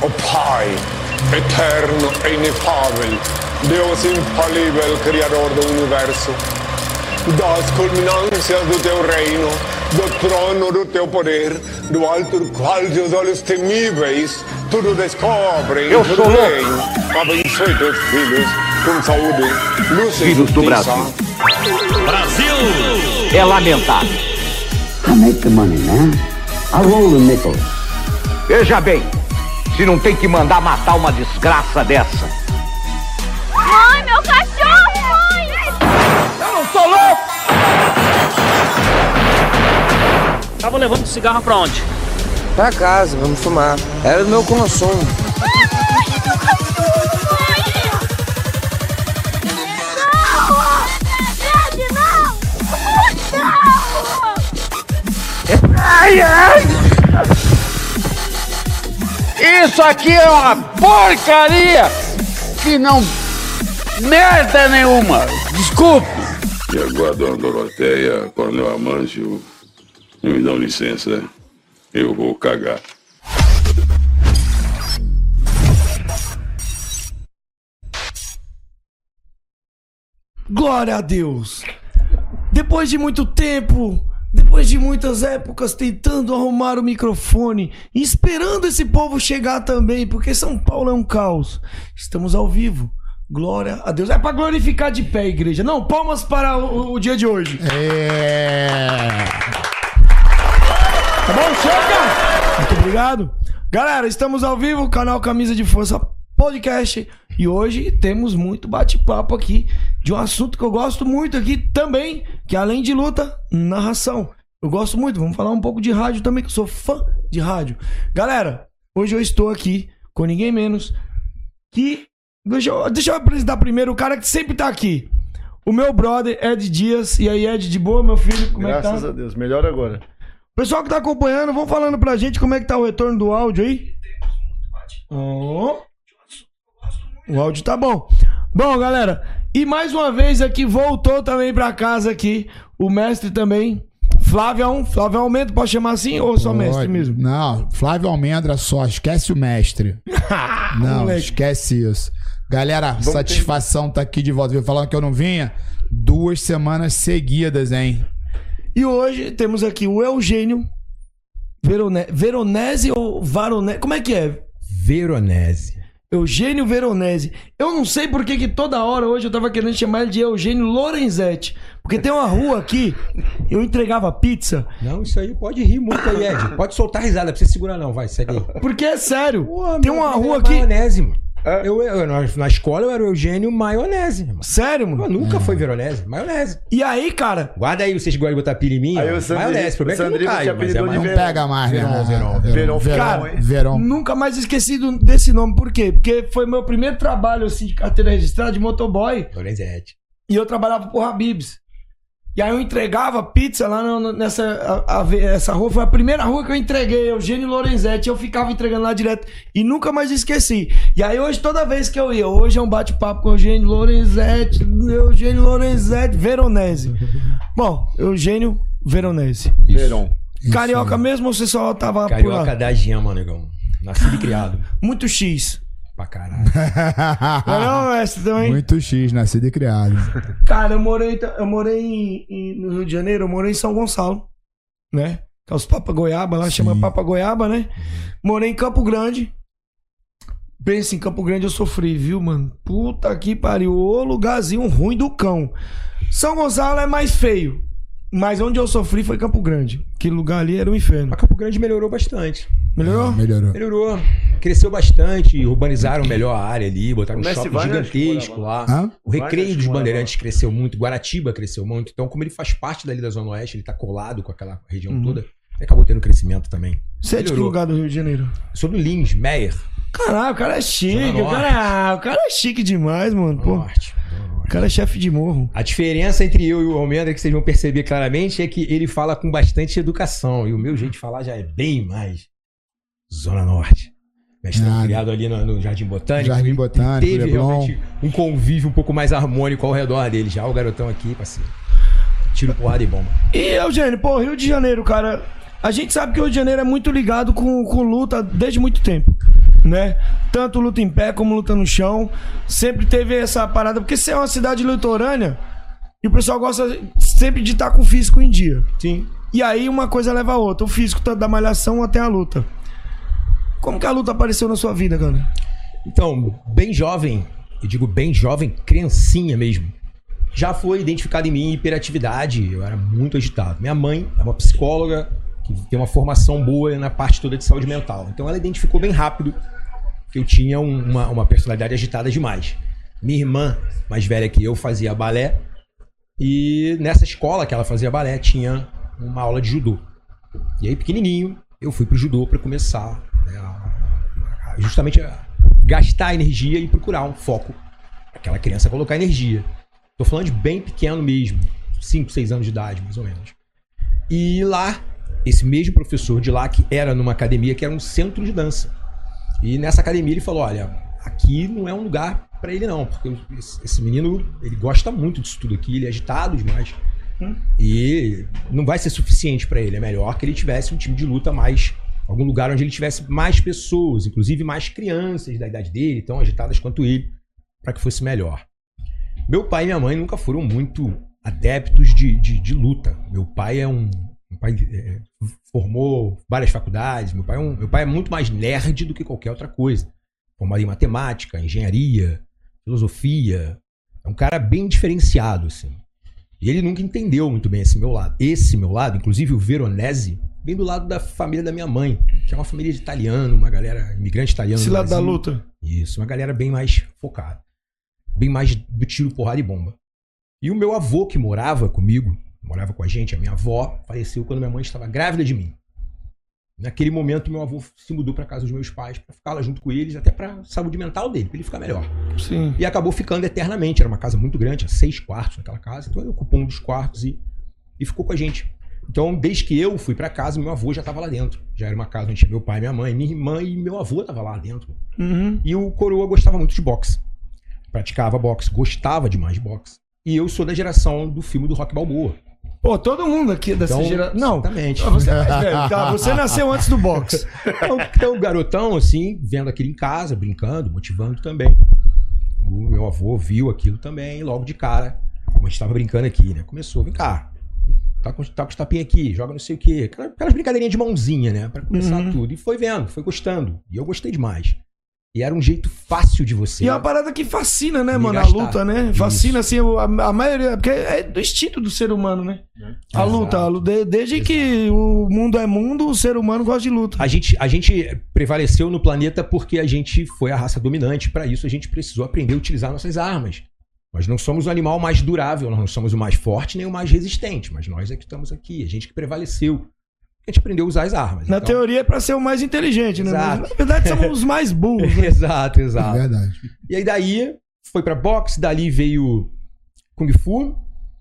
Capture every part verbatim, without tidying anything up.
O Pai, eterno e inefável, Deus infalível, Criador do Universo, das culminâncias do teu reino, do trono do teu poder, do alto do qual teus olhos temíveis tudo descobrem, Eu tudo sou bem. Abençoe teus filhos com saúde, luz e Filhos do justiça. Brasil. Brasil! É lamentável. I make the money, man. I roll the nickels. Veja bem, se não tem que mandar matar uma desgraça dessa. Mãe, meu cachorro, mãe! Eu não sou louco! Tava levando cigarro pra onde? Pra casa, vamos fumar. Era do meu consumo. Ai, meu cachorro, mãe! Não! Ed, não! Não! Ai, ai! Isso aqui é uma porcaria que não... merda nenhuma! Desculpe! E agora, dona Doroteia, Coronel Amâncio, me dão licença, eu vou cagar. Glória a Deus! Depois de muito tempo, depois de muitas épocas tentando arrumar o microfone e esperando esse povo chegar também, porque São Paulo é um caos. Estamos ao vivo. Glória a Deus. É pra glorificar de pé, igreja. Não, palmas para o, o dia de hoje. É. Tá bom? Chega! Muito obrigado. Galera, estamos ao vivo, canal Camisa de Força Podcast. E hoje temos muito bate-papo aqui de um assunto que eu gosto muito aqui também, que além de luta, narração. Eu gosto muito, vamos falar um pouco de rádio também, que eu sou fã de rádio. Galera, hoje eu estou aqui com ninguém menos que... Deixa eu, deixa eu apresentar primeiro o cara que sempre tá aqui. O meu brother, Ed Dias. E aí, Ed, de boa, meu filho? Como Graças é que tá? a Deus, melhor agora. Pessoal que tá acompanhando, vão falando pra gente como é que tá o retorno do áudio aí. Oh. O áudio tá bom. Bom, galera, e mais uma vez aqui, voltou também pra casa aqui, o mestre também, Flávio um, Flávio Almendra, pode chamar assim ou só Pode. mestre mesmo? Não, Flávio Almendra só, esquece o mestre. Não, Moleque. esquece isso. Galera, Vamos satisfação ter... tá aqui de volta. Viu falando que eu não vinha? Duas semanas seguidas, hein? E hoje temos aqui o Eugênio Verone... Veronese ou Varonese? Como é que é? Veronese. Eugênio Veronese. Eu não sei por que que toda hora hoje eu tava querendo chamar ele de Eugênio Lorenzetti. Porque tem uma rua aqui, eu entregava pizza. Não, isso aí pode rir muito aí, Ed. Pode soltar risada, não precisa segurar não, vai, segue aí. Porque é sério. Pô, tem uma rua aqui... Maionese, mano. É. Eu, eu, na, na escola eu era o Eugênio Maionese. Mano. Sério, mano? Eu nunca foi Veronese, maionese. E aí, cara... Guarda aí, vocês gostam de botar pilha em mim, aí ó, o Sandri, maionese. O problema é que não cai, mas é não pega mais, né? Verão, Verão, Verão, Verão. Cara, Verão. Nunca mais esqueci do, desse nome. Por quê? Porque foi meu primeiro trabalho, assim, de carteira registrada, de motoboy. Lorenzetti. E eu trabalhava por Habib's. E aí eu entregava pizza lá no, nessa a, a, essa rua. Foi a primeira rua que eu entreguei, Eugênio Lorenzetti. Eu ficava entregando lá direto e nunca mais esqueci. E aí hoje, toda vez que eu ia, hoje é um bate-papo com Eugênio Lorenzetti, Eugênio Lorenzetti Veronese. Bom, Eugênio Veronese. Verão. Carioca mesmo ou você só tava Carioca por lá? da Gema, negão. Nascido e criado. Muito X. Pra caralho. Não, não, essa também. Muito X, nascido e criado. Cara, eu morei, eu morei em, em- no Rio de Janeiro, eu morei em São Gonçalo, né? Que é os Papa Goiaba, lá Sim. chama Papa Goiaba, né? Morei em Campo Grande. Pensa, em Campo Grande eu sofri, viu, mano? Puta que pariu, ô lugarzinho ruim do cão. São Gonçalo é mais feio, mas onde eu sofri foi Campo Grande. Aquele lugar ali era um inferno. Mas Campo Grande melhorou bastante. Melhorou? Melhorou. Melhorou. Cresceu bastante, urbanizaram melhor a área ali, botaram um Mestre shopping Vargas gigantesco morava lá. Hã? O Recreio Vargas dos morava Bandeirantes cresceu muito, Guaratiba cresceu muito. Então, como ele faz parte dali da Zona Oeste, ele tá colado com aquela região Uhum. toda, ele acabou tendo crescimento também. Você é de que Melhorou. lugar do Rio de Janeiro? Sobre o Lins, Meyer, Caralho, o cara é chique. Zona O cara, o cara é chique demais, mano. Pô, Norte. o cara é chefe de morro. A diferença entre eu e o Almendra, que vocês vão perceber claramente, é que ele fala com bastante educação. E o meu jeito de falar já é bem mais Zona Norte. Mestre Nada. criado ali no, no Jardim Botânico. Jardim ele Botânico, Teve Leblon. realmente um convívio um pouco mais harmônico ao redor dele. Já o garotão aqui, parceiro. Tiro, porrada e bomba. E, Eugênio, pô, Rio de Janeiro, cara. A gente sabe que o Rio de Janeiro é muito ligado com, com luta desde muito tempo. né? Tanto luta em pé como luta no chão. Sempre teve essa parada, porque você é uma cidade litorânea e o pessoal gosta sempre de estar com o físico em dia. Sim. E aí uma coisa leva a outra. O físico tá da malhação até a luta. Como que a luta apareceu na sua vida, cara? Então, bem jovem, eu digo bem jovem, criancinha mesmo, já foi identificado em mim hiperatividade, eu era muito agitado. Minha mãe é uma psicóloga que tem uma formação boa na parte toda de saúde mental. Então ela identificou bem rápido que eu tinha um, uma, uma personalidade agitada demais. Minha irmã, mais velha que eu, fazia balé. E nessa escola que ela fazia balé, tinha uma aula de judô. E aí, pequenininho, eu fui pro judô para começar, né, a, a, justamente a gastar energia e procurar um foco. Aquela criança colocar energia. Tô falando de bem pequeno mesmo. cinco, seis anos de idade, mais ou menos. E lá, esse mesmo professor de lá, que era numa academia, que era um centro de dança. E nessa academia ele falou, olha, aqui não é um lugar pra ele não, porque esse menino, ele gosta muito disso tudo aqui, ele é agitado demais. Hum. E não vai ser suficiente pra ele, é melhor que ele tivesse um time de luta mais, algum lugar onde ele tivesse mais pessoas, inclusive mais crianças da idade dele, tão agitadas quanto ele, pra que fosse melhor. Meu pai e minha mãe nunca foram muito adeptos de, de, de luta. Meu pai é um... Meu pai é, formou várias faculdades. Meu pai, é um, meu pai é muito mais nerd do que qualquer outra coisa. Formado em matemática, engenharia, filosofia. É um cara bem diferenciado, assim. E ele nunca entendeu muito bem esse meu lado. Esse meu lado, inclusive o Veronese, bem do lado da família da minha mãe, que é uma família de italiano, uma galera imigrante italiano. Esse lado da luta. Isso, uma galera bem mais focada. Bem mais do tiro, porrada e bomba. E o meu avô que morava comigo, morava com a gente, a minha avó, faleceu quando minha mãe estava grávida de mim. Naquele momento, meu avô se mudou para casa dos meus pais para ficar lá junto com eles, até para saúde mental dele, para ele ficar melhor. Sim. E acabou ficando eternamente. Era uma casa muito grande, tinha seis quartos naquela casa. Então ele ocupou um dos quartos e, e ficou com a gente. Então, desde que eu fui para casa, meu avô já estava lá dentro. Já era uma casa onde tinha meu pai, minha mãe, minha irmã e meu avô estava lá dentro. Uhum. E o coroa gostava muito de boxe. Praticava boxe, gostava demais de boxe. E eu sou da geração do filme do Rocky Balboa. Pô, todo mundo aqui dessa Então, geração. Não, exatamente. você é mais velho, tá? Você nasceu antes do boxe. Então, então, garotão, assim, vendo aquilo em casa, brincando, motivando também. O meu avô viu aquilo também, e logo de cara, como a gente tava brincando aqui, né? Começou, vem cá, tá com, tá com os tapinhos aqui, joga não sei o quê. Aquelas, aquelas brincadeirinhas de mãozinha, né? Pra começar Uhum. tudo. E foi vendo, foi gostando. E eu gostei demais. E era um jeito fácil de você. E é uma parada que fascina, né, Me mano? gastar. A luta, né? Fascina, assim, a, a maioria. Porque é do instinto do ser humano, né? É. A luta. A luta de- desde Exato. que o mundo é mundo, o ser humano gosta de luta. A gente, a gente prevaleceu no planeta porque a gente foi a raça dominante. Para isso, a gente precisou aprender a utilizar nossas armas. Nós não somos o animal mais durável, nós não somos o mais forte nem o mais resistente, mas nós é que estamos aqui, a gente que prevaleceu. A gente aprendeu a usar as armas. Na então... teoria é pra ser o mais inteligente, né? Exato. Mas, na verdade, somos os mais burros. Né? exato, É exato. verdade. E aí daí foi pra boxe, dali veio Kung Fu.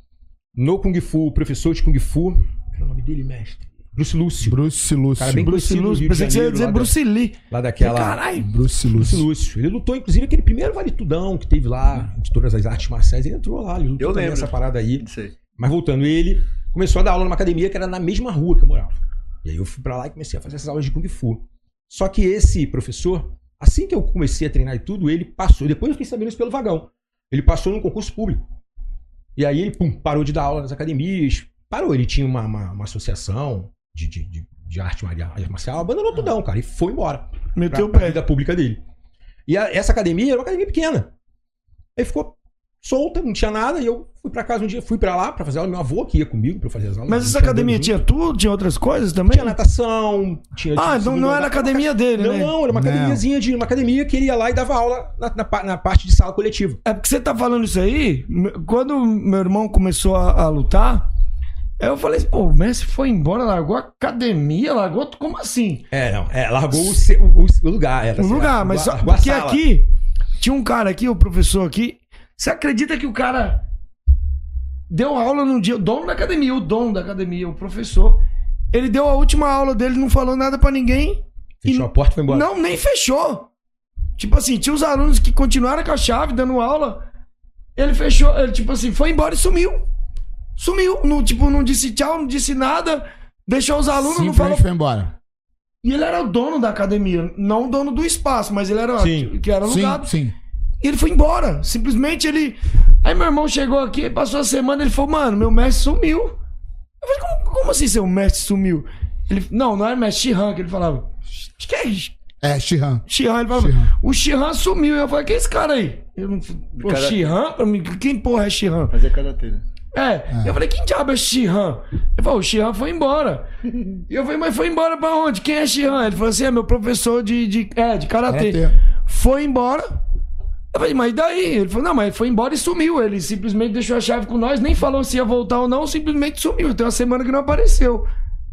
No Kung Fu, o professor de Kung Fu, qual é o nome dele, mestre? Bruce Lúcio. Bruce Lúcio. Cara bem Bruce conhecido no Lúcio. Rio de Pensei que você ia Janeiro, dizer lá Bruce Lee. Da, lá daquela... Caralho. Bruce Bruce Lúcio. Lúcio. Ele lutou, inclusive, aquele primeiro Vale Tudão que teve lá, de todas as artes marciais. Ele entrou lá, ele lutou Eu também lembro. essa parada aí. Sei. Mas voltando, ele começou a dar aula numa academia que era na mesma rua que eu morava. E aí eu fui pra lá e comecei a fazer essas aulas de Kung Fu. Só que esse professor, assim que eu comecei a treinar e tudo, ele passou, depois eu fiquei sabendo isso pelo vagão, ele passou num concurso público. E aí ele, pum, parou de dar aula nas academias, parou, ele tinha uma, uma, uma associação de, de, de, de arte marcial, abandonou tudão, cara, e foi embora. Meteu o pra, pra pé. vida pública dele. E a, essa academia era uma academia pequena. Aí ficou solta, não tinha nada, e eu fui pra casa um dia, fui pra lá pra fazer aula, meu avô que ia comigo pra fazer as aulas. Mas a gente essa andando academia junto. tinha tudo? Tinha outras coisas também? Tinha natação, tinha... Ah, tinha então segundo não era andar. a academia dele, Não, né? não, era uma Não. academiazinha de uma academia que ele ia lá e dava aula na, na, pa- na parte de sala coletiva. É porque você tá falando isso aí, me- quando meu irmão começou a, a lutar, eu falei assim, pô, o Messi foi embora, largou a academia, largou... Como assim? É, não, é, largou o, se- o, o lugar. Era, O assim, lugar, largou mas a- só largou a porque sala. aqui tinha um cara aqui, o professor aqui. Você acredita que o cara deu aula num dia, o dono da academia, o dono da academia, o professor, ele deu a última aula dele, não falou nada pra ninguém. Fechou e- a porta e foi embora. Não, nem fechou. Tipo assim, tinha os alunos que continuaram com a chave, dando aula. Ele fechou, ele tipo assim, foi embora e sumiu. Sumiu, não, tipo, não disse tchau, não disse nada, deixou os alunos, não falou. Simplesmente foi embora. E ele era o dono da academia, não o dono do espaço, mas ele era Sim. que era Sim, alugado. sim. E ele foi embora. Simplesmente ele. Aí meu irmão chegou aqui, passou a semana, ele falou, mano, meu mestre sumiu. Eu falei, como, como assim seu mestre sumiu? Ele, não, não era mestre Shihan que ele falava. Acho que é É, Shihan. Shihan, ele falava. Shihan. O Shihan sumiu. Eu falei, quem é esse cara aí? Eu não, pô, Cara- Shihan? Pra mim, quem porra é Shihan? Fazer karatê, né? É, eu falei, quem diabo é Shihan? Ele falou, o Shihan foi embora. E eu falei, mas foi embora pra onde? Quem é Shihan? Ele falou assim, é meu professor de, de, é, de karatê. Karatê. Foi embora. Eu falei, mas e daí? Ele falou, não, mas ele foi embora e sumiu. Ele simplesmente deixou a chave com nós, nem falou se ia voltar ou não, simplesmente sumiu. Tem uma semana que não apareceu.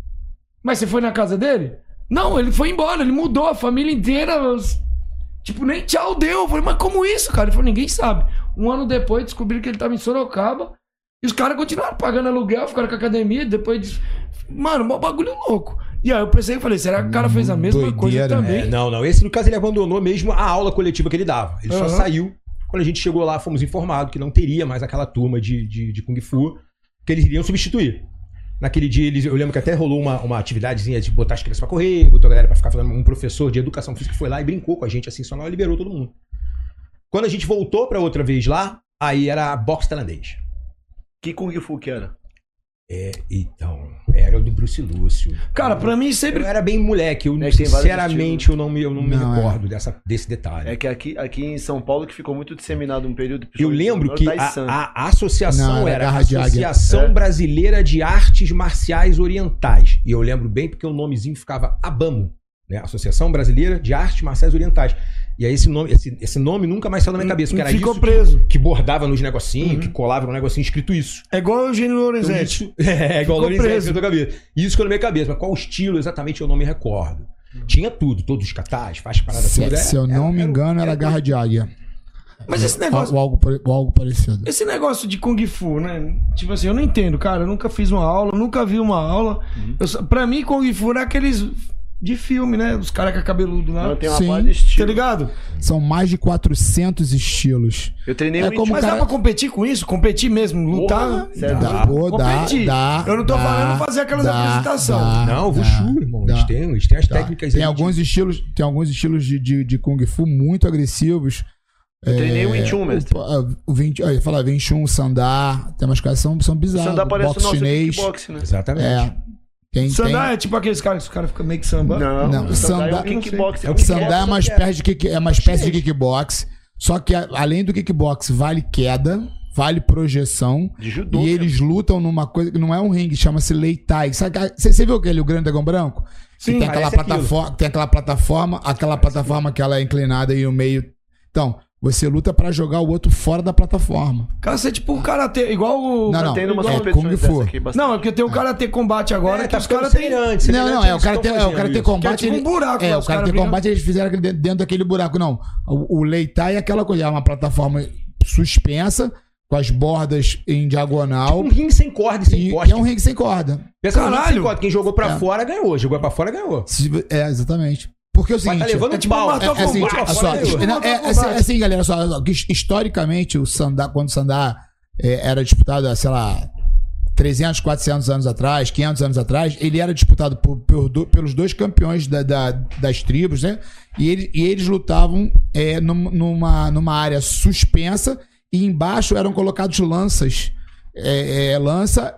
Mas você foi na casa dele? Não, ele foi embora, ele mudou a família inteira. os- Tipo, nem tchau deu. Eu falei, mas como isso, cara? Ele falou, ninguém sabe. Um ano depois descobriram que ele tava em Sorocaba. E os caras continuaram pagando aluguel, ficaram com a academia. Depois, de... mano, mó bagulho louco. E aí eu pensei e falei, será que o cara fez a mesma Doideira, coisa também? É, não, não. Esse, no caso, ele abandonou mesmo a aula coletiva que ele dava. Ele Aham. só saiu. Quando a gente chegou lá, fomos informados que não teria mais aquela turma de, de, de Kung Fu que eles iriam substituir. Naquele dia, eles, eu lembro que até rolou uma, uma atividadezinha de botar as crianças pra correr, botou a galera pra ficar falando. Um professor de educação física foi lá e brincou com a gente, assim, só não liberou todo mundo. Quando a gente voltou pra outra vez lá, aí era boxe tailandês. Que Kung Fu que era? É, então, era o do Bruce Lúcio. Cara, pra mim sempre. Eu era bem moleque, eu, É que tem vários sinceramente, eu não me, eu não me Não, recordo dessa, desse detalhe. É que aqui, aqui em São Paulo que ficou muito disseminado um período. Eu lembro que Tai a, San. a- a associação Não, era era a Garra de Águia. Associação É. Brasileira de Artes Marciais Orientais. E eu lembro bem porque o nomezinho ficava ABAMO, né? Associação Brasileira de Artes Marciais Orientais. E aí esse nome, esse, esse nome nunca mais saiu da minha cabeça, porque era Ficou isso preso. que, que bordava nos negocinhos, Uhum. que colava no negocinho escrito isso. É igual o Eugênio Então, Lorenzetti. isso, é, igual o Ficou Lorenzetti preso. na tua cabeça. Isso que eu na minha cabeça, mas qual estilo exatamente eu não me recordo. Tinha tudo, todos os catais, faz parada Se, tudo. se eu não me engano, era Garra de Águia. Mas esse negócio. Ou algo, pare- ou algo parecido. Esse negócio de Kung Fu, né? Tipo assim, eu não entendo, cara. Eu nunca fiz uma aula, nunca vi uma aula. Eu só- pra mim, Kung Fu era aqueles de filme, né? Os caras com cabeludo lá. Não, tem uma Sim. parte de Tá estilo. ligado? São mais de quatrocentos estilos. Eu treinei É um como Mas cara- dá pra competir com isso? Competir mesmo? Lutar? Porra, sério? Dá, pô, dá, Competir. dá. Eu não tô dá, falando fazer aquelas apresentações. Não, o dá, Wushu, irmão. dá. Eles têm, eles têm as Tá. técnicas Tem aí alguns de- estilos, tem alguns estilos de, de, de Kung Fu muito agressivos. Eu treinei o É, Wing Chun, mestre. O, o vinte, olha, falar Wing Chun, Sandá, tem umas coisas que são, são bizarras. Sandá parece o Boxe nosso chinês. kickbox, né? Exatamente. É. Tem, Sandá tem, é tipo aqueles caras que os caras ficam meio que samba. Não, Não, o Sandá é Sandá- um kickbox. É o com Sandá é queda. uma espécie de, kick, é uma espécie de kickbox. Só que a- além do kickbox, vale queda, vale projeção. De judô. E cara. eles lutam numa coisa que não é um ringue, chama-se Leitai. Sabe, você, você viu aquele, o Grande Dragão Branco? Que Sim, tem aquela, parece plataforma, tem aquela plataforma, aquela plataforma que ela é inclinada e o meio. Então, você luta pra jogar o outro fora da plataforma. Cara, você é tipo o karatê, igual o. Não, não. Tem umas é competições Kung dessa Fu. aqui, bastante. Não, é porque tem o karatê combate agora, É, que tá os ficando caras têm. semelhante. Não, não, é o Karate, é, o karate Combate. Que é tipo um ele- buraco, é, né? o Os Karate caras viram- Combate eles fizeram aquele dentro, dentro daquele buraco. Não. O, o Leitai é aquela coisa, é uma plataforma suspensa, com as bordas em diagonal. Um ringue sem corda e sem E, poste. e é um ringue sem corda. Pensa num ringue Caralho. sem corda. Quem jogou pra É. fora ganhou. Jogou pra fora ganhou. Se- É, exatamente. Porque é o Mas seguinte. tá levando é tipo pau. um Mortal É, é assim, Kombat, é, só, fora é, ganhou. é, é, é assim, é assim, galera, só, só, que historicamente o Sandá, quando o Sandá é, era disputado, sei lá, trezentos, quatrocentos anos atrás, quinhentos anos atrás, ele era disputado por, por do- pelos dois campeões da, da- das tribos, né? E, ele, e eles lutavam é, num- numa, numa área suspensa e embaixo eram colocados lanças. É, é, lança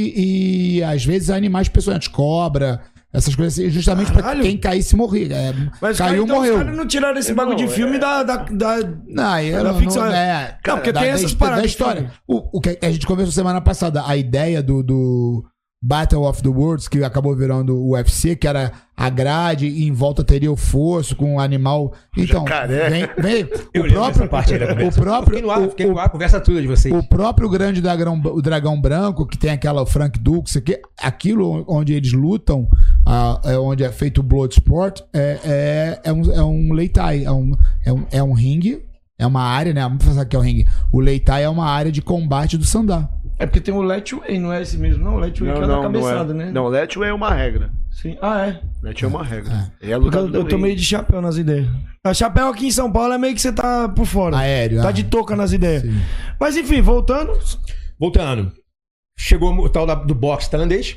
e, e às vezes animais peçonhentos, cobra, essas coisas assim, justamente pra Caralho. quem caísse morrer. É, Mas caiu, então, morreu. os caras não tiraram esse bagulho de Não, filme é- da. da, da... Não, eu Da não, ficção, não, é. é. Não, porque tem essas da, paradas da de história. filme. O, o que a gente conversou semana passada, a ideia do, do Battle of the Worlds, que acabou virando o U F C, que era a grade e em volta teria o fosso com o animal. Então, Jacaré. vem, vem Eu o lembro próprio, dessa parte aí da o conversa. próprio, Fiquei no ar, o- fiquei no o- ar, conversa tudo de vocês. o próprio grande dragão, o dragão branco, que tem aquela Frank Dux, aqui, aquilo onde eles lutam, ah, é onde é feito o Bloodsport, é, é, é, um, é um Leitai, é um, é, um, é um ringue, é uma área, né? Vamos pensar que é um ringue. O Leitai é uma área de combate do Sandá. É porque tem o Let Way, não é esse mesmo? Não, o Let Way que é da cabeçada, não né? Não, Let Way é uma regra. Sim. Ah, é. Let Way é uma regra. É, a Porque luta eu, do eu tô ringue. meio de chapéu nas ideias. A chapéu aqui em São Paulo é meio que você tá por fora. Aéreo. Tá ah. de touca nas ideias. Sim. Mas enfim, voltando. Voltando. Chegou o tal da- do boxe tailandês.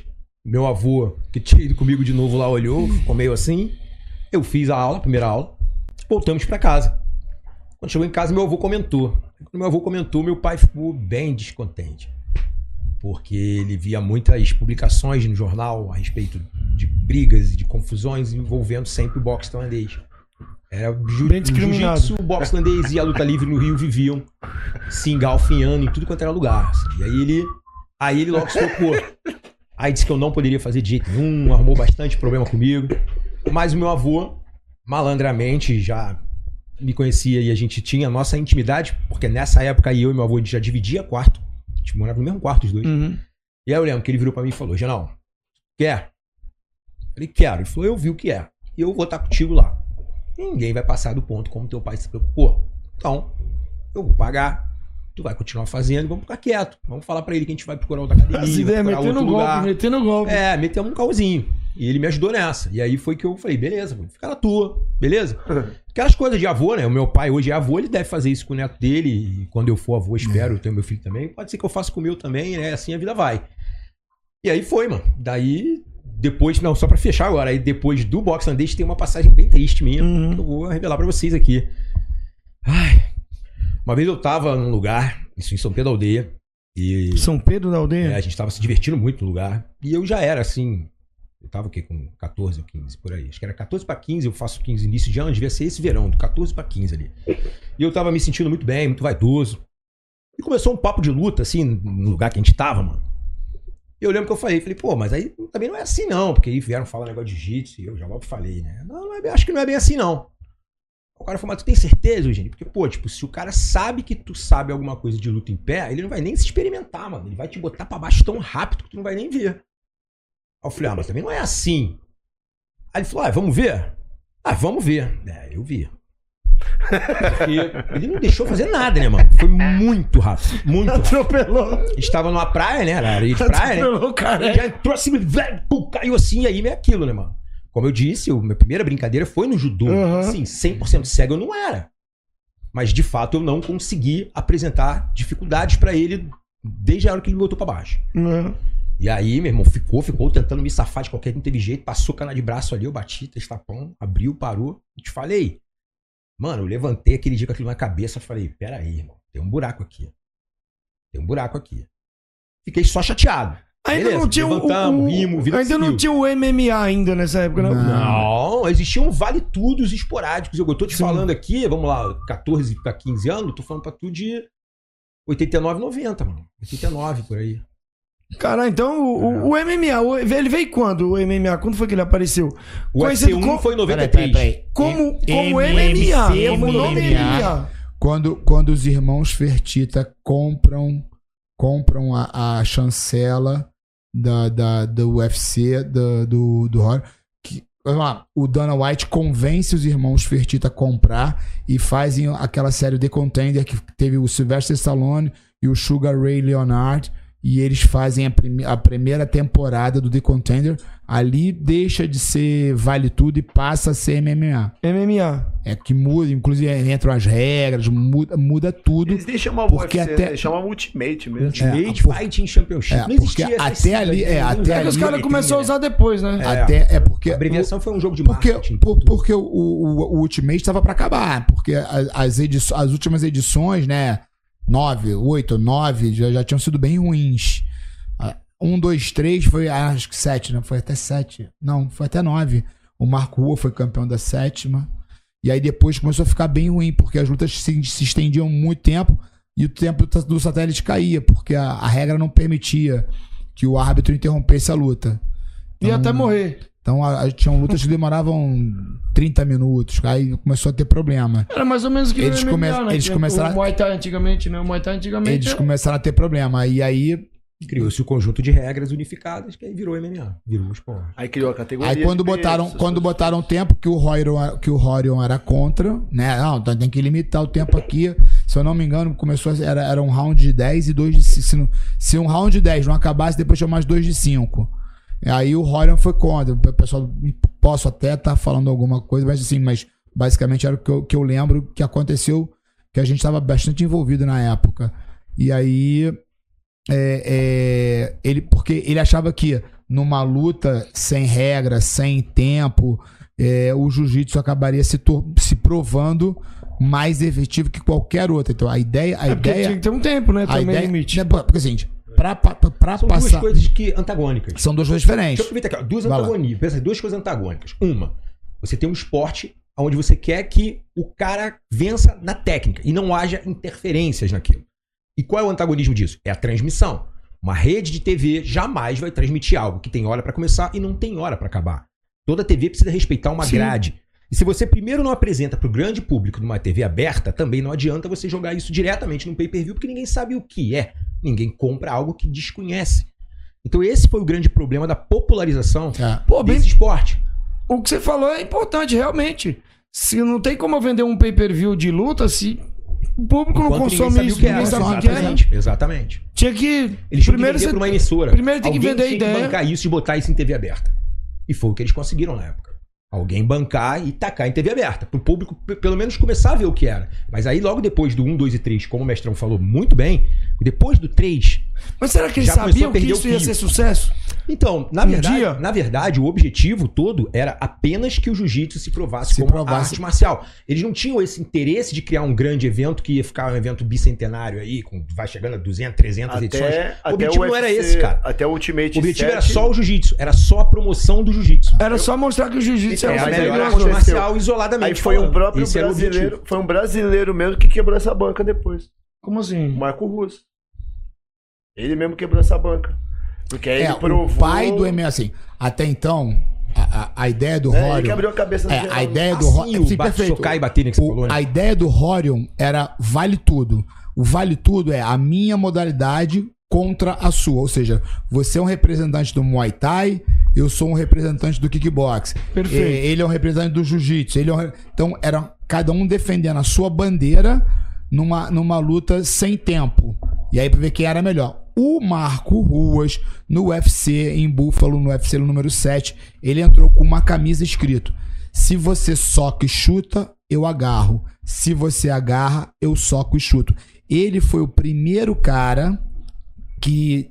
Meu avô, que tinha ido comigo de novo lá, olhou, ficou meio assim. Eu fiz a aula, a primeira aula. Voltamos pra casa. Quando chegou em casa, meu avô comentou. Quando meu avô comentou, meu pai ficou bem descontente. Porque ele via muitas publicações no jornal a respeito de brigas e de confusões envolvendo sempre o boxe tailandês. Era ju- Bem o discriminado. jiu-jitsu, o boxe tailandês e a luta livre no Rio viviam se engalfinhando em tudo quanto era lugar. assim. E aí ele, aí ele logo se tocou. Aí disse que eu não poderia fazer de jeito nenhum, arrumou bastante problema comigo. Mas o meu avô, malandramente, já me conhecia e a gente tinha a nossa intimidade, porque nessa época eu e meu avô a gente já dividia quarto. A gente morava no mesmo quarto, os dois. Uhum. E aí eu lembro que ele virou pra mim e falou: Genal, quer? Eu falei, quero. Ele falou, eu vi o que é. E eu vou estar contigo lá. Ninguém vai passar do ponto como teu pai se preocupou. Então, eu vou pagar. Tu vai continuar fazendo e vamos ficar quieto. Vamos falar pra ele que a gente vai procurar outra academia. Assim, vai né? procurar Metendo outro golpe, lugar. metendo golpe. É, metemos um calzinho. E ele me ajudou nessa. E aí foi que eu falei, beleza, vou ficar na tua, beleza? Aquelas coisas de avô, né? O meu pai hoje é avô, ele deve fazer isso com o neto dele. E quando eu for avô, espero, eu tenho meu filho também. Pode ser que eu faça com o meu também, né? Assim a vida vai. E aí foi, mano. Daí, depois, não, só pra fechar agora. Aí depois do Boxe Tailandês tem uma passagem bem triste minha, Uhum. que eu vou revelar pra vocês aqui. Ai. Uma vez eu tava num lugar, isso em São Pedro da Aldeia. E São Pedro da Aldeia? é, a gente tava se divertindo muito no lugar. E eu já era assim. Eu tava o quê? Com catorze ou quinze, por aí. Acho que era catorze pra quinze, eu faço quinze início de ano, devia ser esse verão, do catorze pra quinze ali. E eu tava me sentindo muito bem, muito vaidoso. E começou um papo de luta, assim, no lugar que a gente tava, mano. E eu lembro que eu falei, falei, pô, mas aí também não é assim não, porque aí vieram falar negócio de jiu-jitsu e eu já logo falei, né? Não, não é bem, acho que não é bem assim não. O cara falou, mas tu tem certeza, Eugênio? Porque, pô, tipo, se o cara sabe que tu sabe alguma coisa de luta em pé, ele não vai nem se experimentar, mano. Ele vai te botar pra baixo tão rápido que tu não vai nem ver. Aí eu falei, ah, mas também não é assim. Aí ele falou, ah, vamos ver? Ah, vamos ver. É, eu vi. Porque ele não deixou fazer nada, né, mano? Foi muito rápido, muito rápido. Atropelou. A gente tava numa praia, né? Era areia de praia, né? Atropelou, cara. Ele já entrou assim, velho, pum, caiu assim, e aí meio aquilo, né, mano? Como eu disse, a minha primeira brincadeira foi no judô. Uhum. Assim, cem por cento cego eu não era. Mas, de fato, eu não consegui apresentar dificuldades pra ele desde a hora que ele me botou pra baixo. Uhum. E aí, meu irmão, ficou, ficou tentando me safar de qualquer que não teve jeito. Passou cana de braço ali, eu bati, testapão, abriu, parou. E te falei. Mano, eu levantei aquele dia com aquilo na cabeça e falei, pera aí, irmão, tem um buraco aqui. Tem um buraco aqui. Fiquei só chateado. Ainda Beleza, não tinha o, levantamos, o, rimos, vida ainda não seguiu. tinha o M M A ainda nessa época, não? Não, existiam vale-tudos esporádicos. Eu tô te Sim. falando aqui, vamos lá, catorze pra quinze anos, tô falando pra tu de oitenta e nove, noventa, mano. oitenta e nove, por aí. Caralho, então o, o- o M M A, o- ele veio quando o M M A? Quando foi que ele apareceu? O U F C Conhecido um co- foi em noventa e Peraí, três. peraí, peraí. Como, M- como M M A, M C como foi nome M M A. M M A. Quando, quando os irmãos Fertitta compram compram a, a chancela da, da, do U F C, da, do, do Rory, que, vamos lá, o Dana White convence os irmãos Fertitta a comprar e fazem aquela série The Contender que teve o Sylvester Stallone e o Sugar Ray Leonard, e eles fazem a, prime a primeira temporada do The Contender. Ali deixa de ser Vale Tudo e passa a ser M M A. M M A. É que muda, inclusive entram as regras, muda, muda tudo. Eles nem chamam Porque U F C, até- eles chamam Ultimate mesmo. Ultimate É, por- Fighting Championship. É, não porque existia essa até sigla ali- de- é, até É que os ali- caras começaram a usar depois, né? É. Até é porque A abreviação foi um jogo de porque, marketing. por- porque o, o, o Ultimate estava para acabar, porque as, as, ediço- as últimas edições, né, nove, oito, nove, já, já tinham sido bem ruins. Ah, um, dois, três foi, ah, acho que sete, né? Foi até sete. Não, foi até nove. O Marco Rua foi campeão da sétima. E aí depois começou a ficar bem ruim, porque as lutas se, se estendiam muito tempo e o tempo do satélite caía, porque a, a regra não permitia que o árbitro interrompesse a luta. E até morrer. Então a, a, tinham lutas que demoravam trinta minutos, aí começou a ter problema. Era mais ou menos que Eles o M M A, come- né? eles Que começaram- O Muay Thai antigamente, né? O Muay Thai antigamente... Eles era- começaram a ter problema. E aí, Criou-se o conjunto de regras unificadas, que aí virou M M A. Virou o esporte. Aí criou a categoria. aí quando de peso, botaram, essas quando coisas. botaram o tempo que o Horion, que o Horion era contra, né? Não, então tem que limitar o tempo aqui. Se eu não me engano, começou a, era, era um round de dez e dois de cinco. Se, não- se um round de dez não acabasse, depois tinha mais dois de cinco. E aí o Horion foi contra. O pessoal, posso até estar falando alguma coisa, mas assim, mas basicamente era o que eu, que eu lembro que aconteceu, que a gente estava bastante envolvido na época. E aí, é, é, ele, porque ele achava que numa luta sem regra, sem tempo, é, o jiu-jitsu acabaria se, tor- se provando mais efetivo que qualquer outro. Então a ideia... A É porque ideia tinha que ter um tempo, né? a Também ideia, limite. né, porque assim, pra, pra, pra São passar... duas coisas que antagônicas. São duas coisas Deixa diferentes. eu aproveitar aqui, ó, duas Vai lá. antagônicas. Pensa, duas coisas antagônicas. Uma, você tem um esporte onde você quer que o cara vença na técnica e não haja interferências naquilo. E qual é o antagonismo disso? É a transmissão. Uma rede de T V jamais vai transmitir algo que tem hora pra começar e não tem hora pra acabar. Toda T V precisa respeitar uma Sim. grade. E se você primeiro não apresenta pro grande público numa T V aberta, também não adianta você jogar isso diretamente no pay-per-view, porque ninguém sabe o que é. Ninguém compra algo que desconhece. Então esse foi o grande problema da popularização É. Pô, bem, desse esporte. o que você falou é importante, realmente. Se não tem como eu vender um pay-per-view de luta, se o público não Enquanto consome ninguém isso, sabia o ninguém que era. sabe o que é. Exatamente, exatamente. Tinha que. Eles tinham primeiro que vender você- pra uma emissora. primeiro tem que Alguém vender a tinha ideia. que bancar isso e botar isso em T V aberta. E foi o que eles conseguiram na época. Alguém bancar e tacar em T V aberta. Pro público, p- pelo menos, começar a ver o que era. Mas aí, logo depois do um, dois e três, como o Mestrão falou muito bem, depois do três... Mas será que eles já começou sabiam a que perder o isso ia fio. ser sucesso? Então, na Um verdade, dia? na verdade, o objetivo todo era apenas que o jiu-jitsu se provasse Se como provasse. arte marcial. Eles não tinham esse interesse de criar um grande evento que ia ficar um evento bicentenário aí, com, vai chegando a duzentas, trezentas edições. Até, O objetivo até não era U F C, esse, cara. Até o Ultimate O objetivo era sete, só o jiu-jitsu, era só a promoção do jiu-jitsu. Era só mostrar que o jiu-jitsu É era a mas aí melhor o que arte aconteceu? marcial isoladamente Aí foi um falando. próprio Esse era o objetivo. brasileiro, foi um brasileiro mesmo que quebrou essa banca depois. Como assim? O Marco Russo. Ele mesmo quebrou essa banca. Porque aí É, ele provou... o pai do M M A, assim, até então, a, a, a ideia do É, ele que Horion... abriu a cabeça do É, geral. a ideia do Assim, Horion... o Sim, bate, perfeito. socar e bater, né, que você O- falou, né? A ideia do Horion era vale tudo. O vale tudo é a minha modalidade contra a sua. Ou seja, você é um representante do Muay Thai, eu sou um representante do kickbox. Perfeito. É, Ele é um representante do jiu-jitsu. Ele é um re- Então, era cada um defendendo a sua bandeira numa, numa luta sem tempo. E aí, pra ver quem era melhor. O Marco Ruas, no U F C, em Buffalo, no U F C número sete, ele entrou com uma camisa escrito: se você soca e chuta, eu agarro. Se você agarra, eu soco e chuto. Ele foi o primeiro cara que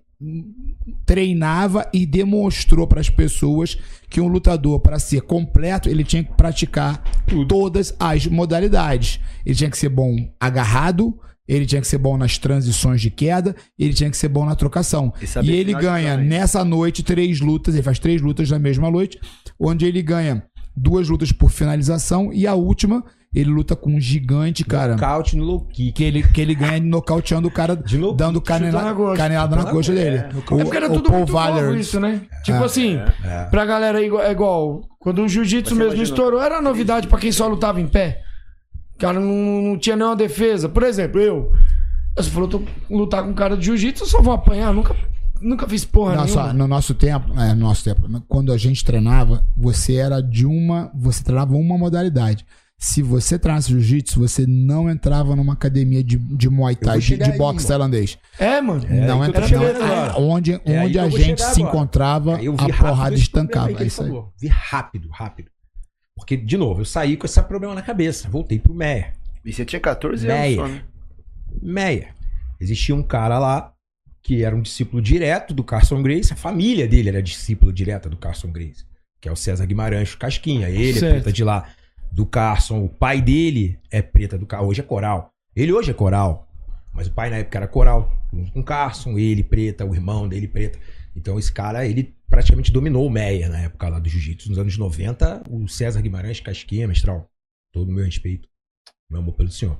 treinava e demonstrou para as pessoas que um lutador, para ser completo, ele tinha que praticar todas as modalidades. Ele tinha que ser bom agarrado, ele tinha que ser bom nas transições de queda, ele tinha que ser bom na trocação. E E, saber ele finalizar ganha também. nessa noite três lutas, ele faz três lutas na mesma noite, onde ele ganha duas lutas por finalização e a última ele luta com um gigante, cara. Nocaute no low kick. Que ele, que ele ganha nocauteando o cara, De low dando kick, canela, chutando na coxa. canelada na Chutando coxa na- dele. é, O, É porque era o tudo Paul muito novo Valer. isso, né? Tipo É, assim, é. pra galera é igual, é igual quando o jiu-jitsu Você mesmo imagina- estourou, era novidade pra quem só lutava em pé. O cara não, não tinha nenhuma defesa. Por exemplo, eu. Se for lutar- lutar com um cara de jiu-jitsu, eu só vou apanhar. Nunca, nunca fiz porra Nossa, nenhuma. no nosso tempo, é, no nosso tempo, quando a gente treinava, você era de uma, você treinava uma modalidade. Se você treinasse jiu-jitsu, você não entrava numa academia de, de Muay vou Thai, de, chegar de aí, boxe irmão. tailandês. É, mano. É, não aí que eu tô entrava. chegando não- agora. onde É aí onde que a eu vou gente chegar se agora. encontrava, Aí eu vi a rápido porrada esse problema estancava. aí que É ele isso aí. falou. Vi rápido, rápido. Porque, de novo, eu saí com esse problema na cabeça. Voltei pro Meia. E você tinha catorze Meia. anos só, né? Meia. Existia um cara lá que era um discípulo direto do Carson Gracie. A família dele era discípulo direta do Carson Gracie, que é o César Guimarães Casquinha. Ele Certo. é preta de lá do Carson. O pai dele é preta do Carson. Hoje é coral. Ele hoje é coral. Mas o pai na época era coral. Com o Carson, ele preta, o irmão dele preta. Então esse cara, ele praticamente dominou o Meia na época lá do jiu-jitsu. Nos anos noventa, o César Guimarães Casquinha, mestral. Todo o meu respeito. Meu amor pelo senhor.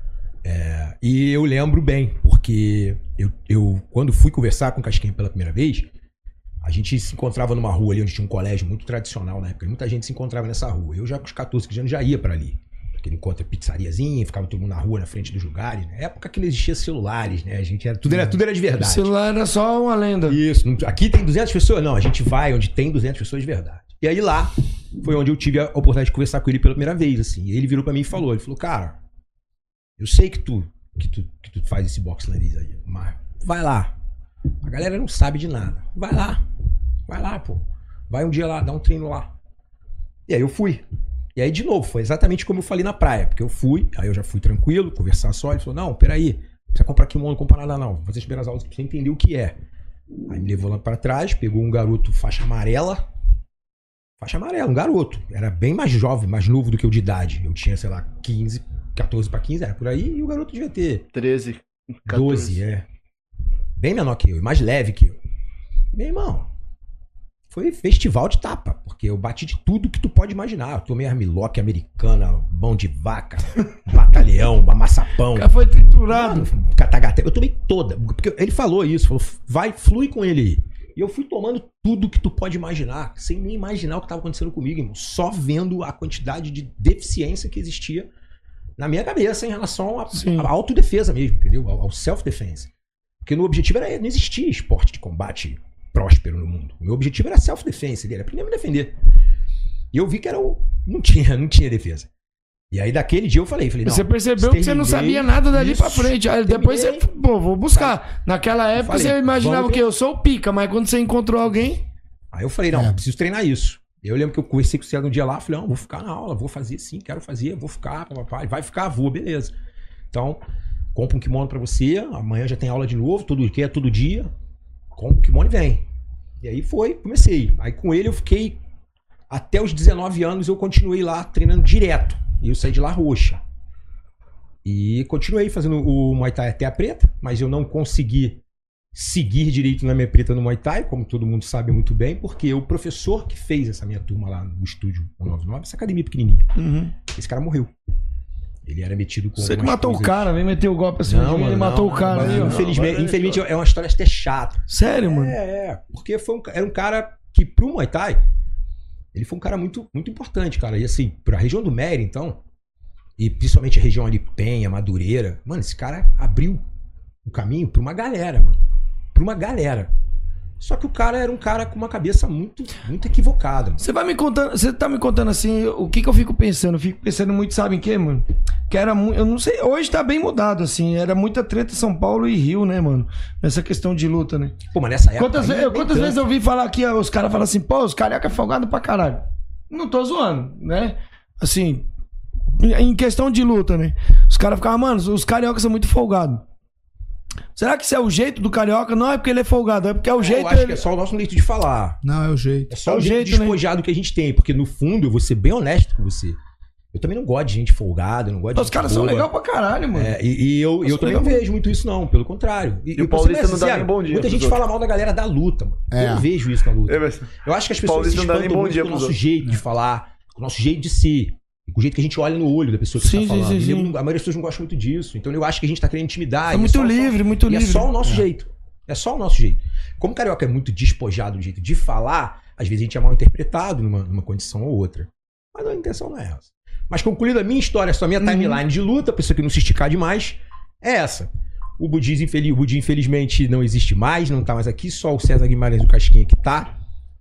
É, e eu lembro bem, porque eu, eu, quando fui conversar com o Casquinha pela primeira vez, a gente se encontrava numa rua ali onde tinha um colégio muito tradicional na época. Muita gente se encontrava nessa rua. Eu já com os catorze, quinze anos já ia pra ali. Aquele encontro pizzariazinha, ficava todo mundo na rua, na frente dos lugares. Na época que não existia celulares, né? A gente era, tudo, era, tudo era de O verdade. celular era só uma lenda. Isso. não- Aqui tem duzentas pessoas? Não, a gente vai onde tem duzentas pessoas de verdade. E aí lá foi onde eu tive a oportunidade de conversar com ele pela primeira vez, assim. E ele virou pra mim e falou, ele falou, cara, eu sei que tu, que tu, que tu faz esse boxe nariz aí, mas vai lá. A galera não sabe de nada. Vai lá. Vai lá, pô. Vai um dia lá, dá um treino lá. E aí eu fui. E aí, de novo, foi exatamente como eu falei na praia. Porque eu fui, aí eu já fui tranquilo, conversar só. Ele falou, não, peraí, não precisa comprar kimono, não comprar nada não. Vou fazer as primeiras aulas pra você entender o que é. Aí me levou lá pra trás, pegou um garoto faixa amarela. Faixa amarela, um garoto. Era bem mais jovem, mais novo do que eu de idade. Eu tinha, sei lá, quinze, catorze pra quinze, era por aí. E o garoto devia ter... treze, doze, é. Bem menor que eu, e mais leve que eu. Meu irmão, foi festival de tapa, porque eu bati de tudo que tu pode imaginar. Eu tomei armlock americana, mão de vaca, batalhão, amassapão. O cara foi triturado. Catagate. Eu tomei toda, porque ele falou isso, falou, vai, flui com ele aí. E eu fui tomando tudo que tu pode imaginar, sem nem imaginar o que estava acontecendo comigo, irmão. Só vendo a quantidade de deficiência que existia na minha cabeça em relação à autodefesa mesmo, entendeu? Ao, ao self-defense. Porque no objetivo era, não existia esporte de combate próspero no mundo. O meu objetivo era self-defense, era aprender a me defender. E eu vi que era o... não tinha, não tinha defesa. E aí daquele dia eu falei, falei, não, você percebeu que você não sabia nada dali isso, pra frente. Aí depois você, pô, vou buscar. Naquela época falei, você imaginava que eu sou o pica, mas quando você encontrou alguém... Aí eu falei, não, é. preciso treinar isso. Eu lembro que eu conversei com o César um dia lá, falei, não, vou ficar na aula, vou fazer sim, quero fazer, vou ficar, papai, vai ficar, vou, beleza. Então, compra um kimono pra você, amanhã já tem aula de novo, todo dia, todo dia, compra um kimono e vem. E aí foi, comecei. Aí com ele eu fiquei, até os dezenove anos eu continuei lá treinando direto. E eu saí de lá roxa. E continuei fazendo o Muay Thai até a preta, mas eu não consegui seguir direito na minha preta no Muay Thai, como todo mundo sabe muito bem, porque o professor que fez essa minha turma lá no estúdio cento e noventa e nove, essa academia pequenininha, uhum. esse cara morreu. Ele era metido com... Você que matou coisas... o cara, vem meter o golpe assim, não, mano, ele não, matou não, o cara. Aí, infelizmente, não, infelizmente é uma história até chata. Sério, mano? É, é, porque foi um, era um cara que pro Muay Thai, ele foi um cara muito, muito importante, cara. E assim, pra região do Mério, então, e principalmente a região ali, Penha, Madureira, mano, esse cara abriu um caminho pra uma galera, mano. Pra uma galera. Só que o cara era um cara com uma cabeça muito, muito equivocada. Mano. Você vai me contando, você tá me contando assim, o que que eu fico pensando? Eu fico pensando muito, sabe em quê, mano? Que era muito, eu não sei, hoje tá bem mudado, assim, era muita treta em São Paulo e Rio, né, mano? Nessa questão de luta, né? Pô, mas nessa época... Quantas, ve quantas vezes eu vi falar aqui, os caras falam assim, pô, os carioca é folgado pra caralho. Não tô zoando, né? Assim, em questão de luta, né? Os caras ficavam, mano, os cariocas são muito folgados. Será que isso é o jeito do carioca? Não é porque ele é folgado, é porque é o jeito... Eu acho ele... que é só o nosso jeito de falar. Não, é o jeito. É só é o, o jeito, jeito despojado, né, que a gente tem. Porque no fundo, eu vou ser bem honesto com você. Eu também não gosto de gente folgada, eu não gosto de Os caras são legais pra caralho, mano. É, e, e eu, eu também não vejo muito isso, não. Pelo contrário. E, e o Paulista não dá nem bom dia. Muita gente fala mal da galera da luta, mano. É. Eu não vejo isso na luta. É, mas... Eu acho que as pessoas se espantam muito com o nosso jeito de falar, com o nosso jeito de ser. E com o jeito que a gente olha no olho da pessoa que sim, tá falando. Sim, sim, eu, sim. a maioria das pessoas não gosta muito disso. Então eu acho que a gente tá querendo intimidade. É muito é só, livre, só, muito livre. É só o nosso é. jeito. É só o nosso jeito. Como o carioca é muito despojado do jeito de falar, às vezes a gente é mal interpretado numa, numa condição ou outra. Mas a intenção não é essa. Mas concluída a minha história, só a minha timeline uhum. de luta, a pessoa que não se esticar demais, é essa. O Budis, infeliz, o Budis, infelizmente, não existe mais, não tá mais aqui, só o César Guimarães do Casquinha que tá.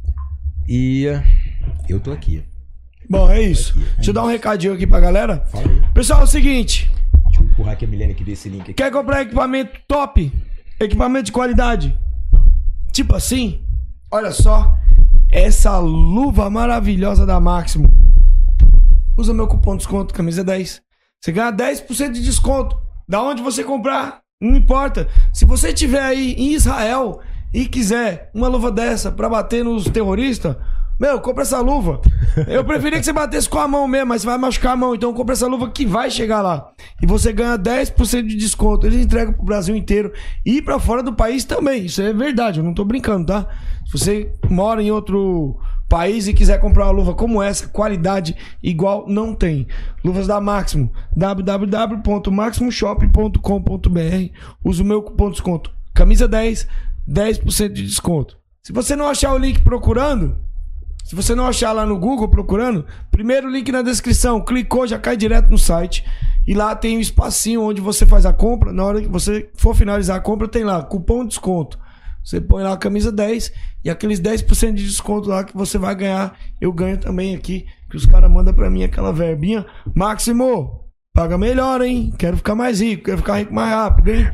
E eu tô aqui. Bom, é isso. Aqui, é Deixa eu dar um recadinho aqui pra galera. Fala aí. Pessoal, é o seguinte. Deixa eu empurrar aqui a Milene que dê esse link aqui. Quer comprar equipamento top? Equipamento de qualidade? Tipo assim, olha só. Essa luva maravilhosa da Máximo. Usa meu cupom de desconto, camisa dez. Você ganha dez por cento de desconto. Da onde você comprar, não importa. Se você estiver aí em Israel e quiser uma luva dessa pra bater nos terroristas, meu, compra essa luva. Eu preferia que você batesse com a mão mesmo, mas você vai machucar a mão. Então compra essa luva que vai chegar lá. E você ganha dez por cento de desconto. Eles entregam pro Brasil inteiro e pra fora do país também. Isso é verdade, eu não tô brincando, tá? Se você mora em outro país e quiser comprar uma luva como essa, qualidade igual, não tem. Luvas da Máximo, w w w ponto maximo shop ponto com ponto b r. Usa o meu cupom de desconto, camisa dez, dez por cento de desconto. Se você não achar o link procurando, se você não achar lá no Google procurando, primeiro link na descrição, clicou, já cai direto no site. E lá tem um espacinho onde você faz a compra. Na hora que você for finalizar a compra, tem lá cupom de desconto. Você põe lá a camisa dez e aqueles dez por cento de desconto lá que você vai ganhar, eu ganho também aqui, que os caras mandam pra mim aquela verbinha. Máximo, paga melhor, hein? Quero ficar mais rico, quero ficar rico mais rápido, hein?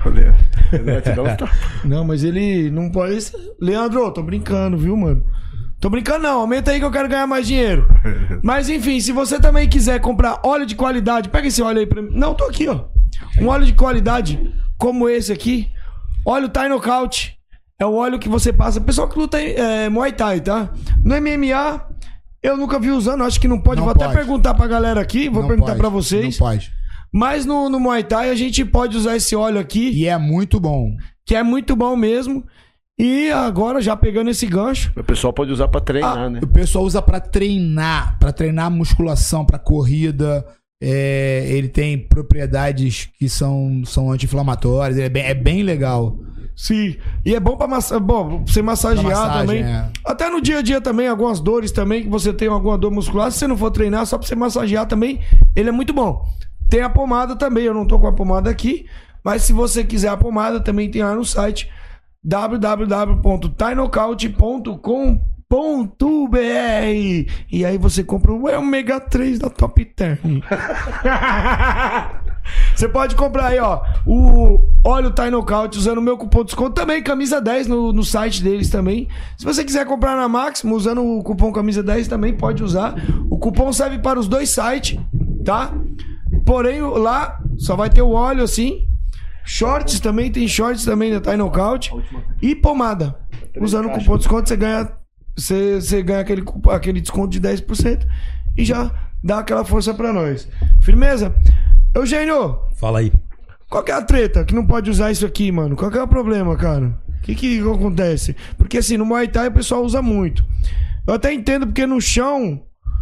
Não, mas ele não pode... Leandro, tô brincando, viu, mano? Tô brincando não, aumenta aí que eu quero ganhar mais dinheiro. Mas enfim, se você também quiser comprar óleo de qualidade, pega esse óleo aí pra mim. Não, tô aqui, ó. Um óleo de qualidade como esse aqui, óleo Thai Knockout. É o óleo que você passa. Pessoal que luta é, Muay Thai, tá? No M M A, eu nunca vi usando. Acho que não pode. Não Vou pode. até perguntar pra galera aqui. Vou Não perguntar pode, pra vocês. Não pode. Mas no, no Muay Thai a gente pode usar esse óleo aqui. E é muito bom. Que é muito bom mesmo. E agora, já pegando esse gancho... O pessoal pode usar pra treinar, Ah, né? O pessoal usa pra treinar, pra treinar musculação, pra corrida. É, ele tem propriedades que são, são anti-inflamatórias. É bem, é bem legal. Sim. E é bom pra, massa... bom, pra você massagear Pra massagem, também. é. Até no dia a dia também, algumas dores também, que você tem alguma dor muscular. Se você não for treinar, só pra você massagear também, ele é muito bom. Tem a pomada também. Eu não tô com a pomada aqui. Mas se você quiser a pomada, também tem lá no site w w w ponto thai knockout ponto com ponto b r. E aí você compra o ômega três da Top Term. Você pode comprar aí, ó, o óleo Thai Knockout usando o meu cupom de desconto. Também camisa dez no, no site deles também. Se você quiser comprar na Máximo usando o cupom camisa dez também pode usar. O cupom serve para os dois sites, tá? Porém, lá só vai ter o óleo assim. Shorts também, tem shorts também da Thai Knockout. E pomada. Usando o cupom de desconto, você ganha, você, você ganha aquele, cupom- aquele desconto de dez por cento e já dá aquela força pra nós. Firmeza? Eugênio, Fala aí. qual que é a treta que não pode usar isso aqui, mano? Qual que é o problema, cara? O que que acontece? Porque assim, no Muay Thai o pessoal usa muito. Eu até entendo porque no chão...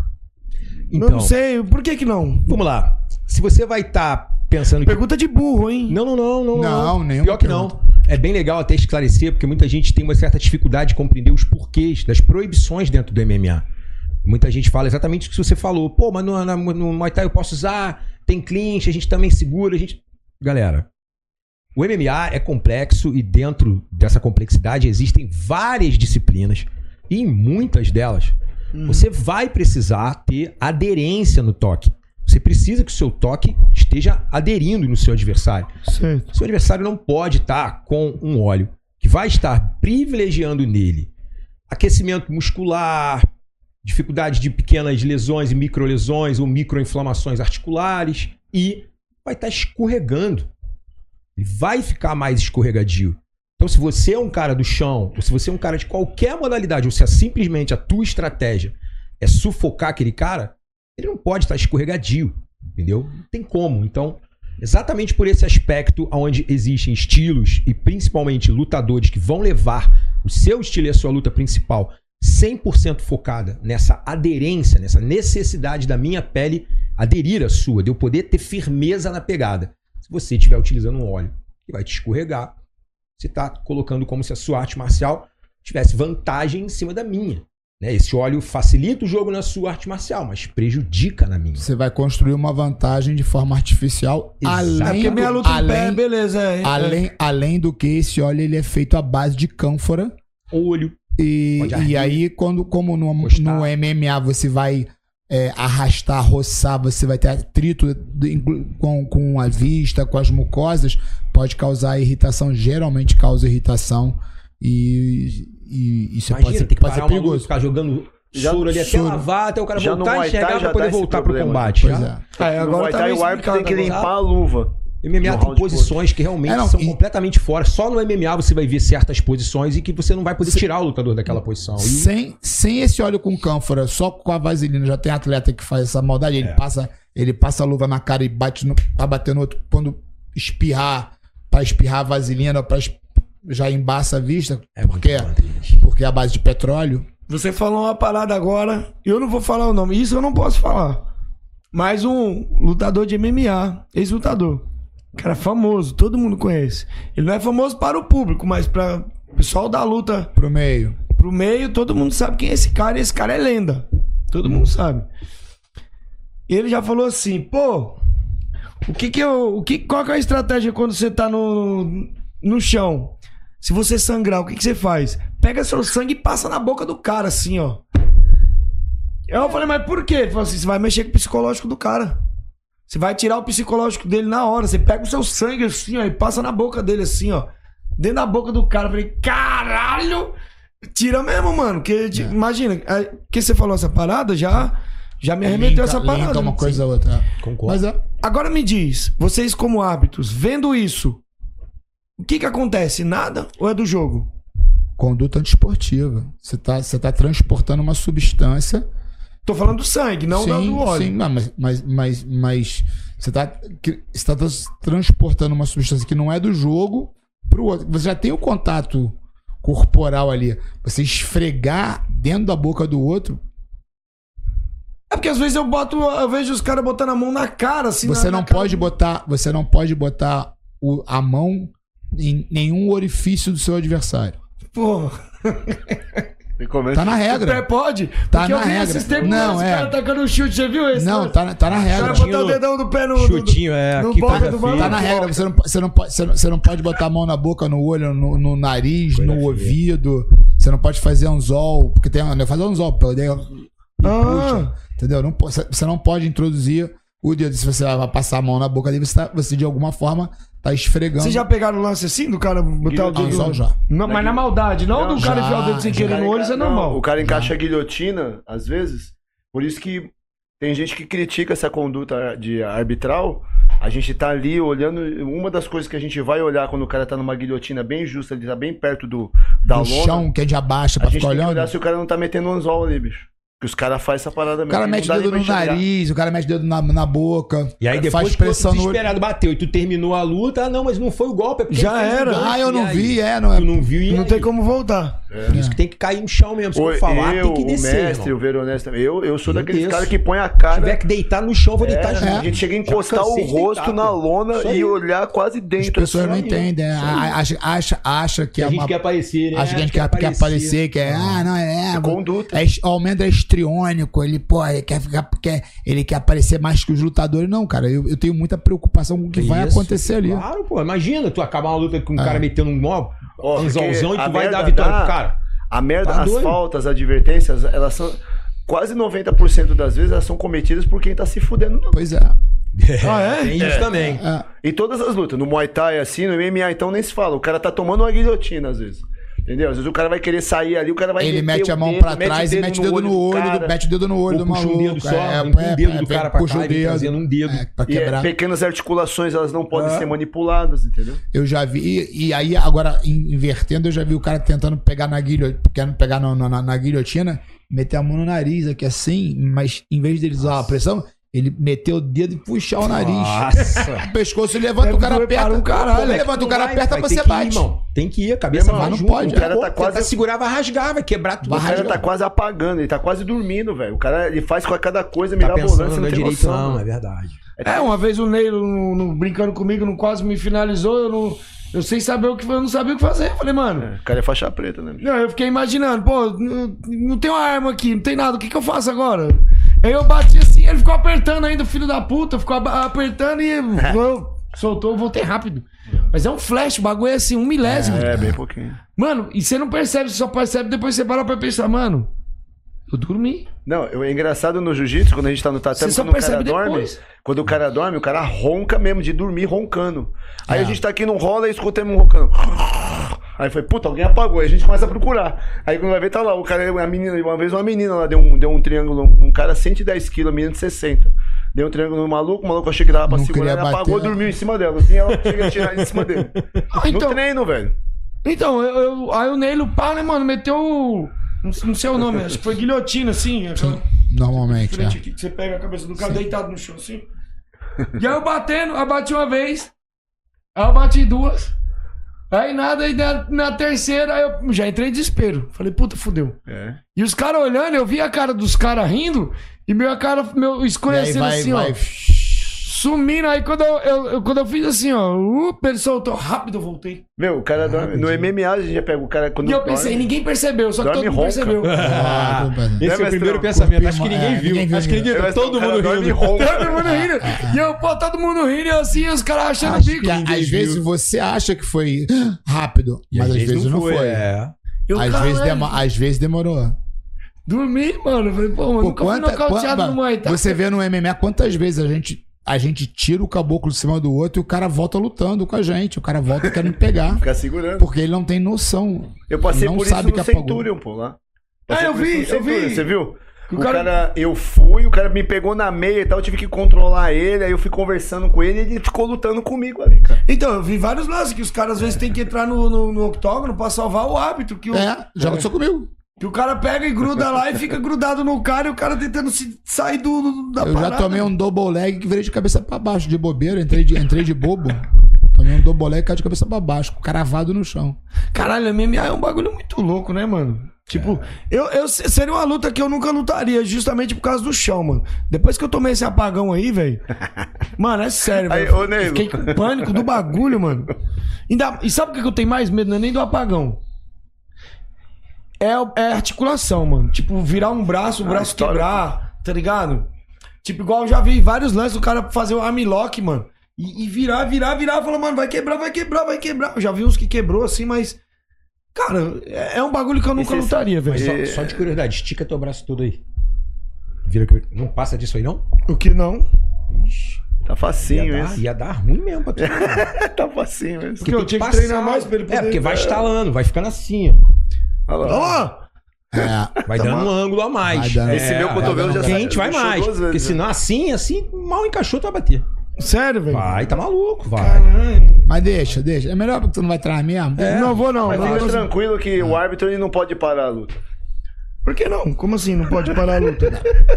Então, eu não sei, por que que não? Vamos lá. Se você vai estar pensando que... Pergunta de burro, hein? Não, não, não, não. Não, nenhuma Pior que não. É bem legal até esclarecer, porque muita gente tem uma certa dificuldade de compreender os porquês das proibições dentro do M M A. Muita gente fala exatamente o que você falou. Pô, mas no, no, no Muay Thai eu posso usar, tem clinch, a gente também segura, a gente... Galera, o M M A é complexo e dentro dessa complexidade existem várias disciplinas e em muitas delas você vai precisar ter aderência no toque. Você precisa que o seu toque esteja aderindo no seu adversário. Certo. Seu adversário não pode estar com um óleo que vai estar privilegiando nele aquecimento muscular, dificuldade de pequenas lesões e microlesões ou microinflamações articulares e vai estar escorregando. Ele vai ficar mais escorregadio. Então, se você é um cara do chão, ou se você é um cara de qualquer modalidade, ou se é simplesmente a tua estratégia é sufocar aquele cara, ele não pode estar escorregadio, entendeu? Não tem como. Então, exatamente por esse aspecto onde existem estilos e principalmente lutadores que vão levar o seu estilo e a sua luta principal cem por cento focada nessa aderência, nessa necessidade da minha pele aderir à sua, de eu poder ter firmeza na pegada. Se você estiver utilizando um óleo que vai te escorregar, você está colocando como se a sua arte marcial tivesse vantagem em cima da minha. Né? Esse óleo facilita o jogo na sua arte marcial, mas prejudica na minha. Você vai construir uma vantagem de forma artificial. Exato. É Além, porque minha do, luta em pé, além, beleza. É, além, além do que esse óleo ele é feito à base de cânfora. Olho. E, Pode arder, e aí, quando, como no, encostar. no M M A você vai é, arrastar, roçar, você vai ter atrito de- com, com a vista, com as mucosas, pode causar irritação, geralmente causa irritação. E, e isso Imagina, pode ser, tem que pode ser parar uma luta, perigoso. ficar jogando Já- soro ali até soro. lavar, até o cara Já no voltar a Muay Thai enxergar já pra poder dá esse voltar pro problema. combate. Pois já. é. É, No agora Muay tá Thai bem o árbitro tem que explicado limpar agora. a luva. M M A No tem round posições que realmente É, não, são e- completamente fora. Só no M M A você vai ver certas posições e que você não vai poder Se- tirar o lutador daquela posição. E Sem, sem esse óleo com cânfora, só com a vaselina, já tem atleta que faz essa maldade. Ele, É. passa, ele passa a luva na cara e bate no, pra bater no outro. Quando espirrar, pra espirrar a vaselina, pra es- já embaça a vista. é muito porque, bom, Andrés. porque é a base de petróleo. Você falou uma parada agora, eu não vou falar o nome, isso eu não posso falar. Mas um lutador de M M A, ex-lutador. Cara famoso, todo mundo conhece. Ele não é famoso para o público, mas para o pessoal da luta, Pro meio. pro meio, todo mundo sabe quem é esse cara, e esse cara é lenda. Todo mundo sabe. E ele já falou assim, pô, o que que eu, o que, qual que é a estratégia quando você tá no, no chão? Se você sangrar, o que que você faz? Pega seu sangue e passa na boca do cara, assim, ó. Eu falei, mas por quê? Ele falou assim, você vai mexer com o psicológico do cara. Você vai tirar o psicológico dele na hora. Você pega o seu sangue assim, ó, e passa na boca dele assim, ó. Dentro da boca do cara. Eu falei, caralho! Tira mesmo, mano. Que, de- Imagina, aí, que você falou essa parada, já, já me arremeteu Linka- essa parada. linka uma coisa a outra. Concordo. Mas é, Agora me diz, vocês como árbitros, vendo isso, o que que acontece? Nada ou é do jogo? Conduta antiesportiva. Você tá, você tá transportando uma substância. Tô falando do sangue, não sim, do óleo. Sim, mas, mas, mas, mas você tá, que- você tá trans- transportando uma substância que não é do jogo pro outro. Você já tem o contato corporal ali. Você esfregar dentro da boca do outro. É porque às vezes eu boto, eu vejo os caras botando a mão na cara, assim. Você na, não na cara. pode botar, você não pode botar o- a mão em nenhum orifício do seu adversário. Pô. Tá na O pé regra. pode? Tá Porque eu na vi regra. esses tempos, Não, os é. caras tacando um chute, já viu esse? Não, tá, na- tá na O regra. cara botar o dedão do pé no... no- Chutinho, é, no que boca coisa do feia. maluco. Tá na regra, você não, po- você não, po- você não, você não, você não pode botar a mão na boca, no olho, no, no nariz, Coisa no feia. ouvido. Você não pode fazer anzol, porque tem né, fazer anzol, poder Ah. puxa, entendeu? Não, po- você não pode introduzir o dedo. Se você vai passar a mão na boca dele, você, tá, você de alguma forma tá esfregando. Vocês já pegaram o lance assim do cara botar o dedo? Anzol já. Não, mas na maldade, não, Não, do cara já, enfiar o dedo sem já. querer no olho, isso é Não, normal. o cara encaixa a guilhotina, às vezes. Por isso que tem gente que critica essa conduta de arbitral. A gente tá ali olhando. Uma das coisas que a gente vai olhar quando o cara tá numa guilhotina bem justa, ele tá bem perto do, da do lona. chão, que é de abaixa A pra gente ficar tem que olhando. olhar se o cara não tá metendo um anzol ali, bicho. Porque os caras fazem essa parada mesmo. O cara e mete não o dá dedo nem no pra enxergar. nariz, o cara mete o dedo na, na boca. E aí depois faz que pressão o no olho. desesperado bateu e tu terminou a luta, ah, não, mas não foi o golpe, é porque Já ele fez o era. gancho, Ah, eu e não aí? vi, é, não é. Tu não viu e Não aí? tem como voltar. Por isso que tem que cair no chão mesmo. Se Ô, for falar, eu, tem que descer. o mestre, irmão. o Veronese também. Eu, eu sou Eu daqueles desço. caras que põe a Se cara. tiver que deitar no chão, eu vou É, deitar junto. a gente chega a Já encostar o cansei de rosto deitar, na pô. lona Isso e aí. olhar quase As dentro. pessoas assim. não aí, entendem. isso a- aí. Acha, acha, acha que Que é a gente uma. quer aparecer, né? Acha que a gente quer, quer aparecer, que é. Ah, não, é. É conduta. É, o Almendra é histriônico, ele, pô, ele quer ficar. Quer, ele quer aparecer mais que os lutadores. Não, cara, eu, eu tenho muita preocupação com o que vai Isso, acontecer ali. Claro, pô. Imagina tu acabar uma luta com um É. cara metendo um mob, Ó, um porque anzolzão e a tu vai merda dar a vitória dá- pro cara. A merda, Tá as doido. faltas, as advertências, elas são. Quase noventa por cento das vezes elas são cometidas por quem tá se fudendo. Não. Pois é. Ah, é? Tem isso também. É. Em todas as lutas. No Muay Thai, assim, no M M A, então nem se fala. O cara tá tomando uma guilhotina, às vezes. Entendeu? Às vezes o cara vai querer sair ali, o cara vai Ele meter mete o a mão dedo, pra trás e mete o dedo no do olho, cara. mete o dedo no olho Ou do puxa um maluco. dedo só, é, um é, dedo é, do cara pra puxa cá o e vem dedo. trazendo um dedo. É, pra E é, quebrar. pequenas articulações, elas não podem Ah. ser manipuladas, entendeu? Eu já vi. E, e aí, agora, in- invertendo, eu já vi o cara tentando pegar na guilhotina, querendo pegar na, na, na guilhotina, meter a mão no nariz aqui assim, mas em vez dele usar a pressão, ele meteu o dedo e puxar o nariz. Nossa. O pescoço levanta, Deve o cara doer aperta. para um caralho. Quando levanta, o cara Vai, aperta, vai você ter que ir, bate. irmão. Tem que ir, a cabeça Irmão, vai não junto. pode, O cara tá quase- tentar segurar, vai rasgar, vai quebrar tudo. O cara Vai tá quase apagando, ele tá quase dormindo, velho. O cara ele faz com cada coisa Tá pensando, mirabolante, não não é tem direito noção. não, mano. é verdade. É, uma vez o Neilo no- no- brincando comigo, não quase me finalizou, eu não. Eu sem saber o que eu não sabia o que fazer. Eu falei, mano. É, o cara é faixa preta, né? Não, eu fiquei imaginando, pô, não, não tem uma arma aqui, não tem nada, o que que eu faço agora? Aí eu bati assim, ele ficou apertando ainda, o filho da puta, ficou ab- apertando e eu, soltou, eu voltei rápido. Mas é um flash, o bagulho é assim, um milésimo. É, bem pouquinho. Mano, e você não percebe, você só percebe depois você para pra pensar, mano, eu dormi. Não, eu- é engraçado no jiu-jitsu, quando a gente tá no tatame, Você só quando o cara percebe dorme, depois. quando o cara dorme, o cara ronca mesmo, de dormir roncando. Aí É. a gente tá aqui no rola e escutamos um roncando. Aí foi, puta, alguém apagou. Aí a gente começa a procurar. Aí quando vai ver, tá lá, o cara, a menina, uma vez uma menina lá deu um, deu um triângulo, um cara cento e dez quilos, a menina de sessenta. Deu um triângulo no maluco, o maluco achei que dava pra Não segurar, queria ele apagou, bater. dormiu em cima dela. Assim, ela chega a tirar em cima dele. Ah, então- No treino, velho. Então, eu, eu- aí o Neilo, pá, né, mano, meteu o... Não, não sei o nome, acho que foi guilhotina, assim. aquela- Normalmente, frente é. aqui, que você pega a cabeça do cara deitado no chão, assim. E aí eu batendo, eu bati uma vez, aí eu bati duas, aí nada, e na, na terceira aí eu já entrei em desespero. Falei, puta, fudeu. É. E os caras olhando, eu vi a cara dos caras rindo, e minha cara, meu, E aí escurecendo vai, assim, vai. ó. Sumindo, aí quando eu, eu- eu- quando eu fiz assim, ó, uh, ele soltou rápido, eu voltei. Meu, o cara dorme. No M M A a gente já pega o cara quando E eu dorme. pensei, ninguém percebeu, só que dorme todo mundo ronca. percebeu. Ah, Ah, compadre. esse é o Né, primeiro mestrão? pensamento. Acho que ninguém É, viu. ninguém viu, Acho que ninguém ninguém viu. viu. Todo O cara mundo dorme rindo. ronca. Todo mundo rindo. E eu, pô, todo mundo rindo, e assim, os caras achando Acho bico. que, às vezes você acha que foi rápido, E mas às vezes não foi. É. Eu, Às, caralho, vezes demo- às vezes demorou. dormi, mano. Eu falei, pô, mano, Pô, nunca fui quanta- nocauteado quanta- no Muay Thai. Você vê no M M A quantas vezes a gente, a gente tira o caboclo de cima do outro e o cara volta lutando com a gente. O cara volta querendo pegar. Ficar segurando. Porque ele não tem noção. Eu passei não por sabe isso que no apagou. Centurion, pô, lá. Ah, Passei eu por isso vi, no eu Centurion, vi. Você viu? O, o cara... cara, eu fui, o cara me pegou na meia e tal, eu tive que controlar ele, aí eu fui conversando com ele e ele ficou lutando comigo ali, cara. Então, eu vi vários lances que os caras às vezes têm que entrar no, no, no octógono pra salvar o árbitro. Que o... É, já aconteceu comigo. Que o cara pega e gruda lá e fica grudado no cara e o cara tentando se sair do, do, da eu parada. Eu já tomei um double leg que virei de cabeça pra baixo, de bobeira, entrei de, entrei de bobo. Tomei um double leg e caí de cabeça pra baixo, cravado no chão. Caralho, M M A é um bagulho muito louco, né, mano? Tipo, é. eu, eu seria uma luta que eu nunca lutaria, justamente por causa do chão, mano. Depois que eu tomei esse apagão aí, velho. Mano, é sério, velho. Fiquei com pânico do bagulho, mano. Ainda, e sabe o que eu tenho mais medo? Não é nem do apagão. É, é articulação, mano. Tipo, virar um braço, o braço ah, quebrar, tá ligado? Tipo, igual eu já vi vários lances do cara fazer o armlock, mano. E, e virar, virar, virar, falar, mano, vai quebrar, vai quebrar, vai quebrar. Eu já vi uns que quebrou assim, mas... Cara, é, é um bagulho que eu nunca lutaria, velho. Só, só de curiosidade, estica teu braço todo aí. Vira, não passa disso aí, não? O que não? Ixi, tá facinho ia isso. Dar, ia dar ruim mesmo pra tu. Tá facinho isso. Porque eu tinha que, que treinar mais pra ele poder... É, porque vai estalando, vai ficando assim, ó. Olha lá. É, vai tá dando mal. Um ângulo a mais. Dando, Esse é, meu cotovelo já quente vai mais. Vezes, porque senão assim, assim, mal encaixou, tu vai bater. Sério, velho? Vai, tá maluco, vai. Caralho. Mas deixa, deixa. É melhor porque tu não vai treinar mesmo. É. Não vou, não. Mas não, fica não, tranquilo que o árbitro ele não pode parar a luta. Por que não? Como assim não pode parar a luta?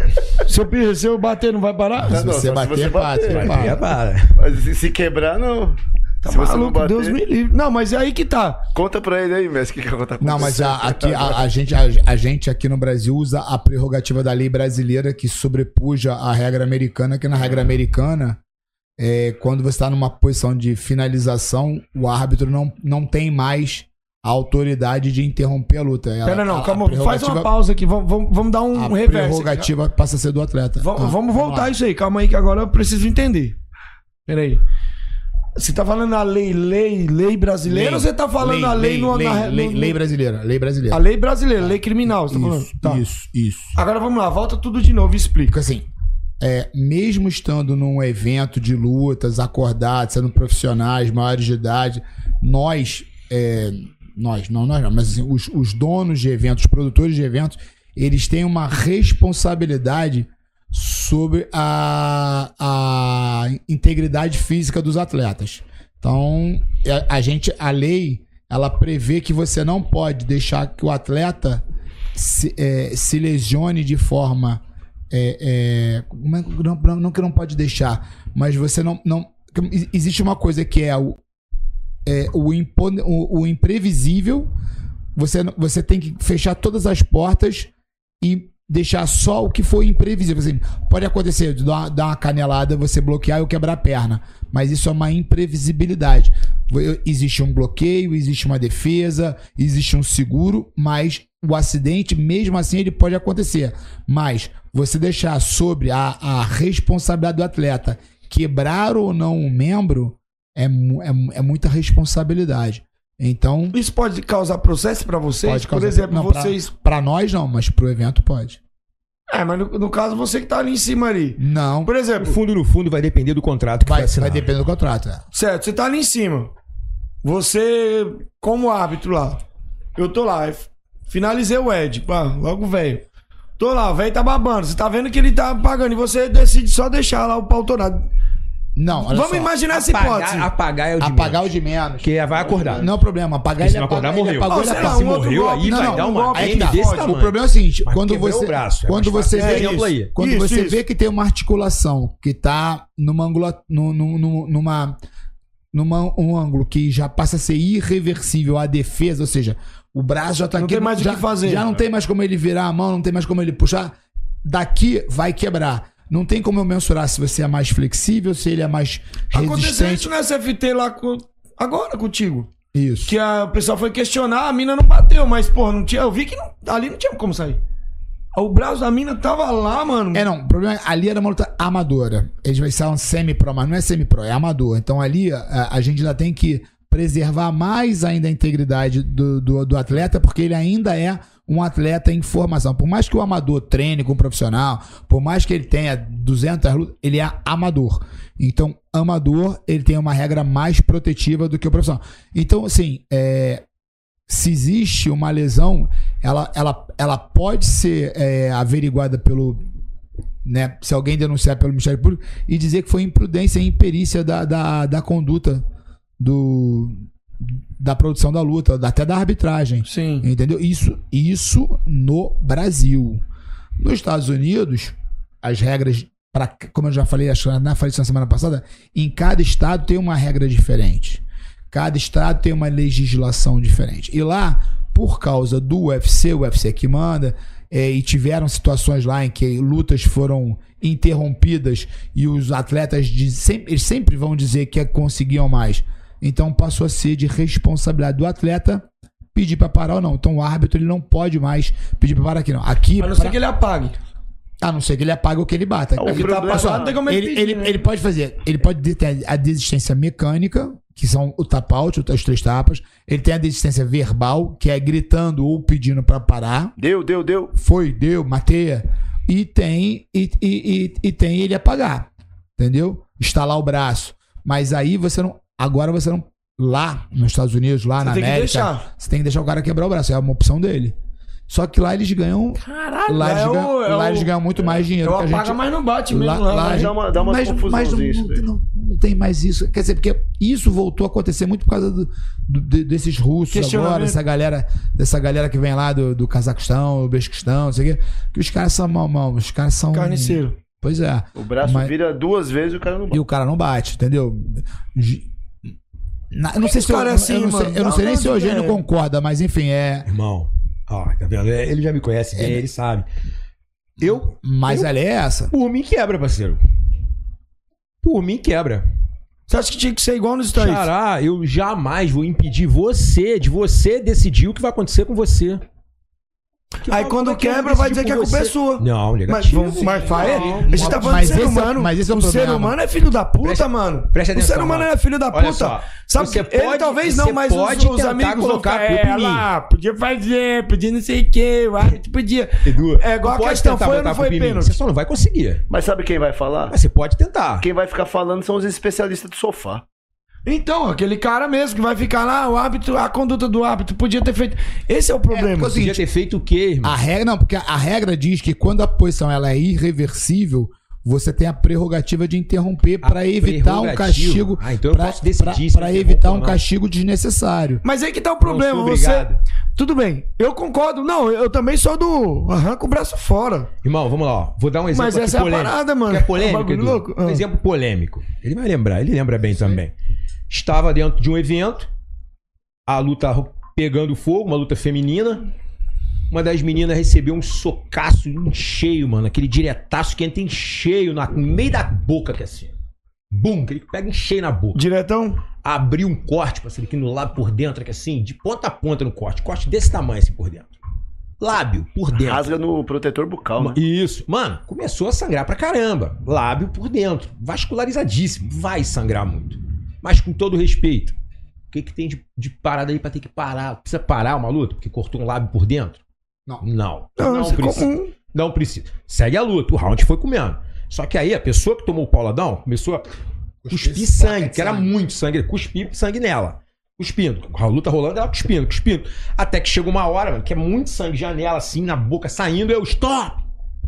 se, eu, se eu bater, não vai parar? Não, se, não, você bater, se você bater, bater, bater, para. Mas se, se quebrar, não. Tá se maluco, você não bater... Deus me livre. Não, mas é aí que tá. Conta pra ele aí, mestre, o que que acontece. Não, mas a, aqui, a, a, gente, a, a gente aqui no Brasil usa a prerrogativa da lei brasileira que sobrepuja a regra americana, que na regra americana, é, quando você está numa posição de finalização, o árbitro não, não tem mais a autoridade de interromper a luta. Ela, Pera, não, a, calma, a faz uma pausa aqui, vamos, vamos, vamos dar um a reverse. A prerrogativa aqui. Passa a ser do atleta. V ah, vamos voltar vamos isso aí, calma aí que agora eu preciso entender. Pera aí. Você tá falando a lei, lei, lei brasileira lei, ou você tá falando lei, a lei, lei no, lei, na, lei, no, lei brasileira, lei brasileira. A lei brasileira, lei criminal, você tá isso, falando? Tá. Isso, isso. Agora vamos lá, volta tudo de novo e explica. Porque assim, é, mesmo estando num evento de lutas, acordados, sendo profissionais, maiores de idade, nós, é, nós, não nós não, mas assim, os, os donos de eventos, os produtores de eventos, eles têm uma responsabilidade sobre a, a integridade física dos atletas. Então, a, a gente, a lei, ela prevê que você não pode deixar que o atleta se, é, se lesione de forma... É, é, não, não, não que não pode deixar, mas você não... não existe uma coisa que é o, é, o, impo, o, o imprevisível, você, você tem que fechar todas as portas e deixar só o que for imprevisível. Assim, pode acontecer, dar uma, dar uma canelada, você bloquear e eu quebrar a perna. Mas isso é uma imprevisibilidade. Existe um bloqueio, existe uma defesa, existe um seguro, mas o acidente, mesmo assim, ele pode acontecer. Mas você deixar sobre a, a responsabilidade do atleta quebrar ou não um membro é, é, é muita responsabilidade. Então, isso pode causar processo pra vocês? Pode causar, por exemplo, não, vocês... Pra, pra nós não, mas pro evento pode. É, mas no, no caso você que tá ali em cima ali. Não. Por exemplo... No fundo, no fundo, vai depender do contrato que vai, vai vai depender do contrato, é. Certo, você tá ali em cima. Você, como árbitro lá, eu tô lá, finalizei o Ed, pá, logo velho. Tô lá, o velho tá babando, você tá vendo que ele tá pagando e você decide só deixar lá o pau torado. Não, olha Vamos só. imaginar essa apagar, hipótese. Apagar é o de apagar menos. o de menos. Porque vai acordar. Não é problema. Apagar ele ele acordar, apaga, morreu. ele apagou, Oh, ele será, apagou. um outro morreu, golpe, aí não, vai não, dar um uma golpe Aí M tá. desse O tamanho. problema é o seguinte, Mas quando quebrou você, o braço, é quando mais você fácil. vê, Exemplo aí. quando Isso, você isso. vê que tem uma articulação que tá numa angula, no, no, no, numa, numa um ângulo que já passa a ser irreversível a defesa, ou seja, o braço já tá Não aqui, tem mais o já, que fazer. já não tem mais como ele virar a mão, não tem mais como ele puxar. Daqui vai quebrar. Não tem como eu mensurar se você é mais flexível, se ele é mais Aconteceu resistente. isso nessa F T lá com... agora contigo. Isso. Que a, o pessoal foi questionar, a mina não bateu, mas, pô, não tinha, eu vi que não, ali não tinha como sair. O braço da mina tava lá, mano. É, não, o problema é ali era uma luta amadora. Eles vai ser um semi-pro, mas não é semi-pro, é amador. Então ali a, a gente ainda tem que preservar mais ainda a integridade do, do, do atleta, porque ele ainda é um atleta em formação. Por mais que o amador treine com o profissional, por mais que ele tenha duzentas lutas, ele é amador. Então, amador, ele tem uma regra mais protetiva do que o profissional. Então, assim, é, se existe uma lesão, ela, ela, ela pode ser é, averiguada pelo... Né, se alguém denunciar pelo Ministério Público e dizer que foi imprudência e imperícia da, da, da conduta do, da produção da luta, até da arbitragem. Sim. Entendeu? Isso, isso no Brasil. Nos Estados Unidos, as regras, pra, como eu já falei, acho que na falei isso na semana passada, em cada estado tem uma regra diferente. Cada estado tem uma legislação diferente. E lá, por causa do U F C, o U F C que manda, é, e tiveram situações lá em que lutas foram interrompidas e os atletas de, sempre, eles sempre vão dizer que conseguiam mais. Então passou a ser de responsabilidade do atleta pedir para parar ou não. Então o árbitro ele não pode mais pedir para parar aqui não. Aqui, a não pra... ser que ele apague. A não ser que ele apague ou que ele bata. O que tá passando, tem como ele, ele, pedir, ele, né? ele pode fazer, ele pode ter a desistência mecânica, que são o tap-out, os três tapas. Ele tem a desistência verbal, que é gritando ou pedindo para parar. Deu, deu, deu. Foi, deu, mateia. E tem, e, e, e, e tem ele apagar. Entendeu? Estalar o braço. Mas aí você não. Agora você não. Lá nos Estados Unidos, lá Você na tem que América, deixar. você tem que deixar o cara quebrar o braço. É uma opção dele. Só que lá eles ganham. Caralho, lá eles, é o- ganham, é lá o- eles ganham muito mais dinheiro. é o que a apaga, gente... mas não bate mesmo lá, né? Dá uma- dá uma mas, confusãozinha mas não, isso daí. não, não tem mais isso. Quer dizer, porque isso voltou a acontecer muito por causa do, do- de- desses russos Questionamento. agora, dessa galera, dessa galera que vem lá do, do Cazaquistão, do Bequistão, não sei o quê. Que os caras são mal, mal. Os caras são. Carniceiro. Pois é. O braço Mas- vira duas vezes e o cara não bate. E o cara não bate, entendeu? Gi- Na- eu não sei Esse se eu, cara é eu assim, não sei, mano. eu não Dá sei nem uma se o Eugênio ideia. concorda, mas enfim, é. Irmão, ó, tá vendo? Ele já me conhece bem, ele sabe. Eu. Mas eu, ela é essa. Por mim quebra, parceiro. Por mim quebra. Você acha que tinha que ser igual nos Estados Unidos? Xará, eu jamais vou impedir você de você decidir o que vai acontecer com você. Que Aí vai- quando como é que eu quebra, vou vai decidir dizer que a por culpa é você? sua. Não, Mas, negativo. vamos- mas faz. Não, A gente tá falando mas de ser esse é- humano. mas esse é o o ser problema. humano é filho da puta, Presta- mano. presta O atenção, ser humano mano. é filho da Olha puta. só, Sabe, você ele pode- talvez você não, mas pode os, os tentar amigos colocar colocam, a culpa é, em mim. lá, podia fazer, podia não sei o que, podia. Edu, É igual tu a pode questão, tentar foi ou botar não a foi culpa em mim, pênalti? Você só não vai conseguir. Mas sabe quem vai falar? Mas você pode tentar. Quem vai ficar falando são os especialistas do sofá. Então, aquele cara mesmo que vai ficar lá, o árbitro, a conduta do árbitro podia ter feito. Esse é o problema. porque é o seguinte, Podia ter feito o quê, irmão? A regra, não, porque a regra diz que quando a posição ela é irreversível, você tem a prerrogativa de interromper para evitar um prerrogativa? castigo. Ah, então eu pra- posso decidir pra- se pra eu evitar interrompo um ou não. castigo desnecessário. Mas aí que tá o problema. sou Você. obrigado. Tudo bem, eu concordo. Não, eu também sou do arranca o braço fora. Irmão, vamos lá, ó. Vou dar um exemplo Mas aqui essa é a polêmico. parada, mano. Quer polêmico, É um bagulho Edu? louco. Um Ah. exemplo polêmico. Ele vai lembrar, ele lembra bem também. Estava dentro de um evento, a luta pegando fogo, uma luta feminina. Uma das meninas recebeu um socaço em cheio, mano. Aquele diretaço que entra em cheio na- no meio da boca, que é assim. Bum, que ele pega em cheio na boca. Diretão? Abriu um corte, parceiro, aqui no lábio por dentro, que é assim, de ponta a ponta no corte. Corte desse tamanho, assim, por dentro. Lábio, por dentro. Rasga no protetor bucal, né? Isso. Mano, começou a sangrar pra caramba. Lábio por dentro. Vascularizadíssimo. Vai sangrar muito. Mas com todo respeito. O que, que tem de, de parada aí pra ter que parar? Precisa parar uma luta porque cortou um lábio por dentro? Não. Não. Não, Não isso é precisa. comum. Não precisa. Segue a luta. O round foi comendo. Só que aí a pessoa que tomou o pauladão começou a cuspir sangue, que era muito sangue. Cuspir sangue nela. Cuspindo. A luta rolando, ela cuspindo, cuspindo. Até que chega uma hora, mano, que é muito sangue já nela, assim, na boca, saindo. Eu, stop!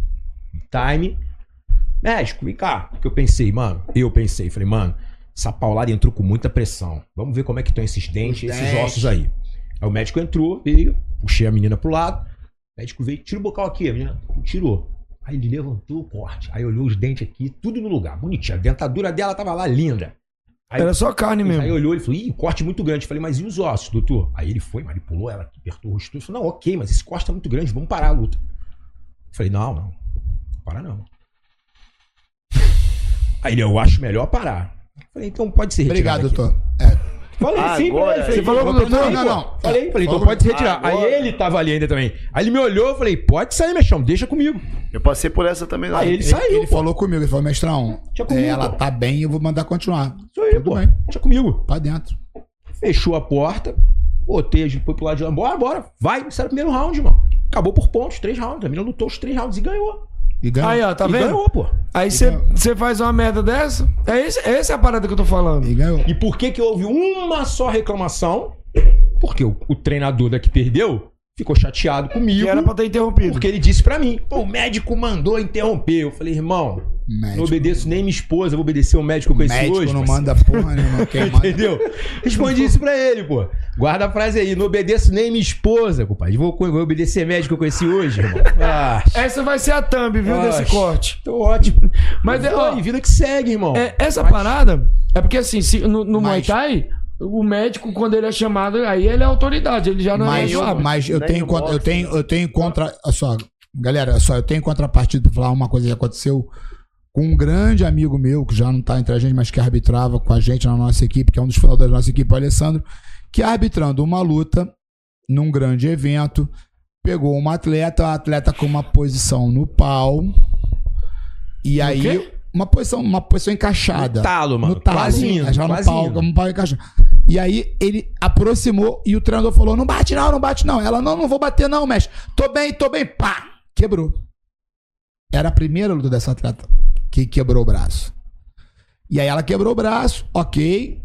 Time. Médico, vem cá. Porque eu pensei, mano, eu pensei, falei, mano, essa paulada entrou com muita pressão. Vamos ver como é que estão esses dentes, Os esses dentes. ossos aí. Aí o médico entrou, veio, puxei a menina pro lado. O médico veio, tira o bocal aqui, a menina tirou. Aí ele levantou o corte. Aí olhou os dentes aqui, tudo no lugar, bonitinho. A dentadura dela tava lá, linda. Aí, Era só carne mesmo. Aí olhou e falou, ih, corte muito grande. Falei, mas e os ossos, doutor? Aí ele foi, manipulou ela, apertou o rosto. Ele falou, não, ok, mas esse corte tá muito grande, vamos parar a luta. Falei, não, não, para não. Aí ele, eu acho melhor parar. Falei, então pode ser retirado. Obrigado, aqui. doutor. É. Falei, Ah, sim, agora- falei, falei, Você falou com o falei, doutor? pô. Não, não. Falei, falei, então Falou- pode retirar. Agora- Aí ele tava ali ainda também. Aí ele me olhou, eu falei, pode sair, mexão, deixa comigo. Eu passei por essa também lá. Aí ele Ele, saiu, ele pô. falou comigo, ele falou, mestrão, Deixa comigo, é, ela pô. tá bem, eu vou mandar continuar. Isso aí, Tudo pô. bem. Deixa comigo. Pra dentro. Fechou a porta, botei, a gente foi pro lado de lá, bora, bora. Vai, isso era o primeiro round, mano. Acabou por pontos, três rounds. A menina lutou os três rounds e ganhou. E ganha. Aí, ó, tá e vendo? ganhou, pô. Aí você faz uma merda dessa. É esse, essa é a parada que eu tô falando. E ganhou. E por que que houve uma só reclamação? Porque o, o treinador daqui perdeu ficou chateado comigo. Que era pra ter interrompido. Porque ele disse pra mim, pô, o médico mandou interromper. Eu falei, irmão, médico. Não obedeço nem minha esposa, vou obedecer o médico que eu conheci médico hoje. Não manda porra nenhuma. Entendeu? Respondi isso pra ele, pô. Guarda a frase aí, não obedeço nem minha esposa, compadre. Vou, vou obedecer médico que eu conheci hoje, irmão. Ah, essa vai ser a thumb, viu, Oxe. desse corte. Tô ótimo. Mas, Pô, ó, vida que segue, irmão. É, essa Mas... parada é porque, assim, se, no, no Mas... Muay Thai, o médico, quando ele é chamado, aí ele é autoridade, ele já não mas, é suave. Mas eu tenho, contra, eu tenho, eu tenho contra... Olha só, galera, olha só, eu tenho contrapartida pra falar uma coisa que aconteceu com um grande amigo meu, que já não tá entre a gente, mas que arbitrava com a gente na nossa equipe, que é um dos fundadores da nossa equipe, o Alessandro, que arbitrando uma luta num grande evento, pegou uma atleta, a atleta com uma posição no pau, e No aí... quê? Uma posição, uma posição encaixada. No talo, mano. No talo. Quase indo, Já no quase pau, indo. um pau encaixado. E aí ele aproximou e o treinador falou: não bate não, não bate não. Ela, não, não vou bater não, mestre. Tô bem, tô bem. Pá! Quebrou. Era a primeira luta dessa atleta que quebrou o braço. E aí ela quebrou o braço, ok.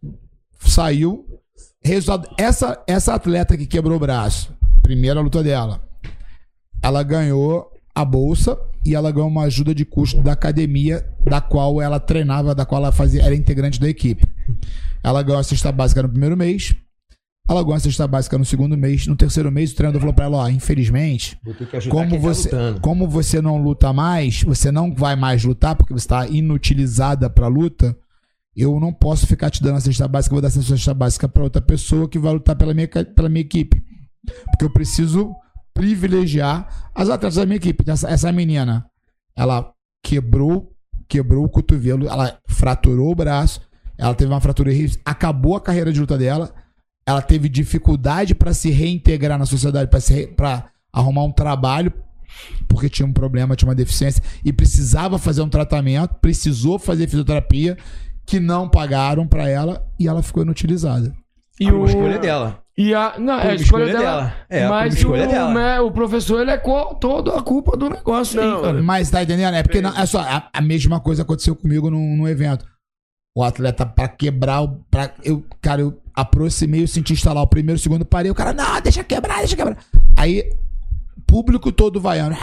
Saiu. Resultado, essa, essa atleta que quebrou o braço, primeira luta dela, ela ganhou a bolsa e ela ganhou uma ajuda de custo da academia da qual ela treinava, da qual ela fazia, era integrante da equipe. Ela ganhou a cesta básica no primeiro mês, ela ganhou a cesta básica no segundo mês, no terceiro mês o treinador falou pra ela, ó, infelizmente, como você, tá como você não luta mais, você não vai mais lutar porque você está inutilizada pra luta, eu não posso ficar te dando a cesta básica, eu vou dar essa cesta básica pra outra pessoa que vai lutar pela minha, pela minha equipe. Porque eu preciso privilegiar as atletas da minha equipe. Essa, essa menina, ela quebrou, quebrou o cotovelo, ela fraturou o braço, ela teve uma fratura horrível, acabou a carreira de luta dela, ela teve dificuldade para se reintegrar na sociedade, para se para arrumar um trabalho, porque tinha um problema, tinha uma deficiência e precisava fazer um tratamento, precisou fazer fisioterapia, que não pagaram para ela e ela ficou inutilizada. E a o... escolha dela. E a, não, Por é a escolha escolha dela. dela. É, mas por escolha o, dela. né, o professor, ele é com toda a culpa do negócio Não, aí, cara. Mas tá entendendo? É porque não, é só, a, a mesma coisa aconteceu comigo num, num evento. O atleta, pra quebrar, o- pra, eu, cara, eu aproximei, eu senti instalar o primeiro, o segundo, parei, o cara, não, deixa quebrar, deixa quebrar. Aí, público todo vaiando.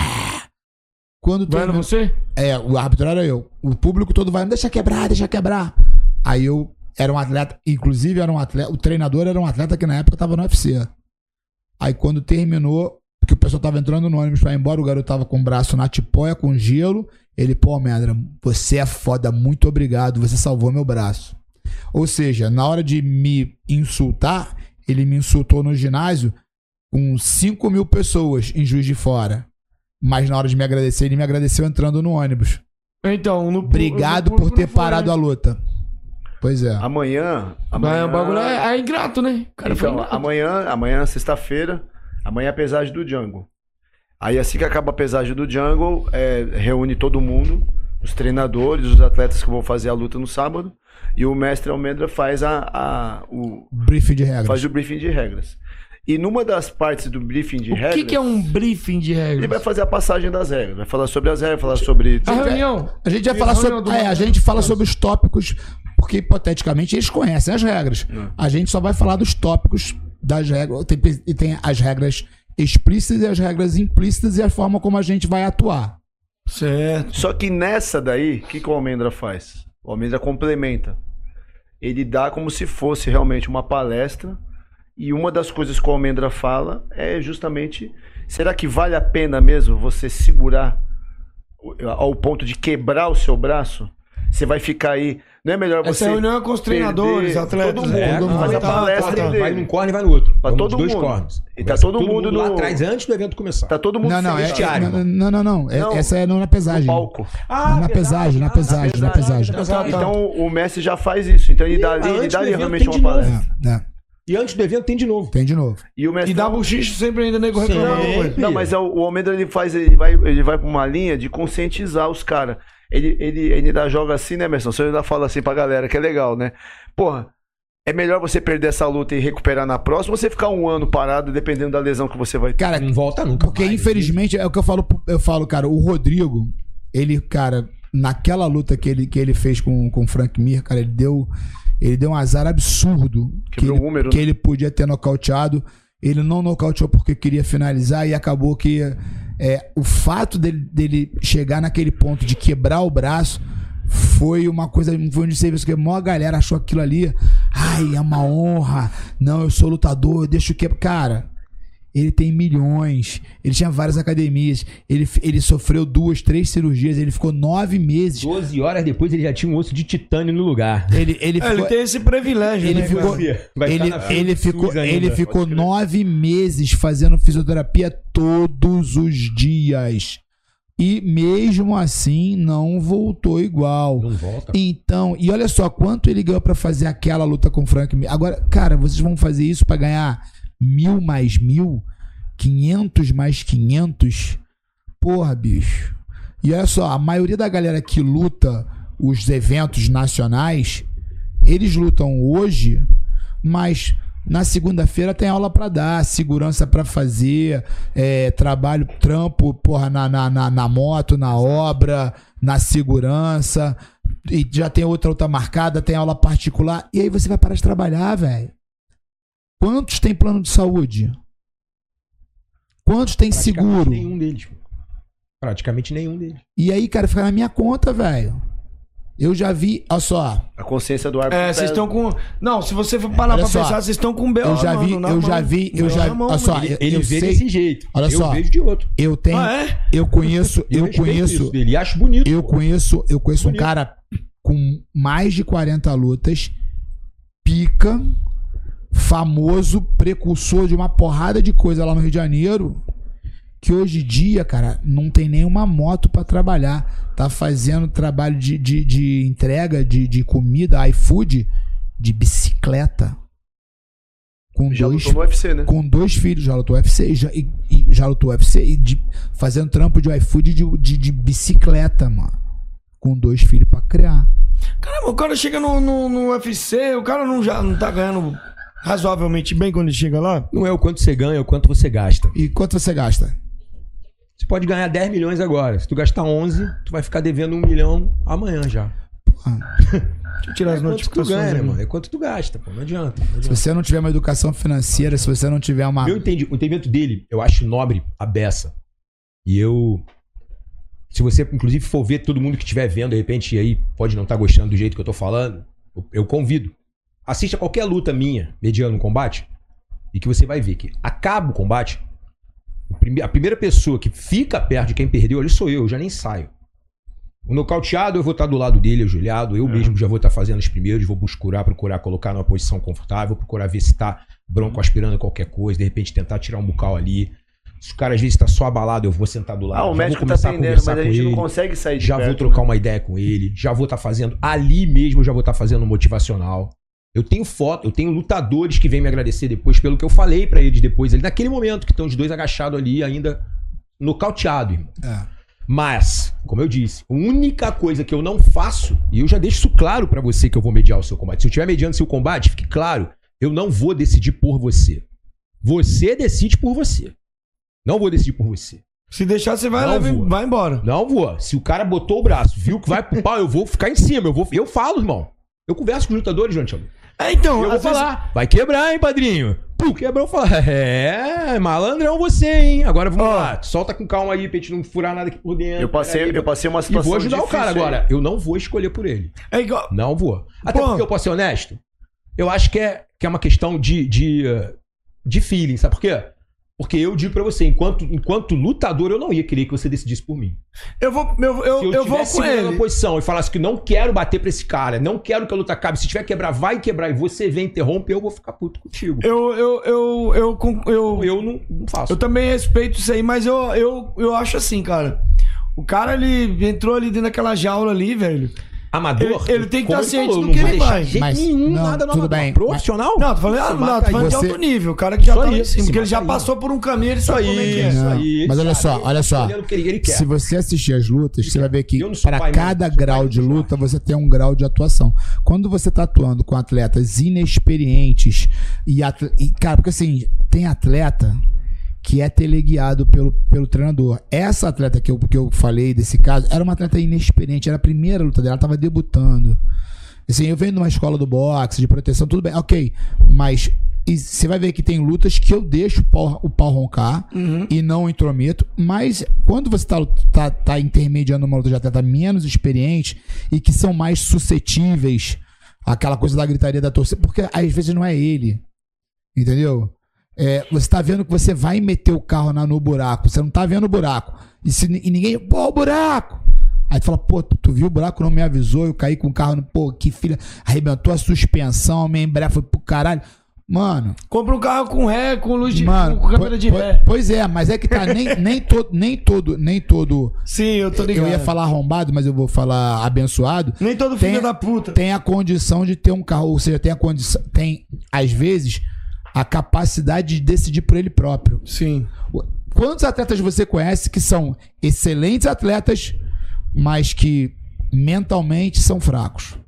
Quando Vai terminou- você? É, o árbitro era eu. O público todo vaiando, deixa quebrar, deixa quebrar. Aí eu era um atleta, inclusive era um atleta, o treinador era um atleta que na época tava no U F C. Aí quando terminou, porque o pessoal tava entrando no ônibus pra ir embora, o garoto tava com o braço na tipóia, com gelo. Ele, pô, Almendra, você é foda, muito obrigado, você salvou meu braço. Ou seja, na hora de me insultar, ele me insultou no ginásio com cinco mil pessoas em Juiz de Fora. Mas na hora de me agradecer, ele me agradeceu entrando no ônibus. Então, no Obrigado no- por no- ter não foi, parado né? a luta. Pois é. Amanhã. Mas amanhã o bagulho é, é ingrato, né? O cara foi então, ingrato. amanhã, amanhã sexta-feira, amanhã é a pesagem do Jungle. Aí assim que acaba a pesagem do Jungle, é, reúne todo mundo, os treinadores, os atletas que vão fazer a luta no sábado, e o mestre Almendra faz a, a o Briefing de regras. faz o briefing de regras. E numa das partes do briefing de O regras, que, que é um briefing de ele regras? vai fazer a passagem das regras, vai falar sobre as regras, falar sobre A reunião. A gente vai E falar reunião sobre. do- É, a gente fala sobre os tópicos, porque hipoteticamente eles conhecem as regras. A gente só vai falar dos tópicos das regras. Tem, e tem as regras explícitas e as regras implícitas e a forma como a gente vai atuar. Certo. Só que nessa daí, o que, que o Almendra faz? O Almendra complementa. Ele dá como se fosse realmente uma palestra. E uma das coisas que o Almendra fala é justamente: será que vale a pena mesmo você segurar o- ao ponto de quebrar o seu braço? Você vai ficar aí. Não é melhor você. Essa reunião é com os treinadores, perder atletas. Todo mundo. É, Todo faz mundo a tá- palestra tá- dele. Vai num corner e vai no outro. Pra Vamos todo dos dois mundo. corners. E tá Conversa todo mundo lá no- atrás, antes do evento começar. Tá todo mundo Não, não, é, feliz, vestiário, é- mano. não, não, não. É- Não. essa é não na pesagem. no palco. Ah, na pesagem, na pesagem, na pesagem. na pesagem. Então o Messi já faz isso. Então ele E dá ali, ele antes dá do ali evento realmente tem de uma novo. palestra. É, é. E antes do evento tem de novo. Tem de novo. E o Messi E dá buchicho sempre ainda, nego Sim. reclamando. Não, coisa. Não, mas é o, o Almendra ele faz, ele vai, ele vai pra uma linha de conscientizar os caras. Ele, ele, ele ainda joga assim, né, Emerson? Você ainda fala assim pra galera, que é legal, né? Porra, é melhor você perder essa luta e recuperar na próxima ou você ficar um ano parado, dependendo da lesão que você vai ter? Cara, Não volta nunca. porque mais. infelizmente é o que eu falo, eu falo, cara, o Rodrigo, ele, cara, naquela luta que ele, que ele fez com, com o Frank Mir, cara, ele deu, ele deu um azar absurdo que Quebrou ele, o húmero, que né? ele podia ter nocauteado Ele não nocauteou porque queria finalizar e acabou que é, o fato dele, dele chegar naquele ponto de quebrar o braço foi uma coisa, foi um serviço que a maior galera achou aquilo ali. Ai, é uma honra. Não, eu sou lutador, eu deixo que. Cara, ele tem milhões, ele tinha várias academias, ele, ele sofreu duas, três cirurgias, ele ficou nove meses. doze horas depois ele já tinha um osso de titânio no lugar. Ele, ele, ficou, ele tem esse privilégio, ele né? Ficou, Vai ele, na ele ficou, ainda, ele ficou nove meses fazendo fisioterapia todos os dias. E mesmo assim não voltou igual. Não volta. Então, e olha só quanto ele ganhou pra fazer aquela luta com o Frank Mir. Agora, cara, vocês vão fazer isso pra ganhar mil mais mil, quinhentos mais quinhentos? Porra, bicho. E olha só, a maioria da galera que luta os eventos nacionais, eles lutam hoje, mas na segunda-feira tem aula pra dar, segurança pra fazer, é, trabalho, trampo, porra, na, na, na, na moto, na obra, na segurança, e já tem outra outra marcada, tem aula particular, e aí você vai parar de trabalhar, velho. Quantos tem plano de saúde? Quantos tem seguro? Nenhum deles. Praticamente nenhum deles. E aí, cara, fica na minha conta, velho. Eu já vi, olha só. A consciência do árbitro. É, vocês estão com. Não, se você for parar Olha pra só, pensar, vocês estão com um B O. Eu já vi, mano, eu na já mão. vi, eu B O já. na mão, Olha só, mano. eu, Ele eu vê sei, desse jeito. Olha eu só, vejo de outro. eu tenho, Ah, é? eu conheço, eu, respeito conheço, isso dele, acho bonito. eu pô. conheço, eu conheço um Bonito. cara com mais de quarenta lutas, pica, famoso, precursor de uma porrada de coisa lá no Rio de Janeiro, que hoje em dia, cara, não tem nenhuma moto pra trabalhar. Tá fazendo trabalho de, de, de entrega de, de comida, iFood, de bicicleta. Com Já dois, lutou no U F C, né? com dois filhos, já lutou U F C, e já, e, e já lutou U F C, e de, fazendo trampo de iFood de, de, de bicicleta, mano. Com dois filhos pra criar. Caramba, o cara chega no, no, no U F C, o cara não, já, não tá ganhando razoavelmente bem quando ele chega lá? Não é o quanto você ganha, é o quanto você gasta. E quanto você gasta? Você pode ganhar dez milhões agora. Se tu gastar onze, tu vai ficar devendo um milhão amanhã já. Porra. Deixa eu tirar as É quanto tu notificações. ganha, né, aí. mano? É quanto tu gasta, pô. Não adianta. Não Se adianta. você não tiver uma educação financeira, se você não tiver uma... Meu entendi, o entendimento dele, eu acho nobre a beça. E eu... Se você, inclusive, for ver todo mundo que estiver vendo, de repente, e aí pode não estar gostando do jeito que eu tô falando, eu, eu convido. Assista qualquer luta minha, mediando um combate, e que você vai ver que acaba o combate, o prime- a primeira pessoa que fica perto de quem perdeu ali sou eu, eu já nem saio. O nocauteado, eu vou estar do lado dele, ajoelhado, eu mesmo já vou estar fazendo os primeiros, vou procurar, procurar colocar numa posição confortável, procurar ver se tá bronco aspirando qualquer coisa, de repente tentar tirar um bucal ali. Se o cara às vezes tá só abalado, eu vou sentar do lado. Ah, o já médico vou tá começar a atendendo, conversar mas a com gente não ele, consegue sair de já perto, vou trocar né? uma ideia com ele, já vou estar fazendo ali mesmo, eu já vou estar fazendo um motivacional. Eu tenho foto, eu tenho lutadores que vêm me agradecer depois pelo que eu falei pra eles depois, ali naquele momento que estão os dois agachados ali ainda nocauteado, irmão. É. Mas, como eu disse, a única coisa que eu não faço, e eu já deixo isso claro pra você que eu vou mediar o seu combate. Se eu estiver mediando seu combate, fique claro, eu não vou decidir por você. Você decide por você. Não vou decidir por você. Se deixar, você vai, Não leva, vou. vai embora. Não vou. Se o cara botou o braço, viu que vai pro pau, eu vou ficar em cima. Eu, vou, eu falo, irmão. Eu converso com os lutadores, João Thiago. É, então, Eu vou às vezes- falar. Vai quebrar, hein, padrinho? Pum, quebrou, eu falo. É, malandrão você, hein? Agora vamos Ó. lá. Solta com calma aí pra gente não furar nada aqui por dentro. Eu passei, Peraí, eu passei uma E situação vou ajudar o cara difícil aí. agora. Eu não vou escolher por ele. É igual. Não vou. Até Pô. porque eu posso ser honesto. Eu acho que é, que é uma questão de, de, uh, de feeling, sabe por quê? Porque eu digo pra você, enquanto, enquanto lutador, eu não ia querer que você decidisse por mim. Eu vou, eu, eu, Se eu, eu vou tivesse com segurando ele. a posição e falasse que não quero bater pra esse cara, não quero que a luta acabe, se tiver que quebrar, vai quebrar, e você vem interromper, eu vou ficar puto contigo. Eu, eu, eu, eu, com- eu, Eu não, não faço. eu também respeito isso aí, mas eu, eu, eu acho assim, cara. O cara, ele entrou ali dentro daquela jaula ali, velho. Amador? Ele- ele tem que como tá ciente falou, do não que vou ele deixar vai. de jeito Mas- nenhum, não, nada no tudo amador. bem, Profissional? Não, tô falando, ah, Se não, mata tô aí. falando de Você- alto nível. O cara que já Isso tá lá aí, em cima, se porque ele mata já aí. passou por um caminho, ele sabe Isso como é que aí, é. isso Não, aí. mas olha sabe? só, olha só. Olhando o que ele, ele quer. Se você assistir as lutas, você vai ver que Eu não sou para pai, cada não. Sou grau pai de do luta você tem um grau de atuação. Quando você tá atuando com atletas inexperientes e, atle- e cara, porque assim, tem atleta que é teleguiado pelo, pelo treinador. Essa atleta que eu, que eu falei desse caso era uma atleta inexperiente, era a primeira luta dela, ela tava debutando. Assim, eu venho de uma escola do boxe, de proteção, tudo bem, ok, mas e você vai ver que tem lutas que eu deixo o pau, o pau roncar Uhum. e não intrometo, mas quando você tá, tá, tá intermediando uma luta de atleta menos experiente e que são mais suscetíveis àquela coisa da gritaria da torcida, porque às vezes não é ele, entendeu? É, você tá vendo que você vai meter o carro na, no buraco, você não tá vendo o buraco, e, se, e ninguém, pô, o buraco! Aí tu fala, pô, tu, tu viu o buraco, não me avisou, eu caí com o carro, no, pô, que filha, arrebentou a suspensão, minha embreagem foi pro caralho. Mano... Compra um carro com ré, com luz de... Mano, com câmera de po- ré. Pois é, mas é que tá, nem, nem, todo, nem todo, nem todo... Sim, eu tô ligado. Eu ia falar arrombado, mas eu vou falar abençoado. Nem todo Tem- filho da puta. Tem a condição de ter um carro, ou seja, tem a condição, tem, às vezes, a capacidade de decidir por ele próprio. Sim. Quantos atletas você conhece que são excelentes atletas, mas que mentalmente são fracos?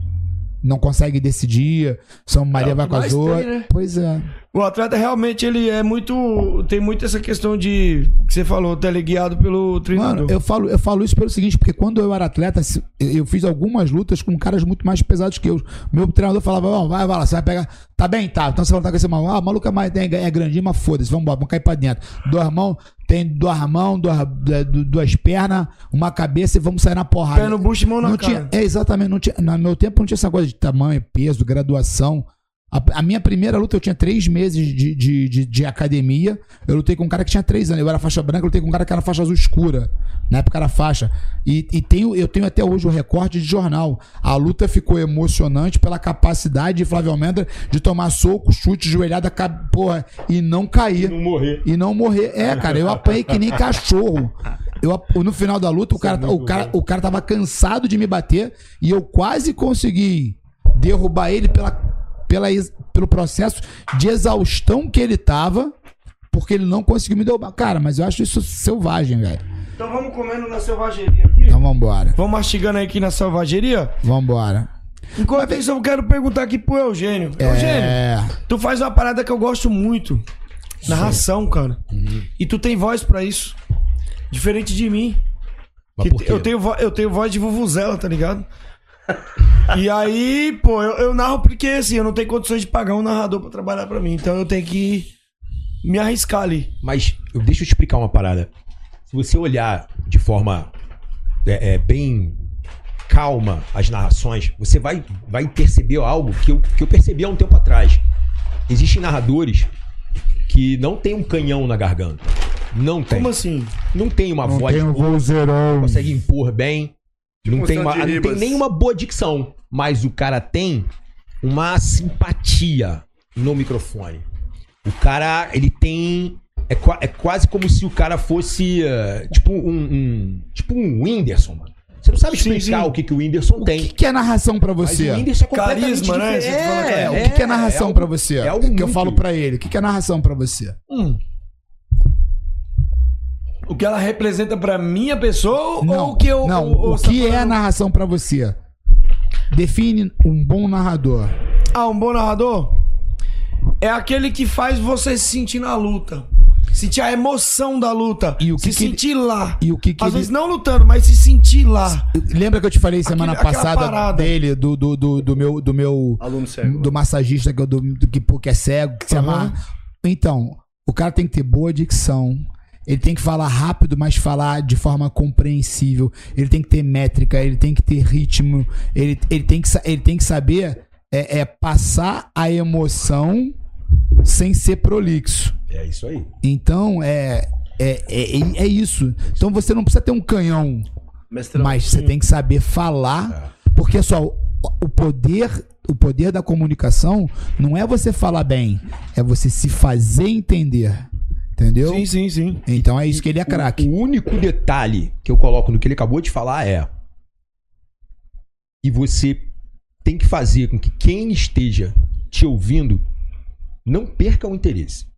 Não conseguem decidir, são Maria É o vai que com as mais tem, outras. né? Pois é. O atleta realmente, ele é muito... Tem muito essa questão de... Que você falou, teleguiado pelo treinador. Mano, eu falo, eu falo isso pelo seguinte, porque quando eu era atleta, se- eu eu fiz algumas lutas com caras muito mais pesados que eu. Meu treinador falava, ó, vai, vai lá, você vai pegar. Tá bem, tá. Então você vai lutar com esse maluco. Ah, o maluco é, mais, é, é grandinho, mas foda-se, vamos embora, vamos cair pra dentro. Duas mãos, tem duas mãos, duas, du- duas pernas, uma cabeça e vamos sair na porrada. Pé no bucho e mão na não cara. tinha, É, exatamente. Não tinha, no meu tempo não tinha essa coisa de tamanho, peso, graduação. A, a minha primeira luta, eu tinha três meses de, de, de, de academia. Eu lutei com um cara que tinha três anos. Eu era faixa branca, eu lutei com um cara que era faixa azul escura. Na época era faixa. E, e tenho, eu tenho até hoje o recorde de jornal. A luta ficou emocionante pela capacidade de Flávio Almendra de tomar soco, chute, joelhada, ca- porra, e não cair. Não morrer. E não morrer. É, cara, eu apanhei que nem cachorro. Eu, ap- no final da luta, o cara, o, cara, o cara tava cansado de me bater e eu quase consegui derrubar ele pela, pela, ex- pelo processo de exaustão que ele tava, porque ele não conseguiu me derrubar. Cara, mas eu acho isso selvagem, velho. Então vamos comendo na selvageria aqui. Então vambora. Vamos mastigando aqui na selvageria. Vambora. Enquanto isso, eu quero perguntar aqui pro Eugênio. É. Eugênio, tu faz uma parada que eu gosto muito. Narração, cara. Uhum. E tu tem voz pra isso. Diferente de mim. Mas Que por quê? eu, tenho vo- eu tenho voz de vuvuzela, tá ligado? E aí, pô, eu, eu narro porque assim, eu não tenho condições de pagar um narrador pra trabalhar pra mim. Então eu tenho que me arriscar ali. Mas eu- deixa eu te explicar uma parada. Se você olhar de forma é, é, bem calma as narrações, você vai, vai perceber algo que eu, que eu percebi há um tempo atrás. Existem narradores que não tem um canhão na garganta. Não tem. Como assim? Não tem uma Não voz tem um boa, vozeirão. consegue impor bem. Não tem, uma, de não tem ribas. nenhuma boa dicção. Mas o cara tem uma simpatia no microfone. O cara, ele tem... É, qua- é quase como se o cara fosse eh, tipo um, um- tipo um Whindersson, mano. Você não sabe Sim, explicar sim. o que, que o Whindersson O tem. que, que é narração pra Mas você? o Whindersson é completamente Carisma, né? diferente. Você fala É, É, o que, que é narração algo- pra você? é algo que eu muito- falo pra ele. O que, que é narração pra você? Hum. O que ela representa pra minha pessoa Não, ou o que eu. não. ou- ou O você que tá é falando- narração pra você? Define um bom narrador. Ah, um bom narrador é aquele que faz você se sentir na luta. Sentir a emoção da luta. E o que se que ele- sentir lá. E o que que Às ele- vezes não lutando, mas se sentir lá. Lembra que eu te falei semana Aquele- aquela passada parada. dele, do, do, do, do meu, do meu Aluno cego. do massagista que, eu- do, do que, pô, que é cego, que se Aham. amarra. Então, o cara tem que ter boa dicção. Ele tem que falar rápido, mas falar de forma compreensível. Ele tem que ter métrica, ele tem que ter ritmo. Ele, ele, tem, que, sa- ele tem que saber é, é, passar a emoção sem ser prolixo. É isso aí. Então, é, é, é, é isso. Então, você não precisa ter um canhão, Mestrão. mas você tem que saber falar, porque só o, o poder, o poder da comunicação não é você falar bem, é você se fazer entender. Entendeu? Sim, sim, sim. Então é isso que ele é craque. O único detalhe que eu coloco no que ele acabou de falar é: e você tem que fazer com que quem esteja te ouvindo não perca o interesse.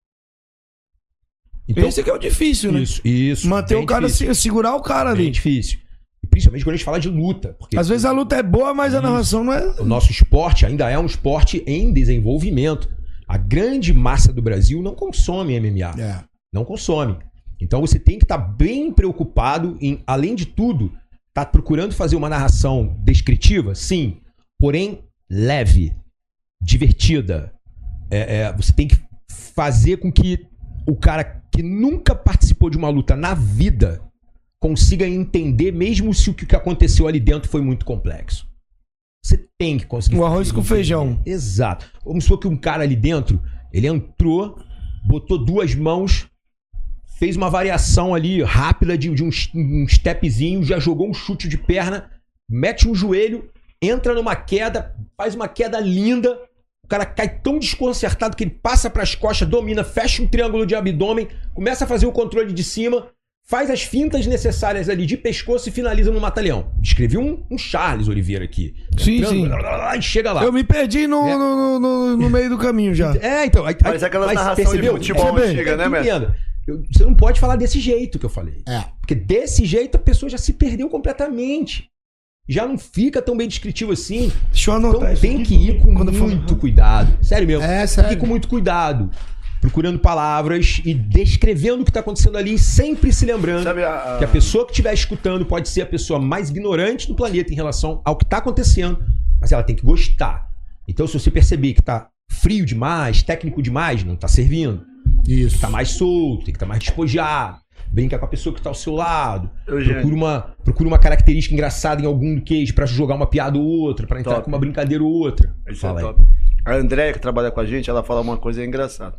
Então, Esse que é o difícil, né? isso, isso. Manter bem o cara, difícil, se- segurar o cara bem ali. difícil. E principalmente quando a gente fala de luta. Porque Às vezes a luta é boa, mas a narração não é. o nosso esporte ainda é um esporte em desenvolvimento. A grande massa do Brasil não consome M M A. É. Não consome. Então você tem que estar bem preocupado em, além de tudo, estar procurando fazer uma narração descritiva, sim, porém leve, divertida, é, é, você tem que fazer com que o cara que nunca participou de uma luta na vida consiga entender, mesmo se o que aconteceu ali dentro foi muito complexo. Você tem que conseguir. O arroz com feijão. Exato. Vamos supor que um cara ali dentro, ele entrou, botou duas mãos, fez uma variação ali rápida de, de um, um stepzinho, já jogou um chute de perna, mete um joelho, entra numa queda, faz uma queda linda. O cara cai tão desconcertado que ele passa pras costas, domina, fecha um triângulo de abdômen, começa a fazer o controle de cima, faz as fintas necessárias ali de pescoço e finaliza no mata-leão. Escrevi um, um Charles Oliveira aqui. Sim, Entrando, sim. blá, blá, blá, e chega lá. Eu me perdi no, É. no, no, no meio do caminho já. É, então. Aí, Mas aí- aquela mas narração percebeu? de futebol Percebeu? antiga, né, mestre? Entenda. Eu- Você não pode falar desse jeito que eu falei. É. Porque desse jeito a pessoa já se perdeu completamente. Já não fica tão bem descritivo assim. Deixa eu anotar Então isso tem aqui que ir com quando eu for- muito cuidado. Sério mesmo. É, Tem sério. que ir com muito cuidado. Procurando palavras e descrevendo o que está acontecendo ali, sempre se lembrando Sabe a- a- que a pessoa que estiver escutando pode ser a pessoa mais ignorante do planeta em relação ao que está acontecendo, mas ela tem que gostar. Então, se você perceber que tá frio demais, técnico demais, não tá servindo. Isso. Tá mais solto, tem que estar mais despojado. Brinca com a pessoa que tá ao seu lado. Eugênio. Procura uma, procura uma característica engraçada em algum do queijo pra jogar uma piada ou outra, pra entrar Top. com uma brincadeira ou outra. Isso Fala é aí. top. A Andréia, que trabalha com a gente, ela fala uma coisa engraçada.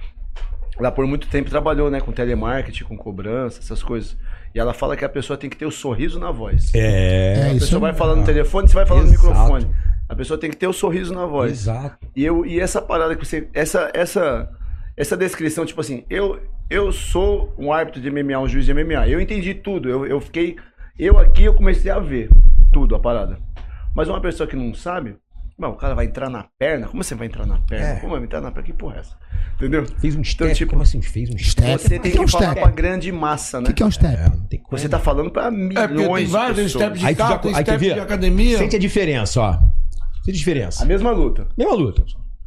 Ela por muito tempo trabalhou, né, com telemarketing, com cobrança, essas coisas. E ela fala que a pessoa tem que ter o sorriso na voz. É, É, A isso pessoa é- vai falando no telefone, você vai falando Exato. no microfone. A pessoa tem que ter o sorriso na voz. Exato. E, eu, e essa parada que você. Essa, essa, essa descrição, tipo assim, eu, eu sou um árbitro de M M A, um juiz de M M A. Eu entendi tudo. Eu, eu fiquei. Eu aqui eu comecei a ver tudo, a parada. Mas uma pessoa que não sabe, bom, o cara vai entrar na perna? Como você vai entrar na perna? É. Como vai entrar na perna? Que porra é essa? Entendeu? Fez um step, Então, tipo, como assim? Fez um step? Você tem que é que um falar step? pra grande massa, O né? que, que é um step? É, não tem como. Você tá falando pra É, porque tem milhões de vários, tem pessoas. step de Aí tu carro, já- tem aí quer step ver? de academia. Sente a diferença, ó. Sente a diferença. A mesma luta. Mesma luta.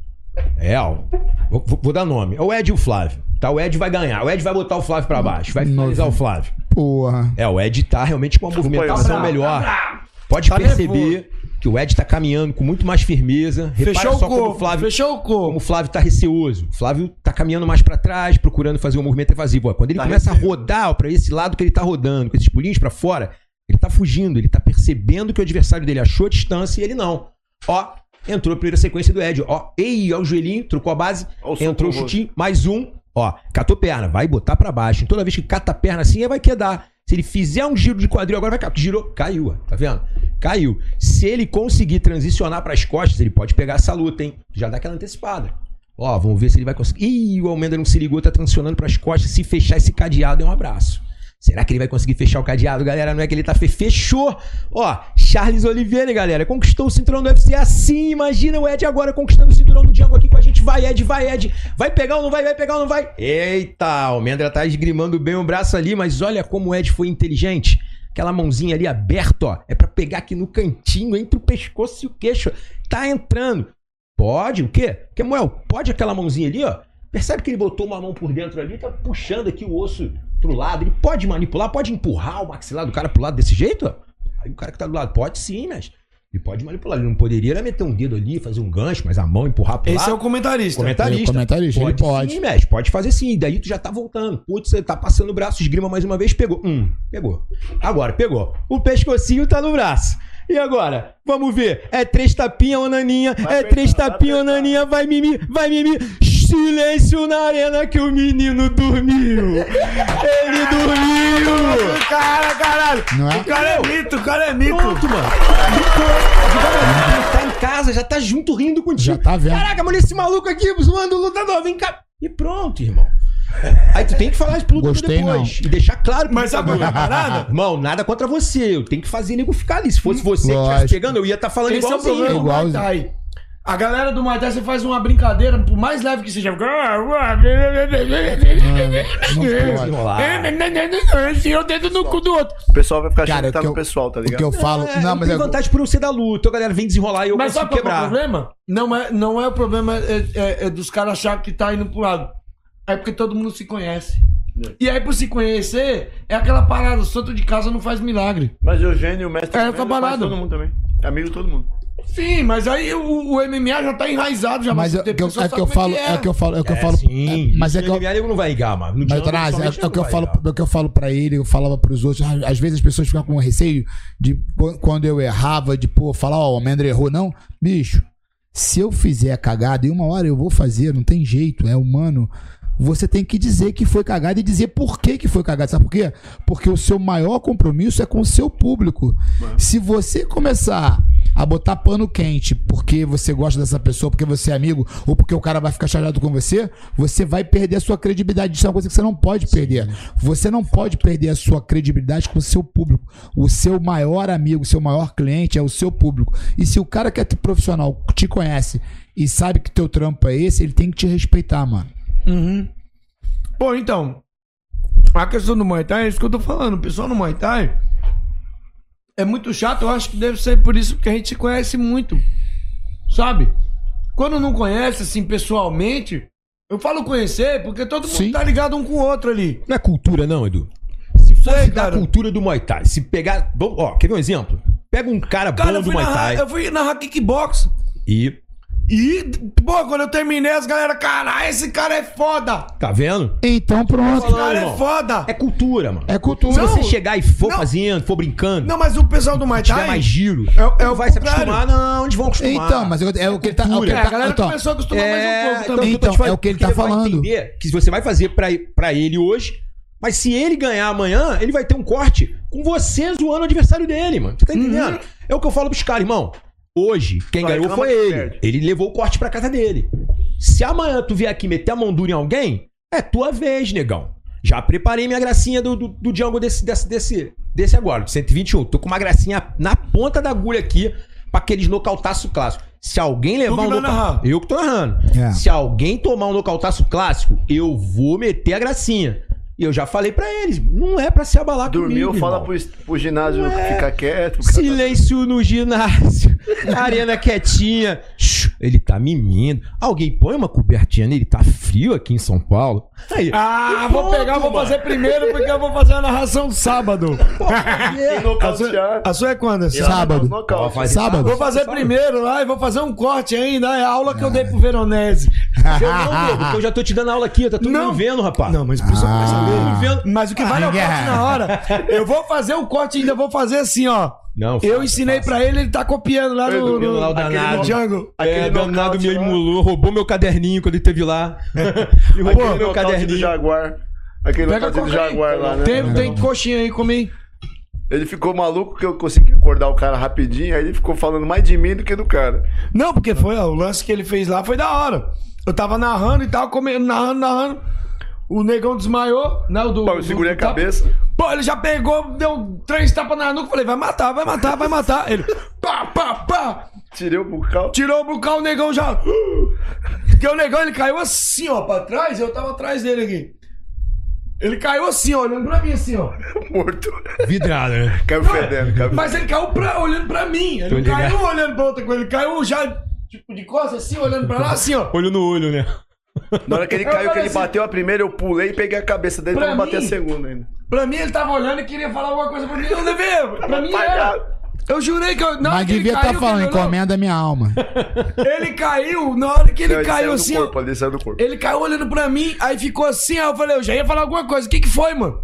É, ó. Vou, vou- vou dar nome. É o Ed e o Flávio. Tá, o Ed vai ganhar. O Ed vai botar o Flávio pra baixo. Vai finalizar o Flávio. Porra. É, o Ed tá realmente com uma movimentação aí, melhor. Pode Tá perceber que o Ed tá caminhando com muito mais firmeza. Repara Fechou o só como o corpo, Flávio, fechou o como corpo. o Flávio tá receoso. O Flávio tá caminhando mais pra trás, procurando fazer um movimento evasivo. Ó, quando ele Tá começa a receoso. rodar ó, pra esse lado que ele tá rodando, com esses pulinhos pra fora, ele tá fugindo, ele tá percebendo que o adversário dele achou a distância e ele não. Ó, entrou a primeira sequência do Ed. Ó, ei, ó o joelhinho, trocou a base, Ó o soco entrou o no rosto. chutinho, mais um. Ó, catou perna, vai botar pra baixo. Toda vez que cata a perna assim, aí vai quedar. Se ele fizer um giro de quadril agora, vai cair. Girou, caiu, ó. Tá vendo? Caiu. Se ele conseguir transicionar pras costas, ele pode pegar essa luta, hein? Já dá aquela antecipada. Ó, vamos ver se ele vai conseguir. Ih, o Almeida não se ligou, tá transicionando pras costas. Se fechar esse cadeado, é um abraço. Será que ele vai conseguir fechar o cadeado, galera? Não é que ele tá fe... fechou. Ó, Charles Oliveira, galera, conquistou o cinturão do U F C assim. Imagina o Ed agora conquistando o cinturão do Django aqui com a gente. Vai, Ed, vai, Ed. Vai pegar ou não vai? Vai pegar ou não vai? Eita, o Mendra tá esgrimando bem o braço ali, mas olha como o Ed foi inteligente. Aquela mãozinha ali aberta, ó, é pra pegar aqui no cantinho, entre o pescoço e o queixo. Tá entrando. Pode, o quê? Kemuel, pode aquela mãozinha ali, ó. Percebe que ele botou uma mão por dentro ali, tá puxando aqui o osso pro lado. Ele pode manipular, pode empurrar o maxilar do cara pro lado desse jeito, ó. Aí o cara que tá do lado, pode sim, mas ele pode manipular. Ele não poderia era meter um dedo ali, fazer um gancho, mas a mão empurrar pro lado. Esse é o comentarista. Comentarista. É o comentarista, ele pode. Sim, mestre, pode fazer sim. Daí tu já tá voltando. Putz, você tá passando o braço, esgrima mais uma vez, pegou. Hum, pegou. Agora, pegou. O pescocinho tá no braço. E agora? Vamos ver. É três tapinha ou naninha? Vai É três apertar, vai tapinha ou apertar. naninha? Vai mimi, vai mimi. Silêncio na arena que o menino dormiu. Ele dormiu. Cara, caralho. Não é? O cara é mito, o cara é mito. Pronto, mano. Ele tá em casa, já tá junto rindo contigo. Já tá vendo. Caraca, mano, esse maluco aqui zoando o lutador, vem cá. E pronto, irmão. Aí tu tem que falar isso pro lutador Gostei, depois. E deixar claro que Mas sabe qual é a parada? Irmão, nada contra você. Eu tenho que fazer nego ficar ali. Se fosse você que estivesse Lógico. chegando, eu ia estar falando Esse é o igualzinho. problema do Muay Igualzinho. Thai. A galera do Muay Thai, você faz uma brincadeira, por mais leve que seja. Não pode. Enfia o dedo no cu do outro. O pessoal vai ficar achando Cara, que tá o que no eu- pessoal, tá O ligado? que eu falo. É, não, mas tem é. vantagem por eu ser da luta. Então a galera vem desenrolar e eu Mas consigo sabe qual é o quebrar. problema? Não é, não é o problema é, é- é dos caras acharem que tá indo pro lado. É porque todo mundo se conhece. E aí, por se conhecer, é aquela parada, o santo de casa não faz milagre. Mas o Eugênio, o mestre, É, também, tá ele faz parado. todo mundo também. É amigo de todo mundo. Sim, mas aí o, o M M A já tá enraizado, já Mas é tem que eu, pessoa é que sabe eu como falo, que é que eu falo, é que eu É, falo. sim. é, mas é que eu, Ele não vai ligar, mano. No Mas, Django, Tanás, é, somente é o que eu não vai falo, ligar. é o que eu falo pra ele, eu falava pros outros. Às às vezes as pessoas ficam com receio de pô, quando eu errava, de pô, falar, ó, o Almendra errou. Não, bicho, se eu fizer cagada, em uma hora eu vou fazer, não tem jeito, é humano. Você tem que dizer que foi cagada e dizer por que que foi cagada. Sabe por quê? Porque o seu maior compromisso é com o seu público. Se você começar a botar pano quente porque você gosta dessa pessoa, porque você é amigo, ou porque o cara vai ficar chateado com você, você vai perder a sua credibilidade. Isso é uma coisa que você não pode perder. Você não pode perder a sua credibilidade com o seu público. O seu maior amigo, o seu maior cliente é o seu público. E se o cara que é profissional te conhece e sabe que teu trampo é esse, ele tem que te respeitar, mano. Uhum. Pô, então, a questão do Muay Thai é isso que eu tô falando. O pessoal no Muay Thai é muito chato. Eu acho que deve ser por isso que a gente se conhece muito, sabe? Quando não conhece, assim, pessoalmente, eu falo conhecer porque todo mundo Sim. tá ligado um com o outro ali. Não é cultura, não, Edu. Se fosse Sei, da cara. cultura do Muay Thai, se pegar. Vamos- Ó, quer ver um exemplo? Pega um cara, Cara, bom eu do fui, Muay narrar, Thai eu fui narrar kickbox. e. E, pô, quando eu terminei, as galera, caralho, esse cara é foda. Tá vendo? Então pronto. Esse cara é irmão. foda. É cultura, mano. É cultura. Se você Não, chegar e for não. fazendo, for brincando, Não, mas o pessoal do Muay tiver Thai... mais giro, É- é não o vai se contrário. acostumar, não. Onde vão acostumar? Então, mas é o que ele tá. É o que É, ele a tá galera então, começou a acostumar mais um pouco então, também. eu tô te Então, falando, é o que ele porque tá vai falando. entender que você vai fazer pra, pra ele hoje, mas se ele ganhar amanhã, ele vai ter um corte com você zoando o adversário dele, mano. Você tá entendendo? É o que eu falo pros caras, irmão. Hoje, quem Só ganhou reclama foi que ele. perde. Ele levou o corte pra casa dele. Se amanhã tu vier aqui meter a mão dura em alguém, é tua vez, negão. Já preparei minha gracinha do, do, do Django desse, desse, desse, desse agora, do cento e vinte e um. Tô com uma gracinha na ponta da agulha aqui pra aqueles nocautaço clássico. Se alguém levar que um vai nocautaço... narrar. Eu que tô narrando. É. Se alguém tomar um nocautaço clássico, eu vou meter a gracinha. E eu já falei pra eles, não é pra se abalar Dormiu, comigo, fala irmão. pro, pro ginásio É. ficar quieto. o cara tá- Silêncio no ginásio, arena quietinha. Shhh, ele tá mimindo. Alguém põe uma cobertinha nele, tá frio aqui em São Paulo. Aí, Ah, que vou ponto, pegar, vou mano. fazer primeiro porque eu vou fazer a narração sábado. Tem A nocautear. sua, a sua é quando? Assim? Sábado. Nocaute. Ó, faz- Sábado. Vou fazer primeiro lá e vou fazer um corte ainda. É a aula que eu dei pro Veronese. Eu não, nego, porque eu já tô te dando aula aqui, tá todo Não. mundo vendo, rapaz. Não, mas o pessoal Ah. quer saber. vendo. Mas o que vale é o corte na hora. Eu vou fazer o corte e ainda vou fazer assim, ó. Não, Eu faça, ensinei faça. pra ele, ele tá copiando lá no, Copiando lá o no, danado. no Django. É, Aquele danado nocaute me lá. emulou, roubou meu caderninho quando ele teve lá. Ele roubou Aquele meu nocaute do caderninho. Jaguar. Aquele Pega nocaute do qualquer- Jaguar lá, né? Tem, tem coxinha aí, comi. Ele ficou maluco que eu consegui acordar o cara rapidinho, aí ele ficou falando mais de mim do que do cara. Não, porque foi, ó, o lance que ele fez lá foi da hora. Eu tava narrando e tava comendo, narrando, narrando. O negão desmaiou, né? O do, Pô, eu do- segurei a do tapa. cabeça. Pô, ele já pegou, deu três tapas na nuca. Falei, vai matar, vai matar, vai matar. Ele, pá, pá, pá. Tirei o bucal. Tirou o bucal, o negão já. Porque o negão, ele caiu assim, ó, pra trás. Eu tava atrás dele aqui. Ele caiu assim, ó, olhando pra mim, assim, ó. Morto. Vidrado, né? Caiu fedendo, caiu. Mas ele caiu pra, olhando pra mim. Ele Tô não ligado. caiu olhando pra outra coisa. Ele caiu já, tipo, de costas, assim, olhando pra lá, assim, ó. Olho no olho, né? Na hora que ele Eu caiu, que falei ele assim, bateu a primeira, eu pulei e peguei a cabeça dele Pra pra não bater mim- a segunda ainda. Pra mim, ele tava olhando e queria falar alguma coisa pra mim. Eu levei. Pra mim Apagado. era. Eu jurei que eu. Na hora Mas que ele devia caiu, estar falando, que ele olhou- encomenda minha alma. Ele caiu, na hora que ele Não, ele caiu saiu assim, do ó. corpo, ali saiu do corpo. Ele caiu olhando pra mim, aí ficou assim, aí eu falei, eu já ia falar alguma coisa. O que que foi, mano?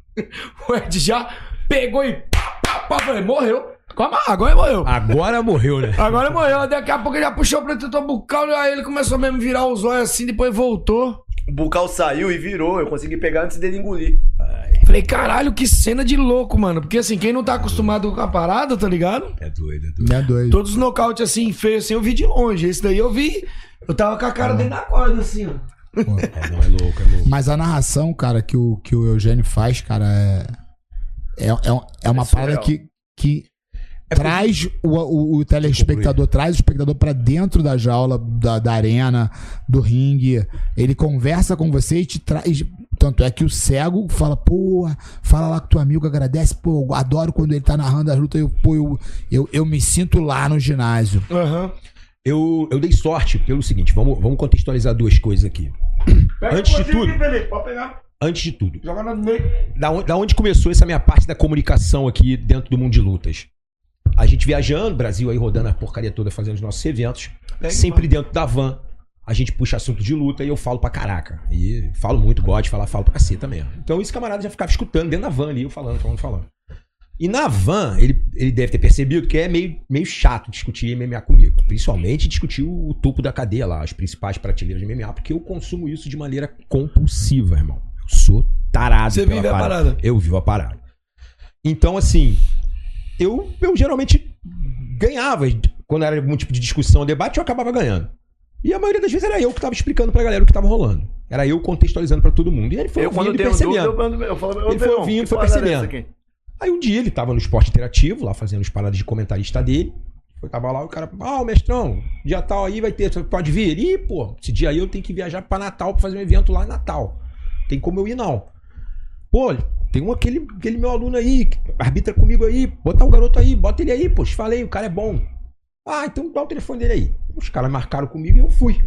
O Ed já pegou e pá, pá, pá. Falei, morreu. Calma, agora morreu. Agora morreu, né? Agora morreu. Daqui a pouco ele já puxou pra tentar bucal, aí ele começou mesmo a virar os olhos assim, depois voltou. O bucal saiu e virou, eu consegui pegar antes dele engolir. Falei, caralho, que cena de louco, mano. Porque assim, quem não tá acostumado com a parada, tá ligado? É doido, é doido. É doido. Todos os nocautes assim, feios assim, eu vi de longe. Esse daí eu vi, eu tava com a cara dentro da corda, assim, ó. É, não, é louco, é louco. Mas a narração, cara, que o, que o Eugênio faz, cara, é, é, é, é uma É parada surreal. que, que É traz o, o, o telespectador, traz o espectador pra dentro da jaula, da, da arena, do ringue. Ele conversa com você e te traz. Tanto é que o cego fala, pô, fala lá com teu amigo, agradece, pô, eu adoro quando ele tá narrando as lutas, eu, pô, eu, eu, eu me sinto lá no ginásio. Aham. Eu, eu dei sorte pelo seguinte, vamos, vamos contextualizar duas coisas aqui. Antes de tudo, Pode pegar. antes de tudo, Joga no meio. da onde, da onde começou essa minha parte da comunicação aqui dentro do mundo de lutas? a gente viajando, Brasil aí rodando a porcaria toda, fazendo os nossos eventos. É, sempre dentro da van, a gente puxa assunto de luta e eu falo pra caraca. E falo muito, gosto de falar, falo pra caceta mesmo. Então esse camarada já ficava escutando dentro da van ali, eu falando, falando, falando. E na van, ele, ele deve ter percebido que é meio, meio chato discutir M M A comigo. Principalmente discutir o, o topo da cadeia lá, as principais prateleiras de M M A, porque eu consumo isso de maneira compulsiva, irmão. Eu sou tarado Você pela vive a parada. Eu vivo a parada. Então, assim, eu, eu geralmente ganhava. Quando era algum tipo de discussão, debate, eu acabava ganhando. E a maioria das vezes era eu que tava explicando pra galera o que tava rolando. Era eu contextualizando pra todo mundo. E ele foi Eu, quando ouvindo e tenho percebendo. dúvida, eu, eu falo, eu Ele foi ouvindo e foi percebendo. Aí um dia ele tava no esporte interativo, lá fazendo as paradas de comentarista dele. Foi acabar lá, o cara, ah, o mestrão, dia tal aí vai ter, você pode vir? Ih, pô, esse dia aí eu tenho que viajar pra Natal pra fazer um evento lá em Natal. Tem como eu ir, não. Pô, tem um, aquele, aquele meu aluno aí, que arbitra comigo aí, botar um garoto aí, bota ele aí, pô, te falei, o cara é bom. Ah, então dá o telefone dele aí. Os caras marcaram comigo e eu fui.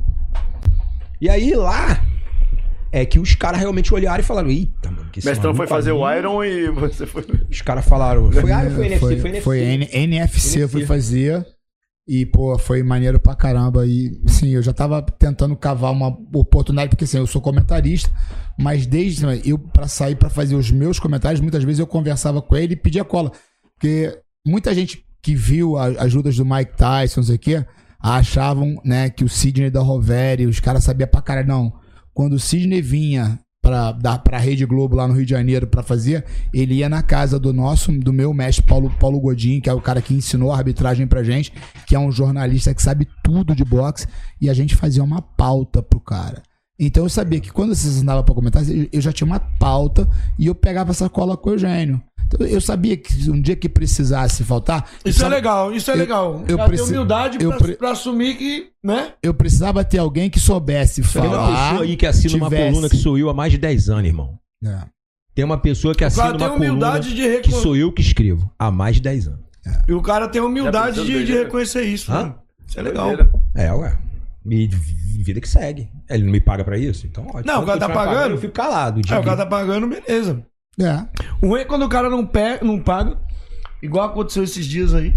E aí lá é que os caras realmente olharam e falaram, eita, mano, que esse Mestrão foi fazer ali... o Iron e você foi... Os caras falaram, foi Iron, foi N F C, Foi, foi N F C. foi N- N F C, eu fui N F C. fazer. E, pô, foi maneiro pra caramba. E, sim, eu já tava tentando cavar uma oportunidade, porque, assim, eu sou comentarista, mas desde eu, pra sair pra fazer os meus comentários, muitas vezes eu conversava com ele e pedia cola. Porque muita gente que viu a- as lutas do Mike Tyson, não sei o quê, achavam, né, que o Sidney da Roveri, os caras sabiam pra caralho. Não. Quando o Sidney vinha pra, da, pra Rede Globo lá no Rio de Janeiro pra fazer, ele ia na casa do nosso, do meu mestre Paulo, Paulo Godin, que é o cara que ensinou a arbitragem pra gente, que é um jornalista que sabe tudo de boxe, e a gente fazia uma pauta pro cara. Então eu sabia que quando vocês andavam pra comentar, eu já tinha uma pauta e eu pegava essa cola com o Eugênio. Então eu sabia que um dia que precisasse faltar... Isso sabe, é legal, isso é eu- legal. eu Já preci- ter humildade eu pra, pre- pra assumir que, né? eu precisava ter alguém que soubesse Tem uma falar. pessoa aí que assina uma tivesse- coluna que sou eu há mais de dez anos, irmão. É. Tem uma pessoa que O assina cara tem uma coluna humildade de recon- que sou eu que escrevo há mais de dez anos. E o cara tem humildade Já pensou de, de doideira? reconhecer isso. Hã? Né? Isso é legal. É, ué. E vida que segue. Ele não me paga pra isso? Então, ótimo. Não, o cara Quando tá continuar pagando. Eu fico calado. É, o cara tá pagando, beleza. É. O ruim é quando o cara não, pega, não paga, igual aconteceu esses dias aí.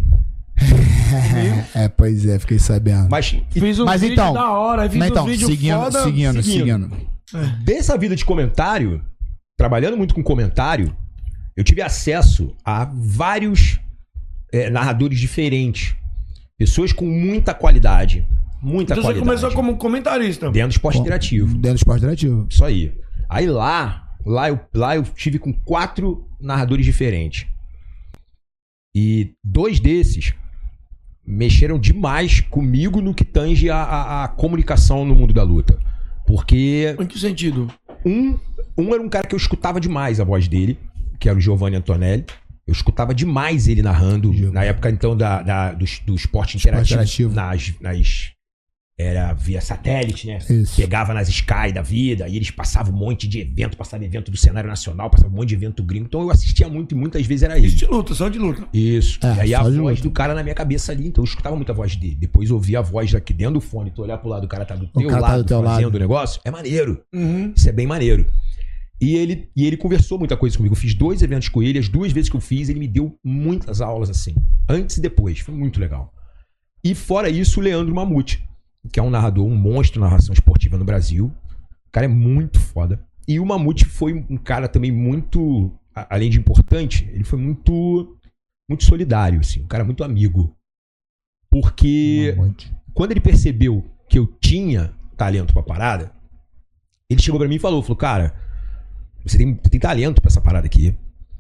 É, pois é, fiquei sabendo. Mas, Fiz um Mas vídeo então, da hora, fiz mas um então, vídeo seguindo, foda. seguindo, seguindo. seguindo. dessa vida de comentário, trabalhando muito com comentário, eu tive acesso a vários é, narradores diferentes. Pessoas com muita qualidade. Muita Então você qualidade. começou como comentarista. Dentro do esporte interativo. Dentro do esporte interativo. Isso aí. Aí lá, lá eu, lá eu tive com quatro narradores diferentes. E dois desses mexeram demais comigo no que tange a, a, a comunicação no mundo da luta. Porque Em que sentido? um, um era um cara que eu escutava demais a voz dele, que era o Giovanni Antonelli. Eu escutava demais ele narrando, na época então da, da- do, do esporte interativo, interativo. Nas, nas- era via satélite, né? Isso. Pegava nas Sky da vida, e eles passavam um monte de evento, passavam evento do cenário nacional, passavam um monte de evento gringo. Então eu assistia muito e muitas vezes era ele. Isso de luta, só de luta. Isso. É, e aí a só de voz luta. do cara na minha cabeça ali, então eu escutava muito a voz dele. Depois eu ouvia a voz daqui dentro do fone, tu olhar pro lado, o cara tá do teu cara tá lado do teu fazendo lado. o negócio, é maneiro. Uhum. Isso é bem maneiro. E ele, e ele conversou muita coisa comigo. Eu fiz dois eventos com ele, as duas vezes que eu fiz, ele me deu muitas aulas assim. Antes e depois. Foi muito legal. E fora isso, o Leandro Mamute, que é um narrador, um monstro de narração esportiva no Brasil. O cara é muito foda. E o Mamute foi um cara também muito, a- além de importante, ele foi muito, muito solidário, assim. Um cara muito amigo. Porque quando ele percebeu que eu tinha talento pra parada, ele chegou pra mim e falou, falou, cara, você tem, você tem talento pra essa parada aqui.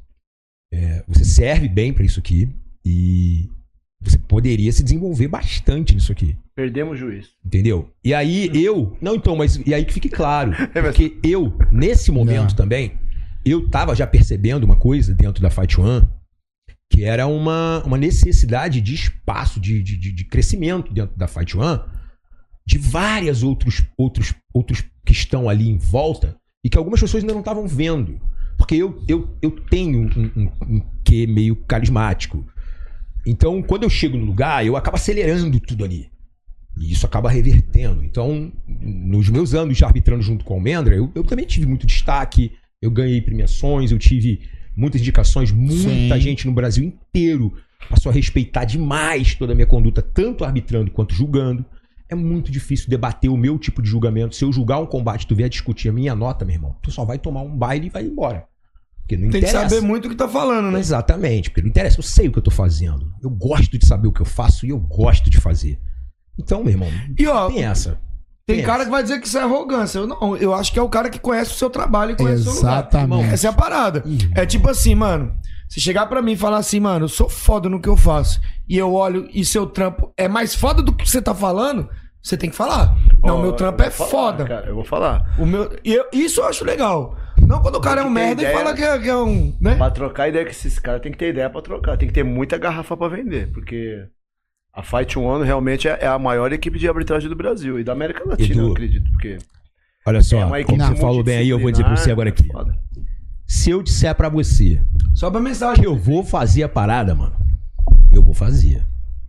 É, você serve bem pra isso aqui. E você poderia se desenvolver bastante nisso aqui. Perdemos o juiz. Entendeu? E aí eu... Não, então, mas... E aí que fique claro. Porque eu, nesse momento Não. também, eu tava já percebendo uma coisa dentro da Fight One, que era uma, uma necessidade de espaço, de, de, de, de crescimento dentro da Fight One, de várias outros, outros, outros que estão ali em volta, e que algumas pessoas ainda não estavam vendo. Porque eu, eu, eu tenho um, um, um quê meio carismático. Então, quando eu chego no lugar, eu acabo acelerando tudo ali. E isso acaba revertendo. Então, nos meus anos de arbitrando junto com o Almendra, eu, eu também tive muito destaque. Eu ganhei premiações, eu tive muitas indicações, muita Sim. gente no Brasil inteiro passou a respeitar demais toda a minha conduta, tanto arbitrando quanto julgando. É muito difícil debater o meu tipo de julgamento. Se eu julgar um combate, tu vier discutir a minha nota, meu irmão, tu só vai tomar um baile e vai embora. Porque não Tem interessa. que saber muito o que tá falando, né? Exatamente, porque não interessa, eu sei o que eu tô fazendo. Eu gosto de saber o que eu faço e eu gosto de fazer. Então, meu irmão, E ó, tem essa. tem Tem cara essa. que vai dizer que isso é arrogância. Eu não, eu acho que é o cara que conhece o seu trabalho e conhece o seu lugar. Exatamente. Essa é a parada. Ih, É tipo assim, mano. Se chegar pra mim e falar assim, mano, eu sou foda no que eu faço, e eu olho e seu trampo é mais foda do que você tá falando, você tem que falar. Não, Ó, meu eu trampo é vou falar, foda. Cara, eu vou falar. O meu, e eu- isso eu acho legal. Não quando o cara é um Tem que ter merda e ideia. fala que é, que é um. Né? Pra trocar ideia com esses caras, tem que ter ideia pra trocar. Tem que ter muita garrafa pra vender. Porque a Fight One realmente é é a maior equipe de arbitragem do Brasil e da América Latina, Edu, eu acredito. Porque Olha só, é uma equipe como você falou bem aí, eu vou dizer pra você agora aqui. Foda. Se eu disser pra você Só pra mensagem. que eu vou fazer a parada, mano, eu vou fazer.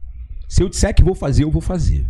Se eu disser que vou fazer, eu vou fazer.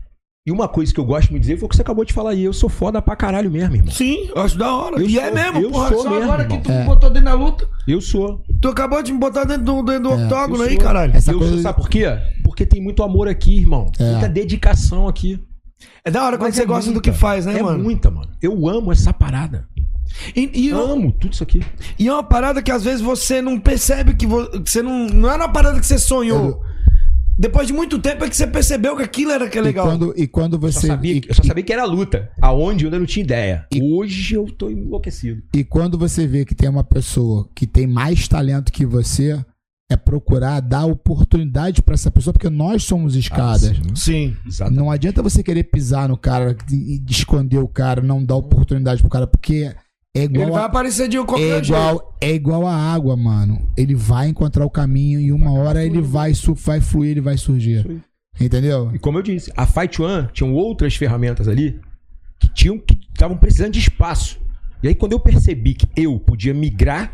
E uma coisa que eu gosto muito de dizer foi o que você acabou de falar aí. Eu sou foda pra caralho mesmo, irmão. Sim, eu acho da hora. Eu e sou- é mesmo, eu porra. sou Só mesmo, agora que irmão. tu É. me botou dentro da luta. Eu sou. Tu acabou de me botar dentro do, dentro do octógono eu aí, sou. caralho. Essa eu coisa- sou, sabe por quê? Porque tem muito amor aqui, irmão. É. Muita dedicação aqui. É da hora quando Mas você é gosta do muita, que faz, né, é mano? muita, mano. Eu amo essa parada. E, e, eu- Amo tudo isso aqui. e é uma parada que às vezes você não percebe que, vo- que você não. Não é uma parada que você sonhou. Depois de muito tempo é que você percebeu que aquilo era que é E legal. quando, e quando Eu só, você. sabia, e, eu só sabia que era luta. Aonde eu ainda não tinha ideia. Hoje eu tô enlouquecido. e quando você vê que tem uma pessoa que tem mais talento que você, é procurar dar oportunidade pra essa pessoa, porque nós somos escadas. Ah, sim. Sim. Exato. Não adianta você querer pisar no cara e e esconder o cara, não dar oportunidade pro cara, porque é igual. Ele vai a- aparecer de qualquer É jeito. igual, é igual a água, mano. Ele vai encontrar o caminho e uma hora ele vai, su- vai fluir, ele vai surgir. Entendeu? E como eu disse, a Fight One tinham outras ferramentas ali que tinham que estavam precisando de espaço. E aí quando eu percebi que eu podia migrar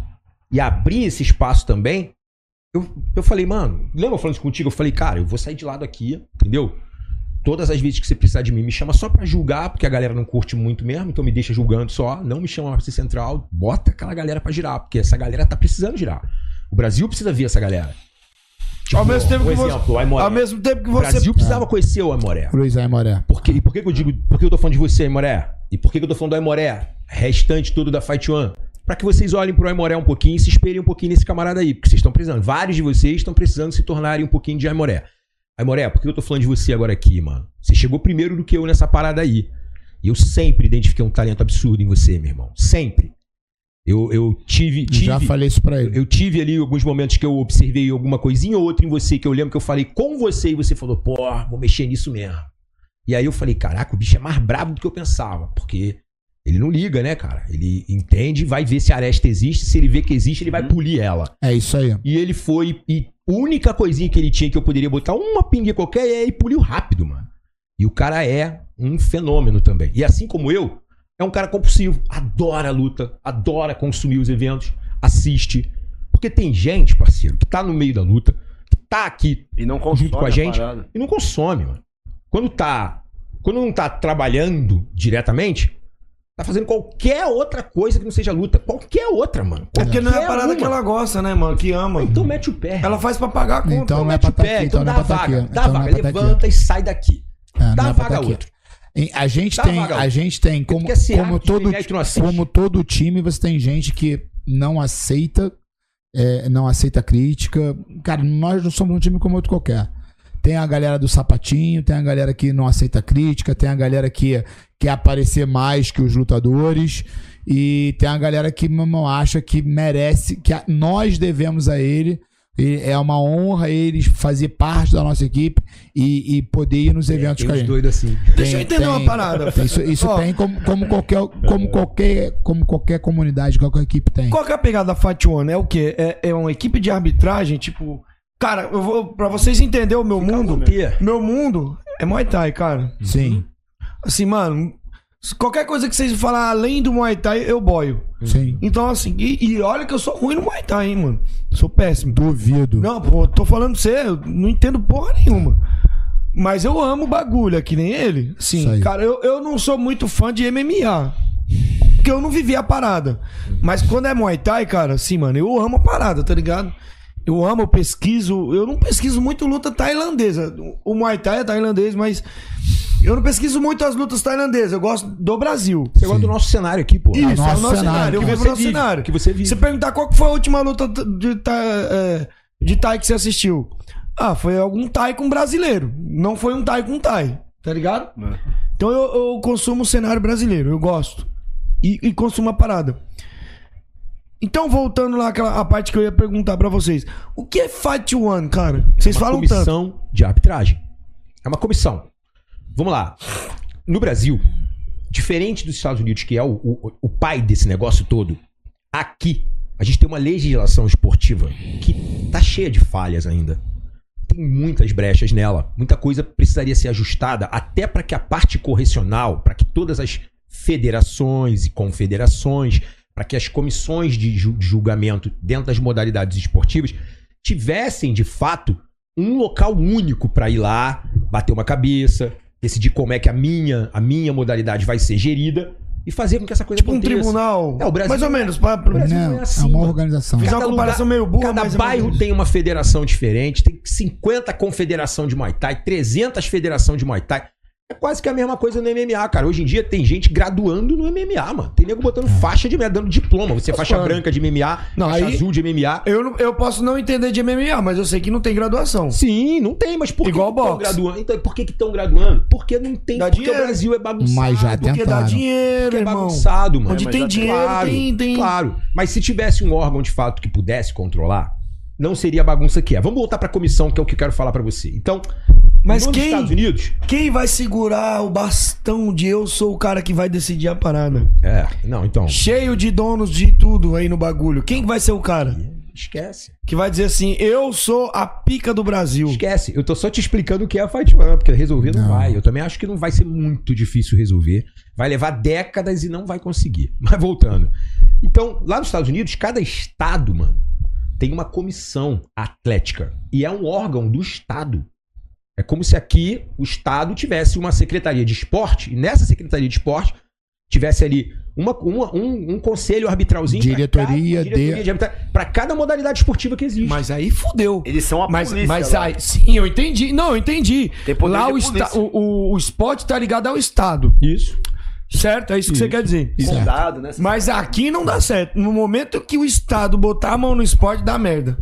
e abrir esse espaço também, eu, eu falei, mano, lembra falando isso contigo? Eu falei, cara, eu vou sair de lado aqui, entendeu? Todas as vezes que você precisar de mim, me chama só pra julgar, porque a galera não curte muito mesmo, então me deixa julgando só, não me chama pra ser central, bota aquela galera pra girar, porque essa galera tá precisando girar. O Brasil precisa ver essa galera. Tipo, Ao mesmo tempo um que você- exemplo, o Aimoré. Ao mesmo tempo que O você. Brasil precisava conhecer o Aimoré. Luiz Aimoré. Por quê? E por que, que eu digo, por que eu tô falando de você, Aimoré? E por que, que eu tô falando do Aimoré? Restante todo da Fight One. Pra que vocês olhem pro Aimoré um pouquinho e se espelhem um pouquinho nesse camarada aí. Porque vocês estão precisando. Vários de vocês estão precisando se tornarem um pouquinho de Aimoré. Aimoré, por que eu tô falando de você agora aqui, mano? Você chegou primeiro do que eu nessa parada aí. E eu sempre identifiquei um talento absurdo em você, meu irmão. Sempre. Eu, eu tive, tive. Já falei isso pra ele. Eu tive ali alguns momentos que eu observei alguma coisinha ou outra em você, que eu lembro que eu falei com você e você falou, pô, vou mexer nisso mesmo. E aí eu falei, caraca, o bicho é mais brabo do que eu pensava, porque ele não liga, né, cara? Ele entende, vai ver se a aresta existe, se ele vê que existe, ele vai polir ela. É isso aí. E ele foi, e a única coisinha que ele tinha que eu poderia botar uma pinguinha qualquer, é ele puliu rápido, mano. E o cara é um fenômeno também. E assim como eu, é um cara compulsivo, adora a luta, adora consumir os eventos, assiste. Porque tem gente, parceiro, que tá no meio da luta, que tá aqui E não consome junto com a a gente parada. e não consome, mano. Quando tá, quando não tá trabalhando diretamente, tá fazendo qualquer outra coisa que não seja luta. Qualquer outra, mano. É porque não é a Qualquer parada uma. que ela gosta, né, mano? Que ama. Então mete o pé. Ela faz pra pagar a conta. Então não é mete pra o tá pé, aqui, então então não dá é pra tá vaga. aqui. Dá Então não vaga, é pra tá aqui. levanta e sai daqui. É, não Dá é pra vaga tá aqui. outro. Em- A gente Dá tem, vaga a outro. gente tem como, Porque se como arte, todo, tem gente que não assiste. como todo time, você tem gente que não aceita, é, não aceita crítica. Cara, nós não somos um time como outro qualquer. Tem a galera do sapatinho, tem a galera que não aceita crítica, tem a galera que quer aparecer mais que os lutadores e tem a galera que não acha que merece, que a- nós devemos a ele. E é uma honra eles fazer parte da nossa equipe e, e poder ir nos eventos Tem com a uns gente. doidos assim. Deixa eu Tem- entender uma tem- parada. tem Isso, isso Ó, tem como, como, qualquer, como, qualquer, como qualquer comunidade, qualquer equipe tem. Qual que é a pegada da Fight One? É o quê? É, é uma equipe de arbitragem, tipo... Cara, eu vou, pra vocês entenderem o meu mundo, o quê? meu mundo é Muay Thai, cara. Sim, Assim, mano, qualquer coisa que vocês falar além do Muay Thai, eu boio. sim. Então, assim, e, e olha que eu sou ruim no Muay Thai, hein, mano. Sou péssimo. Duvido. Não, pô, tô falando pra você, eu não entendo porra nenhuma. Mas eu amo o bagulho, é que nem ele. Isso Sim, aí. cara, eu, eu não sou muito fã de M M A. Porque eu não vivi a parada. Mas quando é Muay Thai, cara, assim, mano, eu amo a parada, tá ligado? Eu amo, eu pesquiso. Eu não pesquiso muito luta tailandesa. O Muay Thai é tailandês, mas eu não pesquiso muito as lutas tailandesas. Eu gosto do Brasil. Você gosta do nosso cenário aqui, pô. Isso, nosso é o nosso cenário. cenário, Eu que vivo você no nosso vive, cenário. que você vive. Se perguntar qual que foi a última luta de Thai, é, de Thai que você assistiu? Ah, foi algum Thai com brasileiro. Não foi um Thai com Thai. Tá ligado? É. Então eu, eu consumo o cenário brasileiro. Eu gosto. E, e consumo a parada. Então, voltando lá àquela a parte que eu ia perguntar pra vocês. O que é Fight One, cara? Vocês é uma falam comissão tanto. de arbitragem. É uma comissão. Vamos lá. No Brasil, diferente dos Estados Unidos, que é o, o, o pai desse negócio todo, aqui a gente tem uma legislação esportiva que tá cheia de falhas ainda. Tem muitas brechas nela. Muita coisa precisaria ser ajustada até para que a parte correcional, para que todas as federações e confederações, para que as comissões de julgamento dentro das modalidades esportivas tivessem, de fato, um local único para ir lá, bater uma cabeça, decidir como é que a minha, a minha modalidade vai ser gerida e fazer com que essa coisa tipo aconteça. Um tribunal, é, o Brasil, mais ou menos. Pra, o Brasil não, não é assim, é uma mano. organização. Fiz uma Cada comparação lugar, meio burra, cada mas é bairro mais- tem uma federação diferente, tem cinquenta confederação de Muay Thai, trezentas federação de Muay Thai. É quase que a mesma coisa no M M A, cara. Hoje em dia tem gente graduando no M M A, mano. Tem nego botando faixa de dando diploma. Você é faixa mano. branca de M M A, Não, faixa aí- azul de M M A. Eu, não- eu posso não entender de M M A, mas eu sei que não tem graduação. Sim, não tem, mas por Igual que estão boxe. graduando? Então, por que estão graduando? Porque não tem, Dá porque dinheiro. o Brasil é bagunçado. Mas já Porque dá tentaram. dinheiro, Porque é irmão. bagunçado, mano. Onde É, mas tem já dinheiro, Claro, tem, tem... claro. Mas se tivesse um órgão de fato que pudesse controlar, não seria a bagunça que é. Vamos voltar pra comissão, que é o que eu quero falar pra você. Então, Mas nos quem- Estados Unidos... Quem vai segurar o bastão de eu sou o cara que vai decidir a parada? É, não, então... Cheio de donos de tudo aí no bagulho. Quem vai ser o cara? Esquece. Que vai dizer assim, eu sou a pica do Brasil. Esquece. Eu tô só te explicando o que é a Fight One, porque resolver não, Não. vai. Eu também acho que não vai ser muito difícil resolver. Vai levar décadas e não vai conseguir. Mas voltando. Então, lá nos Estados Unidos, cada estado, mano, tem uma comissão atlética. E é um órgão do estado. É como se aqui o estado tivesse uma secretaria de esporte, e nessa secretaria de esporte tivesse ali uma, uma- um, um conselho arbitralzinho pra Diretoria cada, diretoria de- de arbitra- pra cada modalidade esportiva que existe. Mas aí fudeu. Eles são a Mas, polícia mas lá. aí, sim, eu entendi. Não, eu entendi. Tem poder Lá de o, esta, polícia. o, o, o esporte tá ligado ao Estado. Isso. Certo? É isso que você quer dizer. Condado, né? Mas aqui não dá certo. No momento que o Estado botar a mão no esporte, dá merda.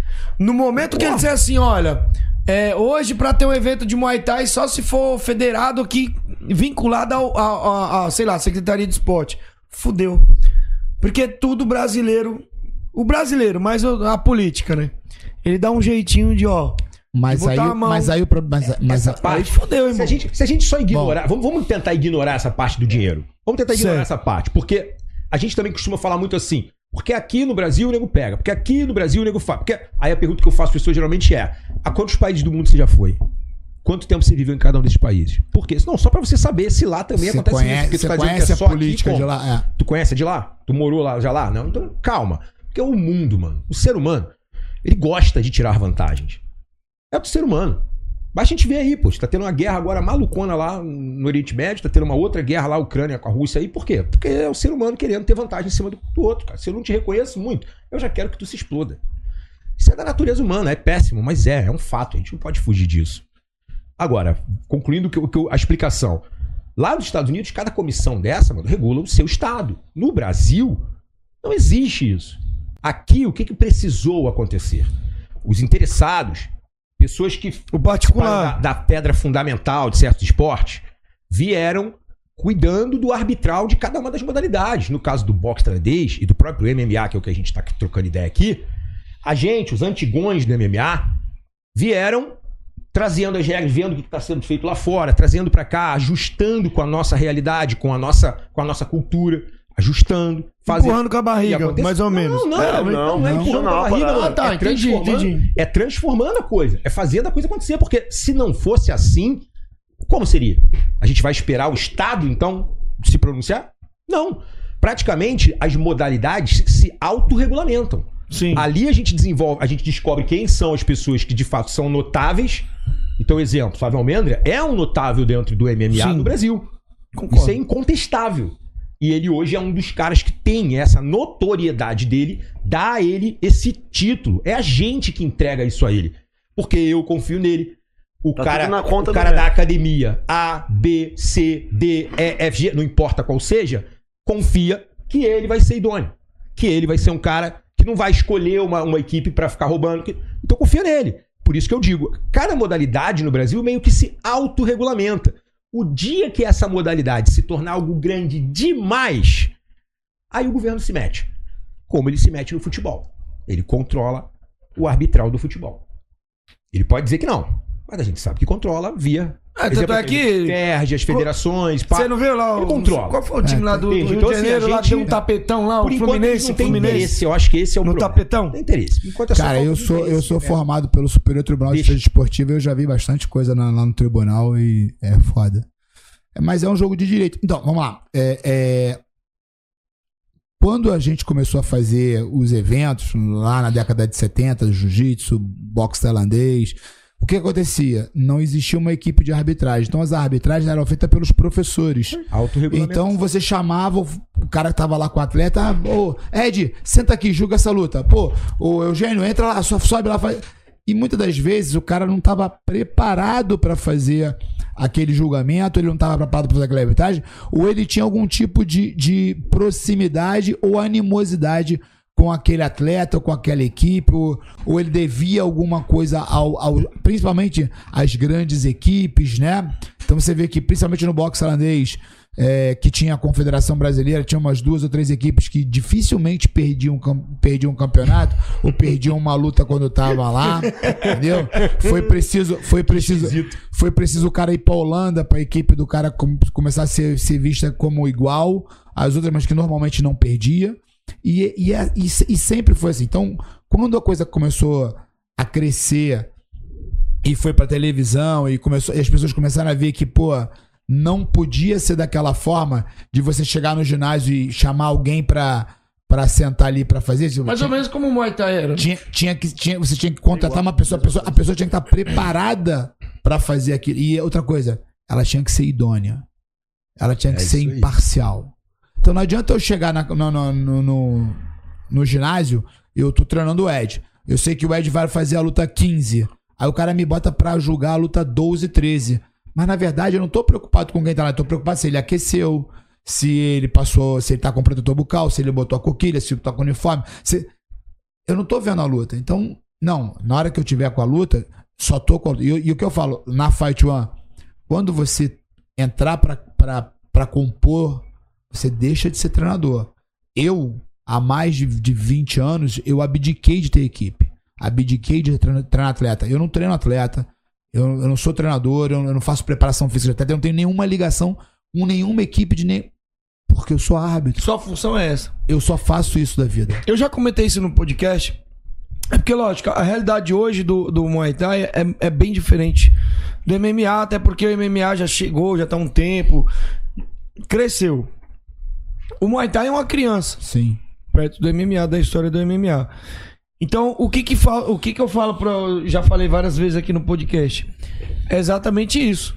No momento que ele disser assim, olha, é, hoje pra ter um evento de Muay Thai, só se for federado aqui, vinculado ao, ao, ao- ao, sei lá, Secretaria de Esporte. Fudeu. Porque é tudo brasileiro. O brasileiro, mas o- a política, né? Ele dá um jeitinho de, ó... Mas de aí, botar a mão. mas aí o problema. Mas, mas Essa a- parte, Aí fudeu, se, irmão. a gente, se a gente só ignorar, vamos, vamos tentar ignorar essa parte do dinheiro. Vamos tentar ignorar Certo. essa parte, porque a gente também costuma falar muito assim, porque aqui no Brasil o nego pega, porque aqui no Brasil o nego faz. Porque aí a pergunta que eu faço às pessoas geralmente é: a quantos países do mundo você já foi? Quanto tempo você viveu em cada um desses países? Por quê? Não, só pra você saber se lá também Você acontece conhece, isso. Porque tu você tá dizendo conhece que é a só aqui, política como? de lá? É. Tu conhece de lá? Tu morou lá já lá? Não, então calma. Porque o mundo, mano, o ser humano, ele gosta de tirar vantagens. É do ser humano. Basta a gente ver aí, pô. Tá tendo uma guerra agora malucona lá no Oriente Médio, tá tendo uma outra guerra lá, a Ucrânia com a Rússia aí. Por quê? Porque é o ser humano querendo ter vantagem em cima do, do outro, cara. Se eu não te reconheço muito, eu já quero que tu se exploda. Isso é da natureza humana, é péssimo, mas é, é um fato. A gente não pode fugir disso. Agora, concluindo que, que, a explicação. Lá nos Estados Unidos, cada comissão dessa, mano, regula o seu estado. No Brasil, não existe isso. Aqui, o que, que precisou acontecer? Os interessados, pessoas que O particular. da, da pedra fundamental de certos esportes, vieram cuidando do arbitral de cada uma das modalidades. No caso do boxe tailandês e do próprio M M A, que é o que a gente está trocando ideia aqui, a gente, os antigões do M M A, vieram trazendo as regras, vendo o que está sendo feito lá fora, trazendo para cá, ajustando com a nossa realidade, com a nossa, com a nossa cultura, ajustando, fazendo... Empurrando com a barriga, mais ou menos. Não, não, É, não, não, não é não, empurrando não, com a barriga, parada. não. Ah, tá, é entendi, transformando, entendi. é transformando a coisa, é fazendo a coisa acontecer, porque se não fosse assim, como seria? A gente vai esperar o Estado, então, se pronunciar? Não. Praticamente, as modalidades se autorregulamentam. Sim. Ali a gente desenvolve, a gente descobre quem são as pessoas que de fato são notáveis. Então, exemplo, Flávio Almendra é um notável dentro do M M A Sim. no Brasil. Concordo. Isso é incontestável. E ele hoje é um dos caras que tem essa notoriedade dele, dá a ele esse título. É a gente que entrega isso a ele. Porque eu confio nele. O Tá cara, tudo na conta o do cara velho. da academia A, B, C, D, E, F, G, não importa qual seja, confia que ele vai ser idôneo. Que ele vai ser um cara que não vai escolher uma, uma equipe pra ficar roubando. que- Então confia nele. Por isso que eu digo, cada modalidade no Brasil meio que se autorregulamenta. O dia que essa modalidade se tornar algo grande demais, aí o governo se mete. Como ele se mete no futebol. Ele controla o arbitral do futebol. Ele pode dizer que não, mas a gente sabe que controla via... É, tanto é que- Ferge, as federações... pá. Você não viu lá o... Ele controla. Qual foi o time É, lá do, do entende? Rio Então, de assim, Janeiro? a Lá gente- deu um tapetão lá, Por o enquanto Fluminense, não o tem Fluminense. interesse. Eu acho que esse é o No problema. tapetão? Não tem interesse. Enquanto é só Cara, falta eu de sou, eu interesse, sou né? formado pelo Superior Tribunal de Deixa. Justiça Esportiva e eu já vi bastante coisa na- lá no tribunal e é foda. É, Mas é um jogo de direito. Então, vamos lá. É, é, Quando a gente começou a fazer os eventos, lá na década de setenta, jiu-jitsu, boxe tailandês, o que acontecia? Não existia uma equipe de arbitragem. Então as arbitragens eram feitas pelos professores. Autorregulamentação. Então você chamava o o cara que tava lá com o atleta, ah, ô, Ed, senta aqui, julga essa luta. Pô, o Eugênio, entra lá, só sobe lá, faz... E muitas das vezes o cara não estava preparado para fazer aquele julgamento, ele não estava preparado para fazer aquela arbitragem, ou ele tinha algum tipo de, de proximidade ou animosidade com aquele atleta, ou com aquela equipe, ou, ou ele devia alguma coisa ao, ao principalmente às grandes equipes, né? Então você vê que principalmente no boxe tailandês, é, que tinha a Confederação Brasileira, tinha umas duas ou três equipes que dificilmente perdiam, cam- perdiam um campeonato ou perdiam uma luta quando estavam lá, entendeu? Foi preciso, foi preciso, foi preciso o cara ir pra Holanda para a equipe do cara com- começar a ser, ser vista como igual às outras, mas que normalmente não perdia. E, e, é- e se- e sempre foi assim. Então, quando a coisa começou a crescer e foi pra televisão e, começou, e as pessoas começaram a ver que, pô, não podia ser daquela forma de você chegar no ginásio e chamar alguém pra, pra sentar ali pra fazer isso. Mais ou menos como o Muay Thai era. Tinha, tinha que, tinha, você tinha que contratar uma pessoa, a pessoa, a pessoa tinha que estar preparada pra fazer aquilo. E outra coisa, ela tinha que ser idônea. Ela tinha que É ser isso aí. imparcial. Então não adianta eu chegar na- no, no, no, no, no ginásio, eu tô treinando o Ed. Eu sei que o Ed vai fazer a luta quinze. Aí o cara me bota pra julgar a luta doze, treze. Mas na verdade eu não tô preocupado com quem tá lá. Eu tô preocupado se ele aqueceu, se ele passou, se ele tá com protetor bucal, se ele botou a coquilha, se ele tá com uniforme. Se... Eu não tô vendo a luta. Então, não. Na hora que eu tiver com a luta, só tô com a luta. E, e o que eu falo, na Fight One, quando você entrar pra, pra, pra compor, você deixa de ser treinador. Eu, há mais de, de vinte anos, eu abdiquei de ter equipe. Abdiquei de treinar, treinar atleta. Eu não treino atleta. Eu, eu não sou treinador. Eu, eu não faço preparação física de atleta. Eu não tenho nenhuma ligação com nenhuma equipe de nem... Porque eu sou árbitro. Sua função é essa. Eu só faço isso da vida. Eu já comentei isso no podcast. É porque, lógico, a realidade hoje do, do Muay Thai é, é bem diferente do M M A, até porque o M M A já chegou, já tá há um tempo, cresceu. O Muay Thai é uma criança. Sim. Perto do M M A, da história do M M A. Então, o que que, fala, o que, que eu falo pra... Já falei várias vezes aqui no podcast. É exatamente isso.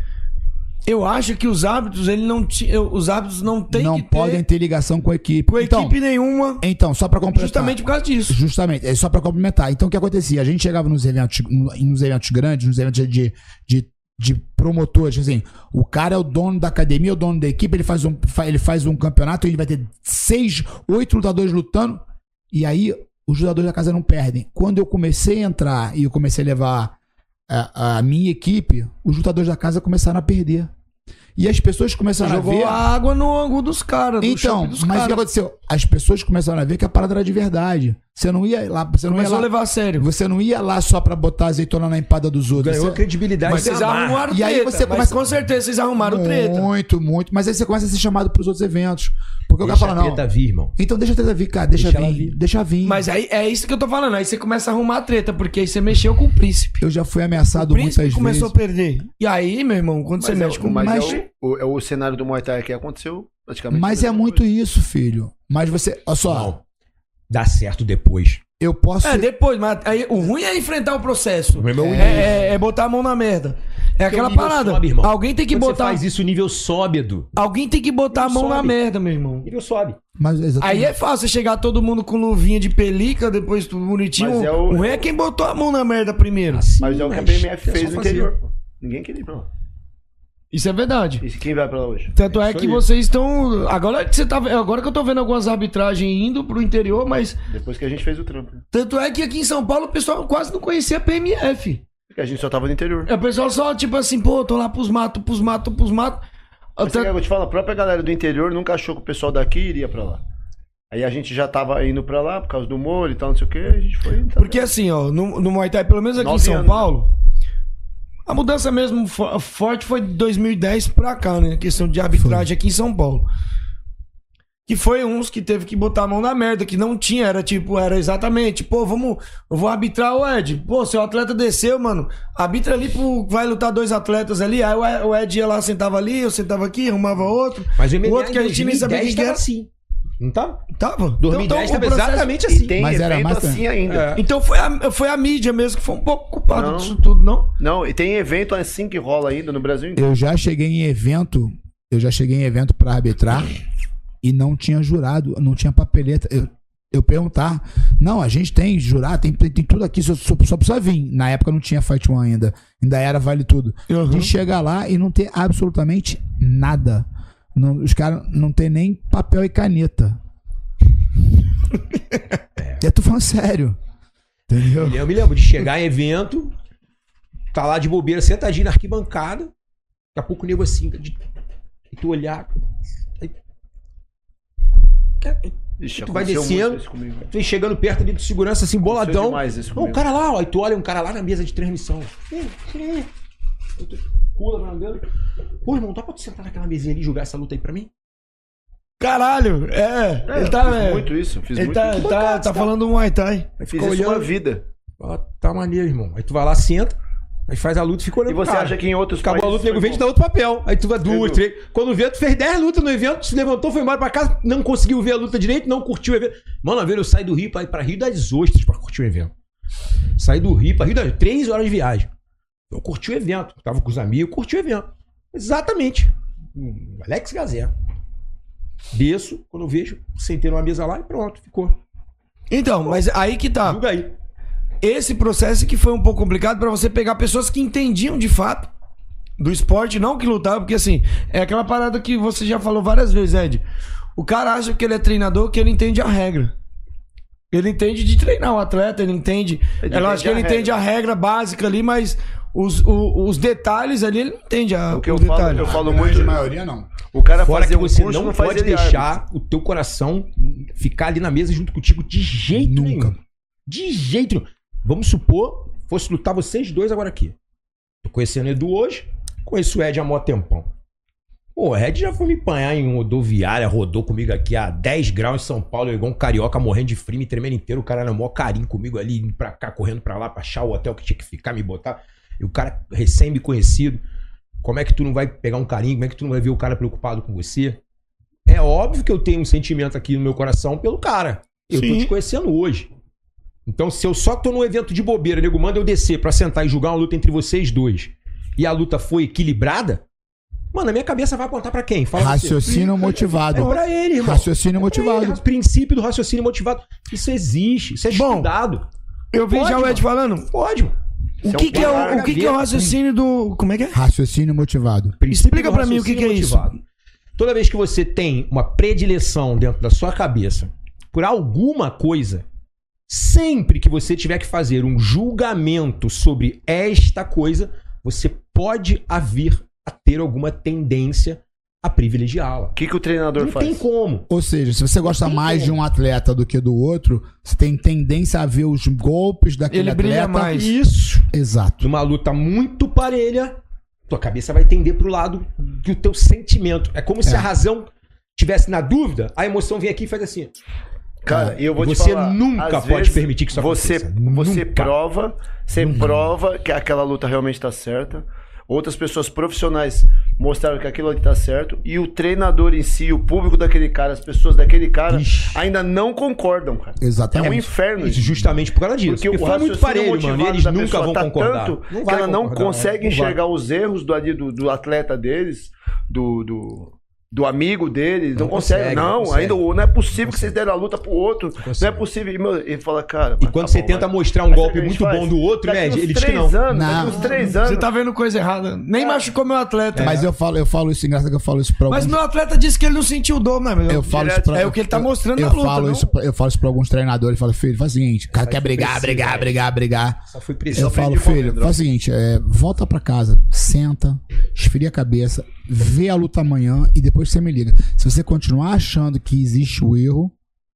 Eu acho que os árbitros, ele não ti- eu- os árbitros não têm Não que ter podem ter ligação com a equipe. com então, equipe nenhuma, então, só pra complementar. justamente por causa disso. Justamente, é só pra complementar. Então o que acontecia? A gente chegava nos eventos, nos eventos grandes, nos eventos de, de, de promotores, assim, o cara é o dono da academia, é o dono da equipe, ele faz um, fa- ele faz um campeonato, ele vai ter seis, oito lutadores lutando, e aí os lutadores da casa não perdem. Quando eu comecei a entrar e eu comecei a levar a, a minha equipe, os lutadores da casa começaram a perder. E as pessoas começaram Jogou a ver... a água no ângulo dos caras. no Então, shopping dos mas o que caras. aconteceu? As pessoas começaram a ver que a parada era de verdade. Você não ia lá, você não ia Começou lá, a levar a sério. você não ia lá só pra botar azeitona na empada dos outros. Ganhou Você- credibilidade. Mas vocês na marra. arrumaram E aí treta. você mas começa- com certeza vocês arrumaram treta. Muito, muito. Mas aí você começa a ser chamado pros outros eventos. Porque o cara Deixa fala, a não. treta vir, irmão. Então deixa a treta vir, cara. Deixa, Deixa ela vir, vir. Deixa vir. Mas aí é isso que eu tô falando. Aí você começa a arrumar treta, porque aí você mexeu com o príncipe. eu já fui O ameaçado príncipe muitas começou vezes. a perder. E aí, meu irmão, quando você Mas, mexe é, com o mas mas- é, o, o- é o cenário do Muay Thai que aconteceu praticamente. Mas a é mesma muito coisa. isso, filho. Mas você. Olha só. Não. Dá certo depois. Eu posso. É, depois, mas aí, o ruim é enfrentar o processo. meu irmão, É, é- é botar a mão na merda. É Porque aquela o nível parada. sobe, irmão. Alguém tem que Quando botar. Você faz isso, o nível sobe, Edu. Alguém tem que botar a Nível mão na sobe. merda, meu irmão. O nível sobe. Mas exatamente. Aí é fácil você chegar todo mundo com luvinha de pelica, depois tudo bonitinho. Mas é o... o- ruim é quem botou a mão na merda primeiro. Assim, Mas é o que a mas B M F é fez só no fazer. interior, pô. Ninguém queria ir pra lá. Isso é verdade. E quem vai pra lá hoje? Tanto é isso que aí. vocês estão. Agora que você tá. Agora que eu tô vendo algumas arbitragens indo pro interior, mas. Depois que a gente fez o trampo. né? Tanto é que aqui em São Paulo o pessoal quase não conhecia a P M F. Porque a gente só tava no interior. É, o pessoal só, tipo assim, pô, tô lá pros matos, pros matos, pros matos. Mas Até- eu vou te falar, a própria galera do interior nunca achou que o pessoal daqui iria pra lá. Aí a gente já tava indo pra lá por causa do molho e tal, não sei o que, a gente foi. Tá Porque assim, ó, no, no Muay Thai, pelo menos aqui em Nove São anos, Paulo, a mudança mesmo fo- forte foi de dois mil e dez pra cá, né? A questão de arbitragem aqui em São Paulo. Que foi uns que teve que botar a mão na merda, que não tinha, era tipo, era exatamente, pô, vamos, eu vou arbitrar o Ed. Pô, seu atleta desceu, mano, arbitra ali, pro, vai lutar dois atletas ali, aí o Ed- o Ed ia lá, sentava ali, eu sentava aqui, arrumava outro. Mas o o M M A outro que a gente nem sabia quem que tava era. assim. Não tava? Tava. dois mil e dez o tava processo- exatamente E assim. tem Mas era evento massa. assim ainda. É. Então foi a, foi a mídia mesmo que foi um pouco culpada Não. disso tudo, não? Não, e tem evento assim que rola ainda no Brasil inteiro. Eu já cheguei em evento, eu já cheguei em evento pra arbitrar e não tinha jurado, não tinha papeleta. Eu, eu perguntar, não, a gente tem jurado, tem, tem, tem tudo aqui, só, só, só precisa vir. Na época não tinha Fight One ainda, ainda era Vale Tudo. Uhum. De chegar lá e não ter absolutamente nada. Não, os caras não tem nem papel e caneta. Eu tô falando sério. Entendeu? Eu me lembro de chegar em evento, tá lá de bobeira, sentadinho na arquibancada, daqui a pouco o nego assim, de, e tu olhar, aí, Ixi, tu vai aconteceu descendo, muito isso comigo. tu vem chegando perto ali do segurança assim, boladão. demais isso Ó, o comigo. cara lá, ó, aí tu olha um cara lá na mesa de transmissão. Ei, tira aí. Aí tu pula pra andando. Pô, irmão, dá pra tu sentar naquela mesinha ali e jogar essa luta aí pra mim? Caralho, é. É, ele eu tá, fiz é, muito isso, fiz ele muito tá, isso. tá, tá falando Muay Thai. Fiz fica isso olhando. uma vida. Fala, tá maneiro, irmão. Aí tu vai lá, senta, aí faz a luta e fica olhando E pro você cara. acha que em outros Acabou a países luta, o nego foi vem bom? te dá outro papel. Aí tu vai duas, Edu. três. Quando vê, tu fez dez lutas no evento, se levantou, foi embora pra casa, não conseguiu ver a luta direito, não curtiu o evento. Mano, uma vez eu saí do Rio pra ir pra Rio das Ostras pra curtir o evento. Saí do Rio pra Rio das três horas de viagem. Eu curti o evento. Tava com os amigos, curti o evento. Exatamente. Hum, Alex Gazé. Desço, quando eu vejo, sentei numa mesa lá e pronto, ficou. Então, mas aí que tá. Julga aí. Esse processo que foi um pouco complicado pra você pegar pessoas que entendiam de fato do esporte, não que lutavam, porque assim, é aquela parada que você já falou várias vezes, Ed. O cara acha que ele é treinador, que ele entende a regra. Ele entende de treinar o atleta, ele entende. Ele Eu acho que ele entende a entende a regra básica ali, mas os, o- os detalhes ali ele não entende a, O que eu os falo, detalhes. eu falo A muito. grande maioria não. O cara Fora fazer que um você curso não, faz pode ele deixar árbitro. o teu coração ficar ali na mesa junto contigo de jeito Nunca. nenhum. De jeito nenhum. Vamos supor, fosse lutar vocês dois agora aqui. Tô conhecendo o Edu hoje, conheço o Ed há mó tempão. Pô, o Ed já foi me apanhar em rodoviária, rodou comigo aqui a dez graus em São Paulo, igual um carioca morrendo de frio, me tremendo inteiro. O cara era mó carinho comigo ali, indo pra cá, correndo pra lá, pra achar o hotel que tinha que ficar, me botar. E o cara recém me conhecido. Como é que tu não vai pegar um carinho? Como é que tu não vai ver o cara preocupado com você? É óbvio que eu tenho um sentimento aqui no meu coração pelo cara. Eu tô Sim. te conhecendo hoje. Então, se eu só tô num evento de bobeira, nego, manda eu descer pra sentar e julgar uma luta entre vocês dois, e a luta foi equilibrada, mano, a minha cabeça vai apontar pra quem? Fala você. Raciocínio motivado. É pra ele, irmão. Raciocínio É pra ele, motivado. ra- princípio do raciocínio motivado. Isso existe, isso é Bom, estudado. Eu vi Pode, já o Ed mano. falando. Pode, mano. O Isso que, um que é o, cara o que, que é o gaveta. raciocínio do. Como é que é? Raciocínio motivado. Princípio Explica do pra mim o que raciocínio que é isso. motivado. Toda vez que você tem uma predileção dentro da sua cabeça por alguma coisa, sempre que você tiver que fazer um julgamento sobre esta coisa, você pode vir a ter alguma tendência a privilegiá-la. O que, que o treinador Não faz? tem como. Ou seja, se você gosta Tem mais como. de um atleta do que do outro, você tem tendência a ver os golpes daquele Ele atleta. brilha mais. Isso. Exato. Numa luta muito parelha, tua cabeça vai tender pro lado do teu sentimento. É como se É. a razão tivesse na dúvida, a emoção vem aqui e faz assim. Cara, e eu vou te Você falar, nunca às pode vezes, permitir que isso você, aconteça. Você Nunca. prova, você prova que aquela luta realmente tá certa. outras pessoas profissionais mostraram que aquilo ali tá certo, e o treinador em si, o público daquele cara, as pessoas daquele cara, Ixi. ainda não concordam, cara. Exatamente. É um inferno Isso, justamente por causa disso. Porque, Porque o foi muito raciocínio parelho, mano. E motivado eles da nunca pessoa vão tá concordar. tanto Não que vai ela não concordar, consegue não vai. enxergar os erros do, ali, do, do atleta deles, do... do do amigo dele, não, Não consegue, consegue, não, não consegue. ainda não é possível que vocês deram a luta pro outro, não, consegue. é possível, e, meu, ele fala, cara, E mas quando tá você bom, tenta vai. mostrar um Mas golpe sabe o que a muito gente bom faz? do outro, Daqui Med, uns ele diz que três não. anos, Não. daqui uns três anos, Você tá vendo coisa errada. Nem machucou meu atleta. Mas eu falo, eu falo isso, engraçado que eu falo isso pra alguns... Mas meu atleta disse que ele não sentiu dor, né? meu? Eu falo isso Direto, pra, é o que ele tá eu- mostrando eu na luta, Falo não? isso, pra- eu falo isso pra alguns treinadores. Eu falo, filho, faz o seguinte, o cara Sai quer foi brigar, preciso, brigar, velho. brigar, brigar. Só foi preciso. Eu falo, aprendi filho, com o faz o seguinte, é, volta pra casa, senta, esfria a cabeça, vê a luta amanhã e depois você me liga. Se você continuar achando que existe o erro,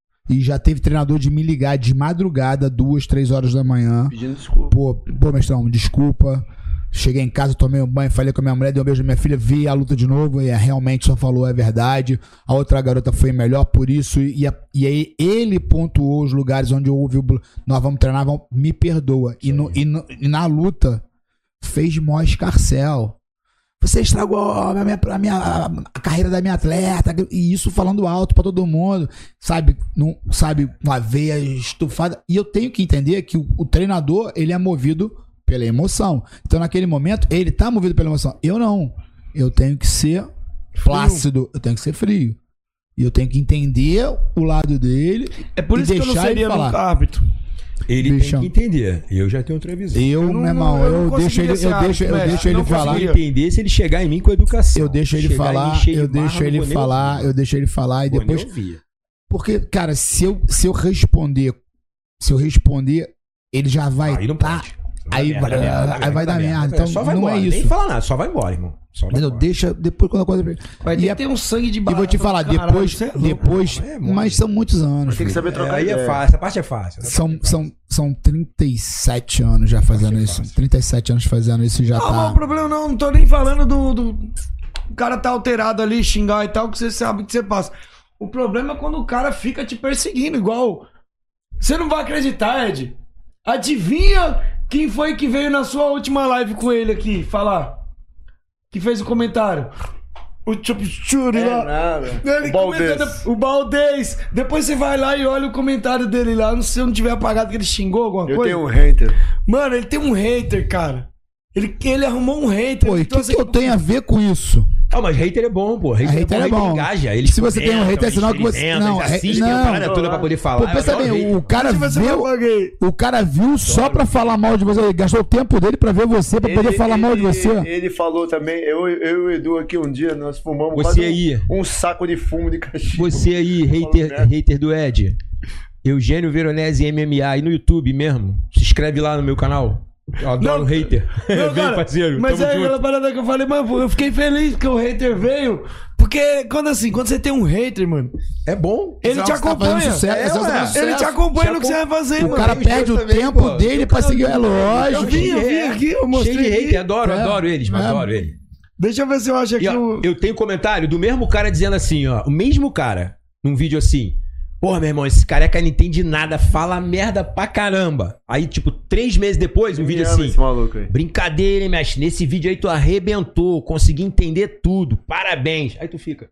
e já teve treinador de me ligar de madrugada, duas, três horas da manhã, pedindo desculpa. pô, pô, mestrão, desculpa. Cheguei em casa, tomei um banho, falei com a minha mulher, dei um beijo na minha filha, vi a luta de novo e é, realmente só falou é verdade. A outra garota foi melhor por isso. E, a- e aí ele pontuou os lugares onde houve o. blo- Nós vamos treinar, vamos, me perdoa. E, no- e no- e na luta fez mó escarcel. Você estragou a, minha, a, minha, a carreira da minha atleta. E isso falando alto pra todo mundo. Sabe, não, sabe, uma veia estufada. E eu tenho que entender que o, o treinador, ele é movido pela emoção. Então, naquele momento, ele tá movido pela emoção. Eu não. Eu tenho que ser plácido. Eu tenho que ser frio. E eu tenho que entender o lado dele. É por e isso que eu não deixar ele seria falar. nunca árbitro. Ele Bichão. tem que entender. Eu já tenho outra visão. Eu, Eu não- meu irmão, eu não eu, deixo ele, conseguiria eu ser deixo, eu árbitro, deixo né? ele Não falar. conseguiria. Entender se ele chegar em mim com educação. Eu deixo ele Chegar em falar, mim cheio de eu deixo barra, ele não vou nem falar, ouvir. eu deixo ele falar e Vou nem depois. ouvir. Porque, cara, se eu, se eu responder, se eu responder, ele já vai. Aí não tá, pode. aí Vai vai, dar merda, aí vai dar merda. Então, só vai não embora. é Nem isso. fala nada, só vai embora, irmão. Só vai Entendeu? embora. Deixa depois quando a coisa. Vai E, ter é- que ter um sangue de e barata. vou te falar, Caralho, depois, você é louco. depois, é mole. mas são muitos anos. Tem que filho. saber É, trocar aí é ideia. fácil, essa parte é fácil. Essa São, parte é são, são trinta e sete anos já fazendo Fácil, isso. fácil. trinta e sete anos fazendo isso e já Não, mas o tá. problema não, não tô nem falando do, do. O cara tá alterado ali, xingar e tal, que você sabe que você passa. O problema é quando o cara fica te perseguindo, igual. Você não vai acreditar, Ed. Adivinha quem foi que veio na sua última live com ele aqui falar? Que fez o comentário? O Chupchuri É lá. nada. Ele O Baldez. comentou- O Baldez. Depois você vai lá e olha o comentário dele lá. Não sei se eu não tiver apagado que ele xingou alguma Eu coisa. tenho um hater. Mano, ele tem um hater, cara. Ele, ele arrumou um hater. Pô, e o Então, que, assim, que eu tenho a ver com isso? Ah, mas hater é bom, pô. Hater, Hater é é bom. bom. Ele engaja. Eles Se você tem um hater, é sinal que você- experimentam, não, eles é- assistem não. a parada toda pra poder falar. Pô, pensa Eu adoro bem, hater. o cara Deixa eu ver se eu viu. apaguei. O cara viu só pra falar mal de você. Ele gastou o tempo dele pra ver você, pra poder Ele- falar mal de ele- você. Ele falou também, eu, eu e o Edu aqui um dia, nós fumamos Você quase um- aí. Um, saco de fumo de cachimbo. Você aí, Falando hater, merda. hater do Ed. Eugênio Veronese M M A. E no YouTube mesmo. Se inscreve lá no meu canal. Eu adoro Não, hater. Não, Vem, cara, parceiro. mas tamo é junto. aquela parada que eu falei, mano, eu fiquei feliz que o hater veio. Porque quando assim, quando você tem um hater, mano, É bom. ele Sinal te que você tá fazendo acompanha. sucesso, É, é, sinal que você tá ué. fazendo Ele te sucesso. acompanha Já no que você vai fazer, O mano. cara Os perde o meus também, tempo pô. dele pra seguir. É Eu lógico. vi, eu vi aqui, eu mostrei Cheio de aqui. hater. Adoro, É. adoro eles, mas É. adoro ele. Deixa eu ver se eu acho aqui E, ó, o... eu tenho comentário do mesmo cara dizendo assim, ó. O mesmo cara, num vídeo assim. Porra, meu irmão, esse careca não entende nada, fala merda pra caramba. Aí, tipo, três meses depois, um Me vídeo ama assim. esse maluco aí. Brincadeira, hein, mestre? Nesse vídeo aí tu arrebentou, consegui entender tudo. Parabéns. Aí tu fica.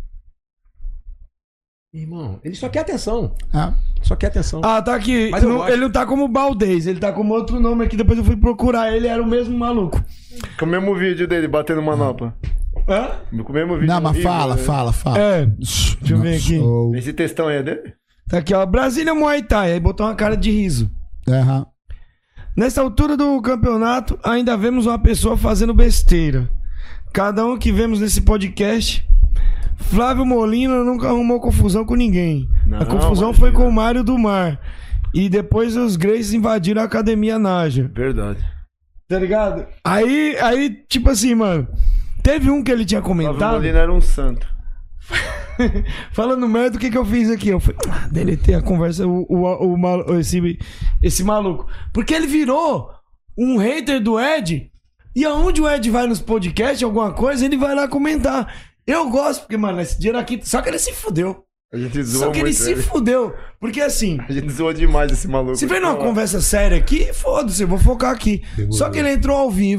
Irmão, ele só quer atenção. É. Só quer atenção. Ah, tá aqui. Mas eu Não- gosto. ele não tá como Baldez, ele tá como outro nome aqui. Depois eu fui procurar ele, era o mesmo maluco. Com o mesmo vídeo dele batendo manopla. Hã? Com o mesmo vídeo. Não, mas horrível, fala, né? fala, fala. É, deixa eu ver aqui. Oh. Esse textão aí é dele? Tá aqui, ó. Brasília Muay Thai. Aí botou uma cara de riso. Aham. Nessa altura do campeonato, ainda vemos uma pessoa fazendo besteira. Cada um que vemos nesse podcast, Flávio Molina nunca arrumou confusão com ninguém. Não, a confusão imagina. foi com o Mário do Mar. E depois os Grays invadiram a Academia Naja. Verdade. Tá ligado? Aí, aí, tipo assim, mano. Teve um que ele tinha Flávio comentado. Molina era um santo. Falando merda, o que que eu fiz aqui? Eu fui ah, deletei a conversa, o, o, o, mal- esse, esse maluco. Porque ele virou um hater do Ed. E aonde o Ed vai nos podcasts, alguma coisa, ele vai lá comentar. Eu gosto, porque, mano, esse dinheiro aqui. Só que ele se fudeu. A gente zoou Só que ele muito se ele. fudeu. Porque assim. A gente zoou demais esse maluco. Se vem numa Ó, conversa séria aqui, foda-se, eu vou focar aqui. Só que ele entrou ao vivo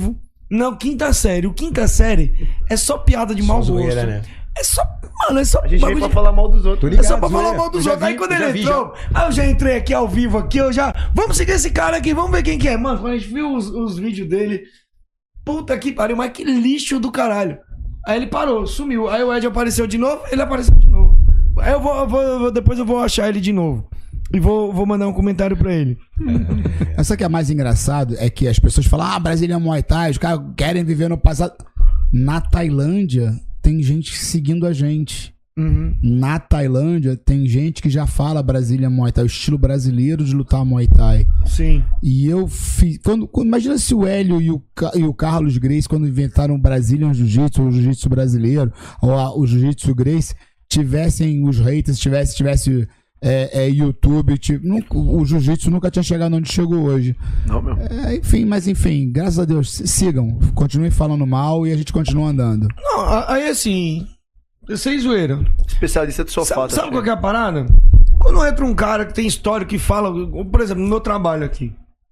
Não, quinta série. O quinta série é só piada de mau gosto. zoeira, né? É só. Mano, é só. A gente vem bagulho pra de- falar mal dos outros. É só pra falar zoeira. mal dos Eu já outros. Aí vi, quando eu já ele vi, entrou, aí eu já entrei aqui ao vivo aqui, eu já. Vamos seguir esse cara aqui, vamos ver quem que é. Mano, quando a gente viu os, os vídeos dele. Puta que pariu, mas que lixo do caralho. Aí ele parou, sumiu. Aí o Ed apareceu de novo, ele apareceu de novo. Aí eu vou, eu vou- eu vou- depois eu vou achar ele de novo. E vou, vou mandar um comentário pra ele. Essa que é mais engraçado é que as pessoas falam, ah, Brasília é Muay Thai, os caras querem viver no passado. Na Tailândia tem gente seguindo a gente. Uhum. Na Tailândia tem gente que já fala Brasília Muay Thai, o estilo brasileiro de lutar Muay Thai. Sim. E eu fiz. Quando, quando- imagina se o Hélio e o, Ca- e o Carlos Grace, quando inventaram o Brazilian Jiu-Jitsu, ou o Jiu-Jitsu brasileiro, ou a- o Jiu-Jitsu Grace, tivessem os haters, tivesse, tivesse é, é, YouTube, tipo, nunca- o Jiu-Jitsu nunca tinha chegado onde chegou hoje. Não, meu. É, enfim, mas enfim, graças a Deus, sigam, continuem falando mal e a gente continua andando. Não, a- aí assim. Sem zoeira. Especialista de sofá. Sabe, tá sabe qual chegando. que é a parada? Quando entra um cara que tem história que fala, por exemplo, no meu trabalho aqui.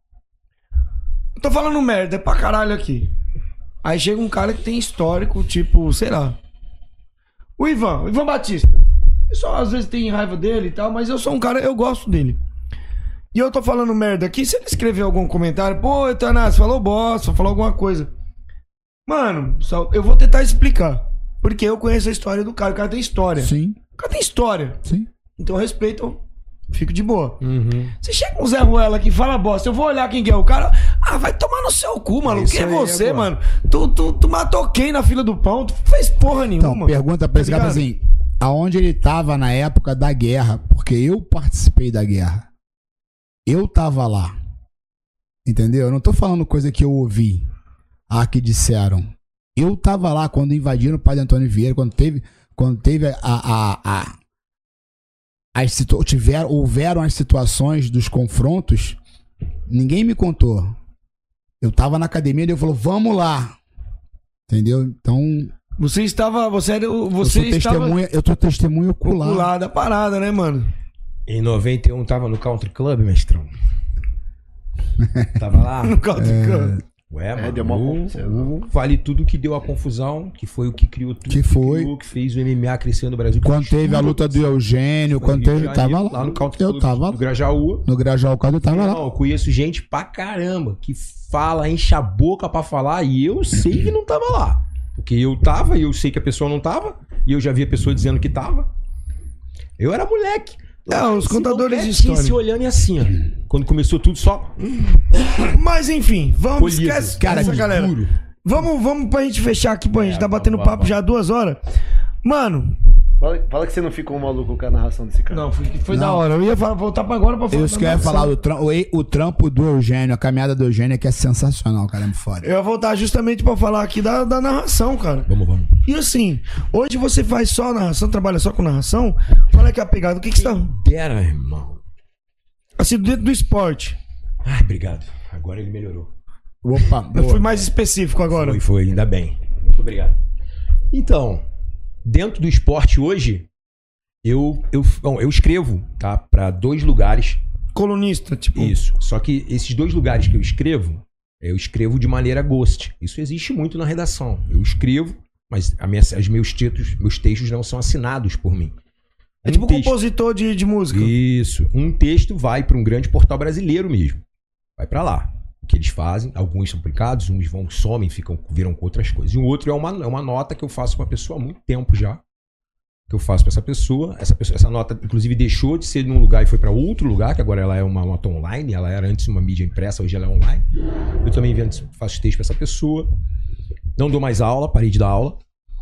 Eu tô falando merda pra caralho aqui. Aí chega um cara que tem histórico, tipo, sei lá. O Ivan, o Ivan Batista. O pessoal às vezes tem raiva dele e tal, mas eu sou um cara, eu gosto dele. E eu tô falando merda aqui, se ele escrever algum comentário, pô, Etanás, falou bosta, falou alguma coisa. Mano, só, eu vou tentar explicar. Porque eu conheço a história do cara, o cara tem história. Sim, O cara tem história. sim. Então eu respeito, eu fico de boa. Uhum. Você chega um Zé Ruela que fala bosta, eu vou olhar quem que é o cara. Ah, vai tomar no seu cu, maluco. isso Quem é aí, você, pô. mano? Tu, tu, tu matou quem na fila do pão? Tu fez porra nenhuma. Então, pergunta pra esse Tá cara ligado? assim: aonde ele tava na época da guerra? Porque eu participei da guerra. Eu tava lá. Entendeu? Eu não tô falando coisa que eu ouvi. Ah, que disseram. Eu tava lá quando invadiram o Padre Antônio Vieira, quando teve, quando teve a. a, a as situ... tiveram, houveram as situações dos confrontos. Ninguém me contou. Eu tava na academia e ele falou: vamos lá. Entendeu? Então. Você estava. Você era. o- Eu Você sou estava. testemunha, eu tô testemunho ocular. Ocular da parada, né, mano? Em noventa e um tava no Country Club, mestrão. Tava lá. No caldo de cano. Ué, É, mano, deu uma o- confusão. o- vale tudo que deu a confusão, que foi o que criou tudo. Que foi. criou, que fez o M M A crescer no Brasil. que Quando fez teve a tudo. luta do Eugênio, Foi quando no Rio teve. de Tava Janeiro, lá. lá no Country Eu Club tava do lá. Grajaú. No Grajaú, eu tava lá. Não, eu conheço gente pra caramba que fala, enche a boca pra falar e eu sei que não tava lá. Porque eu tava e eu sei que a pessoa não tava. E eu já vi a pessoa dizendo que tava. Eu era moleque. Não, os Esse contadores de quietinho, história. se olhando e assim, ó. Quando começou tudo só... Mas enfim, vamos. Polido. Esquece, Cara, essa galera. duro. Vamos, vamos pra gente fechar aqui, pô. A gente É, tá batendo vamos, papo vamos. já há duas horas. Mano, Fala, fala que você não ficou maluco com a narração desse cara. não, foi, foi Não. da hora. Eu ia falar- voltar pra agora pra falar. Isso da que eu ia narração. falar, o, tram- o, e- o trampo do Eugênio, a caminhada do Eugênio, que é sensacional, cara, é muito foda. Eu ia voltar justamente pra falar aqui da, da narração, cara. Vamos, vamos. E assim, hoje você faz só narração, trabalha só com narração? Qual é que é a pegada? O que que você tá... Dera, irmão. Assim, dentro do esporte. Ai, obrigado. Agora ele melhorou. Opa, Eu boa. fui mais específico agora. Foi, foi, ainda bem. Muito obrigado. Então, dentro do esporte hoje, eu, eu, bom, eu escrevo, tá? Pra dois lugares. Colunista, tipo... Isso. Só que esses dois lugares que eu escrevo, eu escrevo de maneira ghost. Isso existe muito na redação. Eu escrevo, mas a minha, os meus textos, meus textos não são assinados por mim. É tipo Um texto- compositor de, de música. Isso. Um texto vai para um grande portal brasileiro mesmo. Vai para lá. O que eles fazem, alguns são publicados, uns vão, somem, ficam, viram com outras coisas. E o outro é uma, é uma nota que eu faço para uma pessoa há muito tempo já. Que eu faço para essa pessoa. Essa pessoa. Essa nota, inclusive, deixou de ser num lugar e foi para outro lugar, que agora ela é uma nota online. Ela era antes uma mídia impressa, hoje ela é online. Eu também invento, faço texto para essa pessoa. Não dou mais aula, parei de dar aula.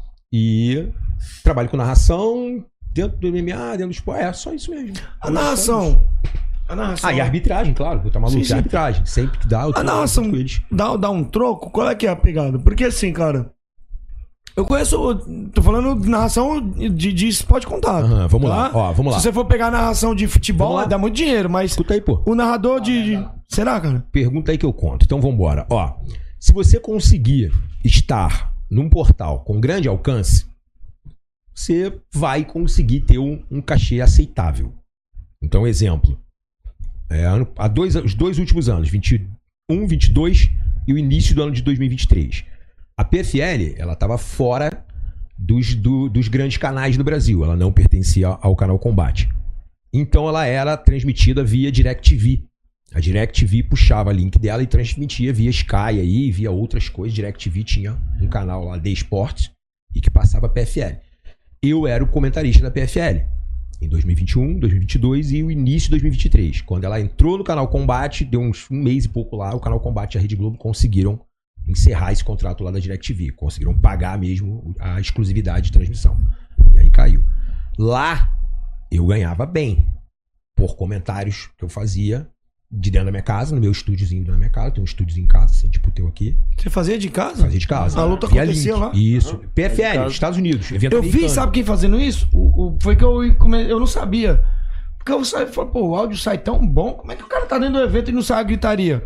E trabalho com narração dentro do M M A, dentro do esporte. É só isso mesmo. A narração. A narração. Ah, e a arbitragem, claro. Tá maluco? Sim, sim. E a arbitragem. Sempre que dá, eu tô A narração com eles. dá, dá um troco? Qual é que é a pegada? Porque assim, cara... Eu conheço... Tô falando de narração de, de esporte contato. Aham, vamos tá? lá. Ó, vamos lá. Se você for pegar a narração de futebol, Vamos lá. dá muito dinheiro, mas... Escuta aí, pô. O narrador de... de- Será, cara? Pergunta aí que eu conto. Então vambora. Ó, se você conseguir estar num portal com grande alcance, você vai conseguir ter um, um cachê aceitável. Então, exemplo. É, ano- há dois, os dois últimos anos, vinte e um, vinte e dois, e o início do ano de dois mil e vinte e três. A P F L, ela tava fora dos, do, dos grandes canais do Brasil. Ela não pertencia ao canal Combate. Então ela era transmitida via DirecTV. A DirecTV puxava o link dela e transmitia via Sky aí, via outras coisas. DirecTV tinha um canal lá, The Sports, e que passava P F L. Eu era o comentarista da P F L em dois mil e vinte e um, dois mil e vinte e dois e o início de dois mil e vinte e três. Quando ela entrou no canal Combate, deu uns um mês e pouco lá, o canal Combate e a Rede Globo conseguiram encerrar esse contrato lá da DirecTV. Conseguiram pagar mesmo a exclusividade de transmissão. E aí caiu. Lá, eu ganhava bem por comentários que eu fazia de dentro da minha casa, no meu estúdiozinho na minha casa. Tem um estúdiozinho em casa, assim, tipo o teu aqui. Você fazia de casa? Fazia de casa. A luta Via acontecia link. lá? Isso. Ah, P F L, Estados Unidos. Evento Eu vi, americano. sabe quem fazendo isso? O, o- foi que eu, come- eu não sabia. Porque eu sa- falei, pô, o áudio sai tão bom, como é que o cara tá dentro do evento e não sai a gritaria?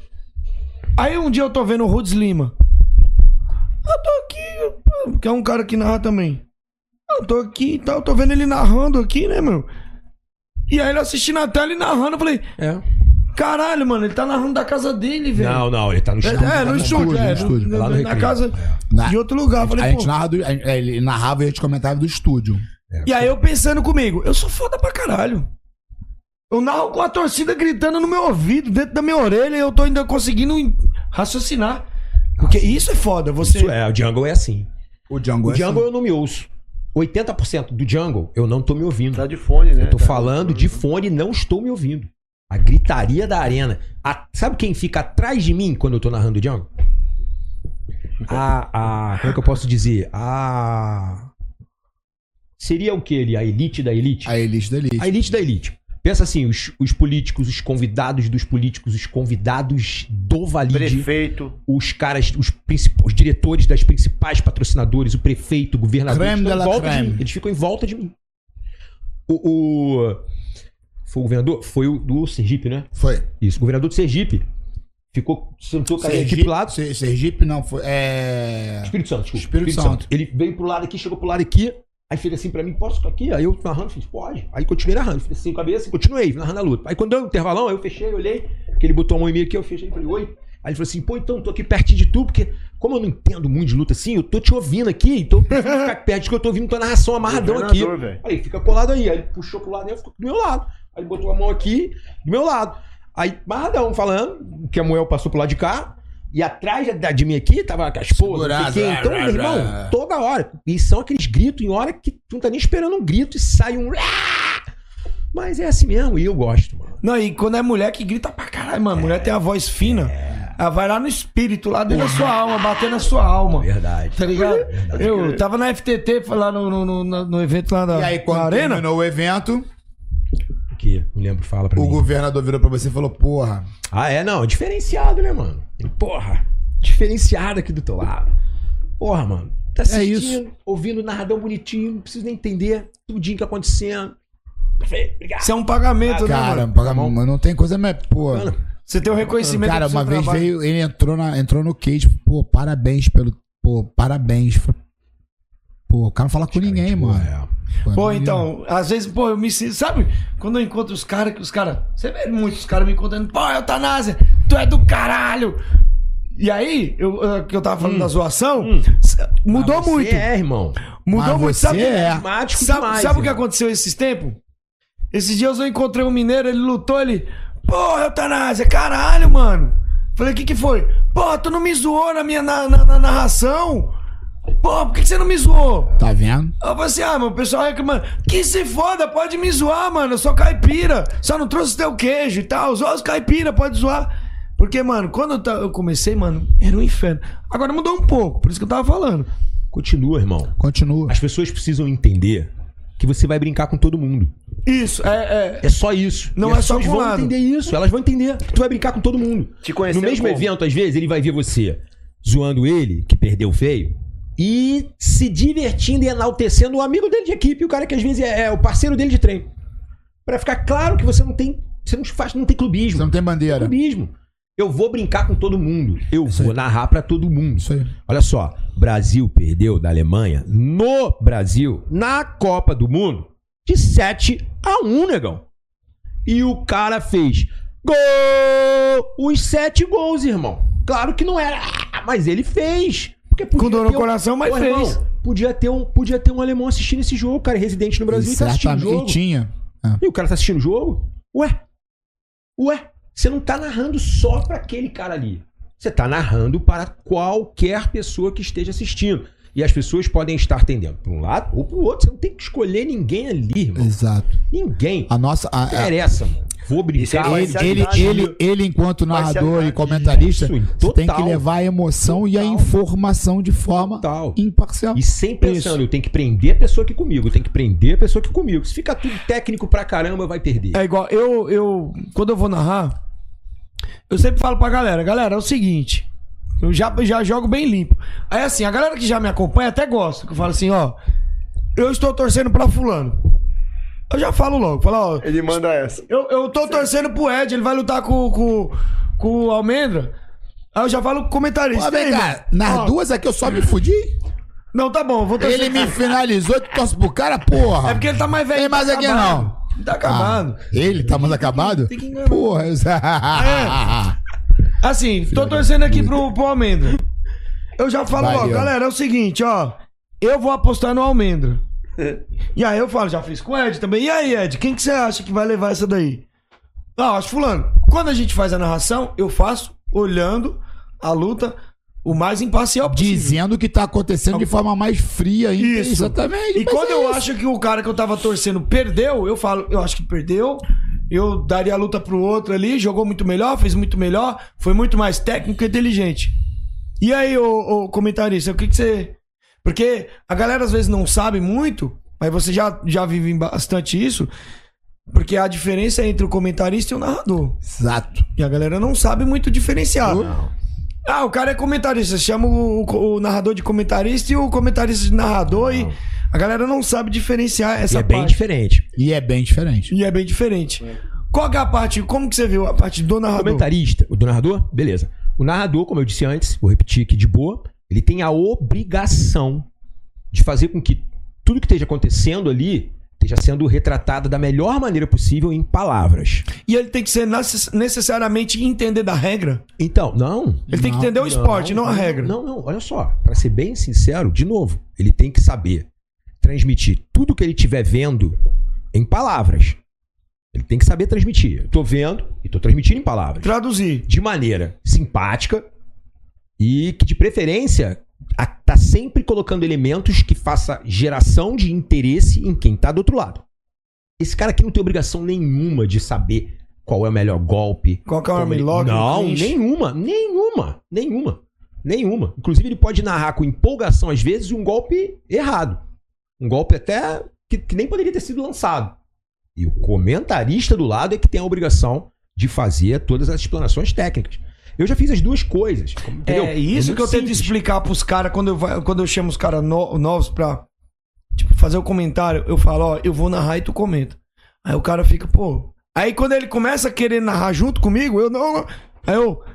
Aí um dia eu tô vendo o Rudes Lima. Eu tô aqui, que é um cara que narra também. Eu tô aqui e tal, eu tô vendo ele narrando aqui, né, meu? E aí ele assistindo a tela e narrando, eu falei... É. Caralho, mano, ele tá narrando da casa dele, velho. Não, não, ele tá no estúdio. É, é, no estúdio, é, no- estúdio. no- Lá no na Recreio. casa Na- de outro lugar. Eu A falei, gente pô... narra do, a- ele narrava e a gente comentava do estúdio. É. E aí eu pensando comigo, eu sou foda pra caralho. Eu narro com a torcida gritando no meu ouvido, dentro da minha orelha, e eu tô ainda conseguindo in- raciocinar. Porque isso é foda, você... Isso é, o Jungle é assim. O Django O é Jungle assim. eu não me ouço. oitenta por cento do Jungle eu não tô me ouvindo. Tá de fone, né? Eu tô Tá falando de fone e não estou me ouvindo. A gritaria da arena. A- sabe quem fica atrás de mim quando eu tô narrando o Jungle? A, a. Como é que eu posso dizer? A. Seria o que ali? A elite da elite? A elite da elite. A elite da elite. Pensa assim, os, os políticos, os convidados dos políticos, os convidados do Valide. Prefeito. Os caras, os, princip- os diretores das principais patrocinadores, o prefeito, o governador. Creme eles ficam de la em volta de creme. mim. Eles ficam em volta de mim. O, o- Foi o governador? Foi o do Sergipe, né? Foi. Isso, o governador do Sergipe. Ficou, sentou com a equipe Sergipe, pro lado. Ser- Sergipe não, foi. É. Espírito Santo, desculpa. Espírito Santo. Ele veio pro lado aqui, chegou pro lado aqui. Aí fez assim pra mim, posso ficar aqui? Aí eu narrando, fiz, pode. Aí continuei narrando, fiz assim com a cabeça e continuei narrando a luta. Aí quando deu um intervalão, aí eu fechei, olhei, que ele botou a mão em mim aqui, eu fechei e falei, oi. Aí ele falou assim, pô, então, tô aqui pertinho de tu, porque como eu não entendo muito de luta assim, eu tô te ouvindo aqui, então eu preciso ficar perto, que eu tô ouvindo tua narração amarradão aqui. Governador, velho. Aí fica colado aí. Aí ele puxou pro lado e eu ficou do meu lado. Aí ele botou a mão aqui, do meu lado. Aí, amarradão, falando, que a Moel passou pro lado de cá. E atrás da- de mim aqui tava a esposa, não sei quem. Então, meu irmão, toda hora. E são aqueles gritos em hora que tu não tá nem esperando um grito e sai um... Mas é assim mesmo, e eu gosto, mano. Não, e quando é mulher que grita pra caralho, mano. Mulher tem a voz fina. Ela vai lá no espírito, lá dentro da sua alma, bater na sua alma. Verdade. Tá ligado? Eu tava na F T T, foi lá no, no, no, no- no evento lá da E aí, na quando arena. terminou o evento, O quê? Não lembro, fala pra o mim. governador virou pra você e falou: Porra, Ah, é? Não, diferenciado, né, mano? Porra, diferenciado aqui do teu lado. Porra, mano. Tá assistindo, isso. ouvindo o narradão bonitinho, não precisa nem entender tudinho que tá acontecendo. Perfeito, obrigado. Isso é um pagamento, né, cara, mano? paga- mas não tem coisa mais. Pô. Mano, Você tem o reconhecimento Cara, do seu uma vez trabalho. veio, ele entrou, na, entrou no cage, pô, parabéns pelo. Pô, parabéns. Pô, o cara não fala com ninguém, tipo, mano. é. Pô, não- então, às vezes, pô, eu me sinto. Sabe? Quando eu encontro os caras, que os caras. Você vê muitos caras me encontrando, pô, Eutanásia, tu é do caralho. E aí, eu, eu- que eu tava falando da zoação, s- mudou Mas você muito. é, irmão. Mudou Mas muito. você Sabe, é. Carismático sabe, demais, sabe o que irmão. aconteceu esses tempos? Esses dias eu encontrei um mineiro, ele lutou, ele. Pô, Eutanásia, caralho, mano. Falei, o que que foi? Pô, tu não me zoou na minha na, na- na narração? Pô, por que que você não me zoou? Tá vendo? Eu falei assim, ah, meu, o pessoal reclamando. Que se foda, pode me zoar, mano. Eu sou caipira. Só não trouxe teu queijo e tal. Zoa os caipira, pode zoar. Porque, mano, quando eu, ta- eu comecei, mano, era um inferno. Agora mudou um pouco, por isso que eu tava falando. Continua, irmão. Continua. As pessoas precisam entender que você vai brincar com todo mundo. Isso, é. é... É só isso. Não E é as só pessoas com um vão lado. entender isso. Elas vão entender que tu vai brincar com todo mundo. Te No conhecendo mesmo como? evento, às vezes, ele vai ver você zoando ele, que perdeu feio, e se divertindo e enaltecendo o amigo dele de equipe, o cara que às vezes é, é o parceiro dele de treino. Pra ficar claro que você não tem. Você não faz, não tem clubismo. Você não tem bandeira. Clubismo. Eu vou brincar com todo mundo. Eu Isso vou aí. narrar pra todo mundo. Isso aí. Olha só, Brasil perdeu da Alemanha no Brasil, na Copa do Mundo, de sete a um, negão. E o cara fez gol! Os sete gols, irmão. Claro que não era, ah, mas ele fez. Porque Com dor no ter um- coração, mas Ô, fez. irmão, podia, ter um, podia ter um alemão assistindo esse jogo, cara, residente no Brasil e tá assistindo o Certamente. jogo. E tinha. Ah. E o cara tá assistindo o jogo? Ué? Ué? Você não tá narrando só pra aquele cara ali. Você tá narrando para qualquer pessoa que esteja assistindo. E as pessoas podem estar tendendo para um lado ou pro outro. Você não tem que escolher ninguém ali, irmão. Exato. Ninguém. A nossa. A, Não interessa, mano. Vou brincar. vai Ele, ser ele, verdade. ele, ele, enquanto Vai ser narrador e verdade. comentarista, Isso, você tem que total. levar a emoção e a Total. informação de forma Total. imparcial. E sempre pensando, eu tenho que prender a pessoa aqui comigo, eu tenho que prender a pessoa aqui comigo. Se fica tudo técnico pra caramba, vai perder. É igual, eu, eu, quando eu vou narrar, eu sempre falo pra galera, galera, é o seguinte, eu já, já jogo bem limpo. Aí assim, a galera que já me acompanha até gosta, que eu falo assim, ó, eu estou torcendo pra fulano. Eu já falo logo, falo, ó, Ele manda essa. eu, eu tô torcendo pro Ed, ele vai lutar com, com, com o Almendra. Aí eu já falo com o comentarista. Pô, vem "Ei, cá, mano, nas ó, duas aqui eu só me fudi. Não, tá bom, eu vou torcer. Ele me finalizou e tu torce pro cara, porra. É porque ele tá mais velho. Tem mais tá aqui acabado. não. Ele tá acabado. Ah, ele tá mais acabado? tem que enganar. Porra, Assim, tô torcendo aqui pro, pro Almendra. Eu já falo Vai, logo, ó. galera, é o seguinte, ó. Eu vou apostar no Almendra. E aí eu falo, já fiz com o Ed também. E aí, Ed, quem que você acha que vai levar essa daí? Ah, acho fulano. Quando a gente faz a narração, eu faço olhando a luta o mais imparcial possível. Dizendo o que tá acontecendo de forma mais fria ainda. Isso. Exatamente. E mas quando é eu isso. acho que o cara que eu tava torcendo perdeu, eu falo, eu acho que perdeu. Eu daria a luta pro outro ali, jogou muito melhor, fez muito melhor, foi muito mais técnico e inteligente. E aí, ô, ô comentarista, o que que você... Porque a galera às vezes não sabe muito, mas você já, já vive bastante isso, porque a diferença é entre o comentarista e o narrador. Exato. E a galera não sabe muito diferenciar. Ah, o cara é comentarista, chama o, o- o narrador de comentarista e o comentarista de narrador e a galera não sabe diferenciar E essa é bem parte. diferente. E é bem diferente. E é bem diferente. Qual que é a parte, como que você viu a parte do O narrador? comentarista, o do narrador, beleza. O narrador, como eu disse antes, vou repetir aqui de boa, ele tem a obrigação de fazer com que tudo que esteja acontecendo ali esteja sendo retratado da melhor maneira possível em palavras. E ele tem que ser necess- necessariamente entender da regra? Então, não. Ele tem que entender o esporte, não, a regra. Não, não, olha só. Pra ser bem sincero, de novo, ele tem que saber transmitir tudo que ele estiver vendo em palavras. Ele tem que saber transmitir. Eu tô vendo e tô transmitindo em palavras. Traduzir. De maneira simpática e que, de preferência, a- tá sempre colocando elementos que faça geração de interesse em quem tá do outro lado. Esse cara aqui não tem obrigação nenhuma de saber qual é o melhor golpe. Qual que é o como ele- armlock, o Não, clinch. nenhuma, nenhuma, nenhuma, nenhuma. Inclusive, ele pode narrar com empolgação, às vezes, um golpe errado. Um golpe até que, que nem poderia ter sido lançado. E o comentarista do lado é que tem a obrigação de fazer todas as explanações técnicas. Eu já fiz as duas coisas. Entendeu? É isso muito que eu tento simples. explicar pros caras quando eu, vai- quando eu chamo os caras no- novos pra tipo, fazer o comentário. Eu falo, ó, eu vou narrar e tu comenta. Aí o cara fica, pô. Aí quando ele começa a querer narrar junto comigo, eu não. não. Aí eu.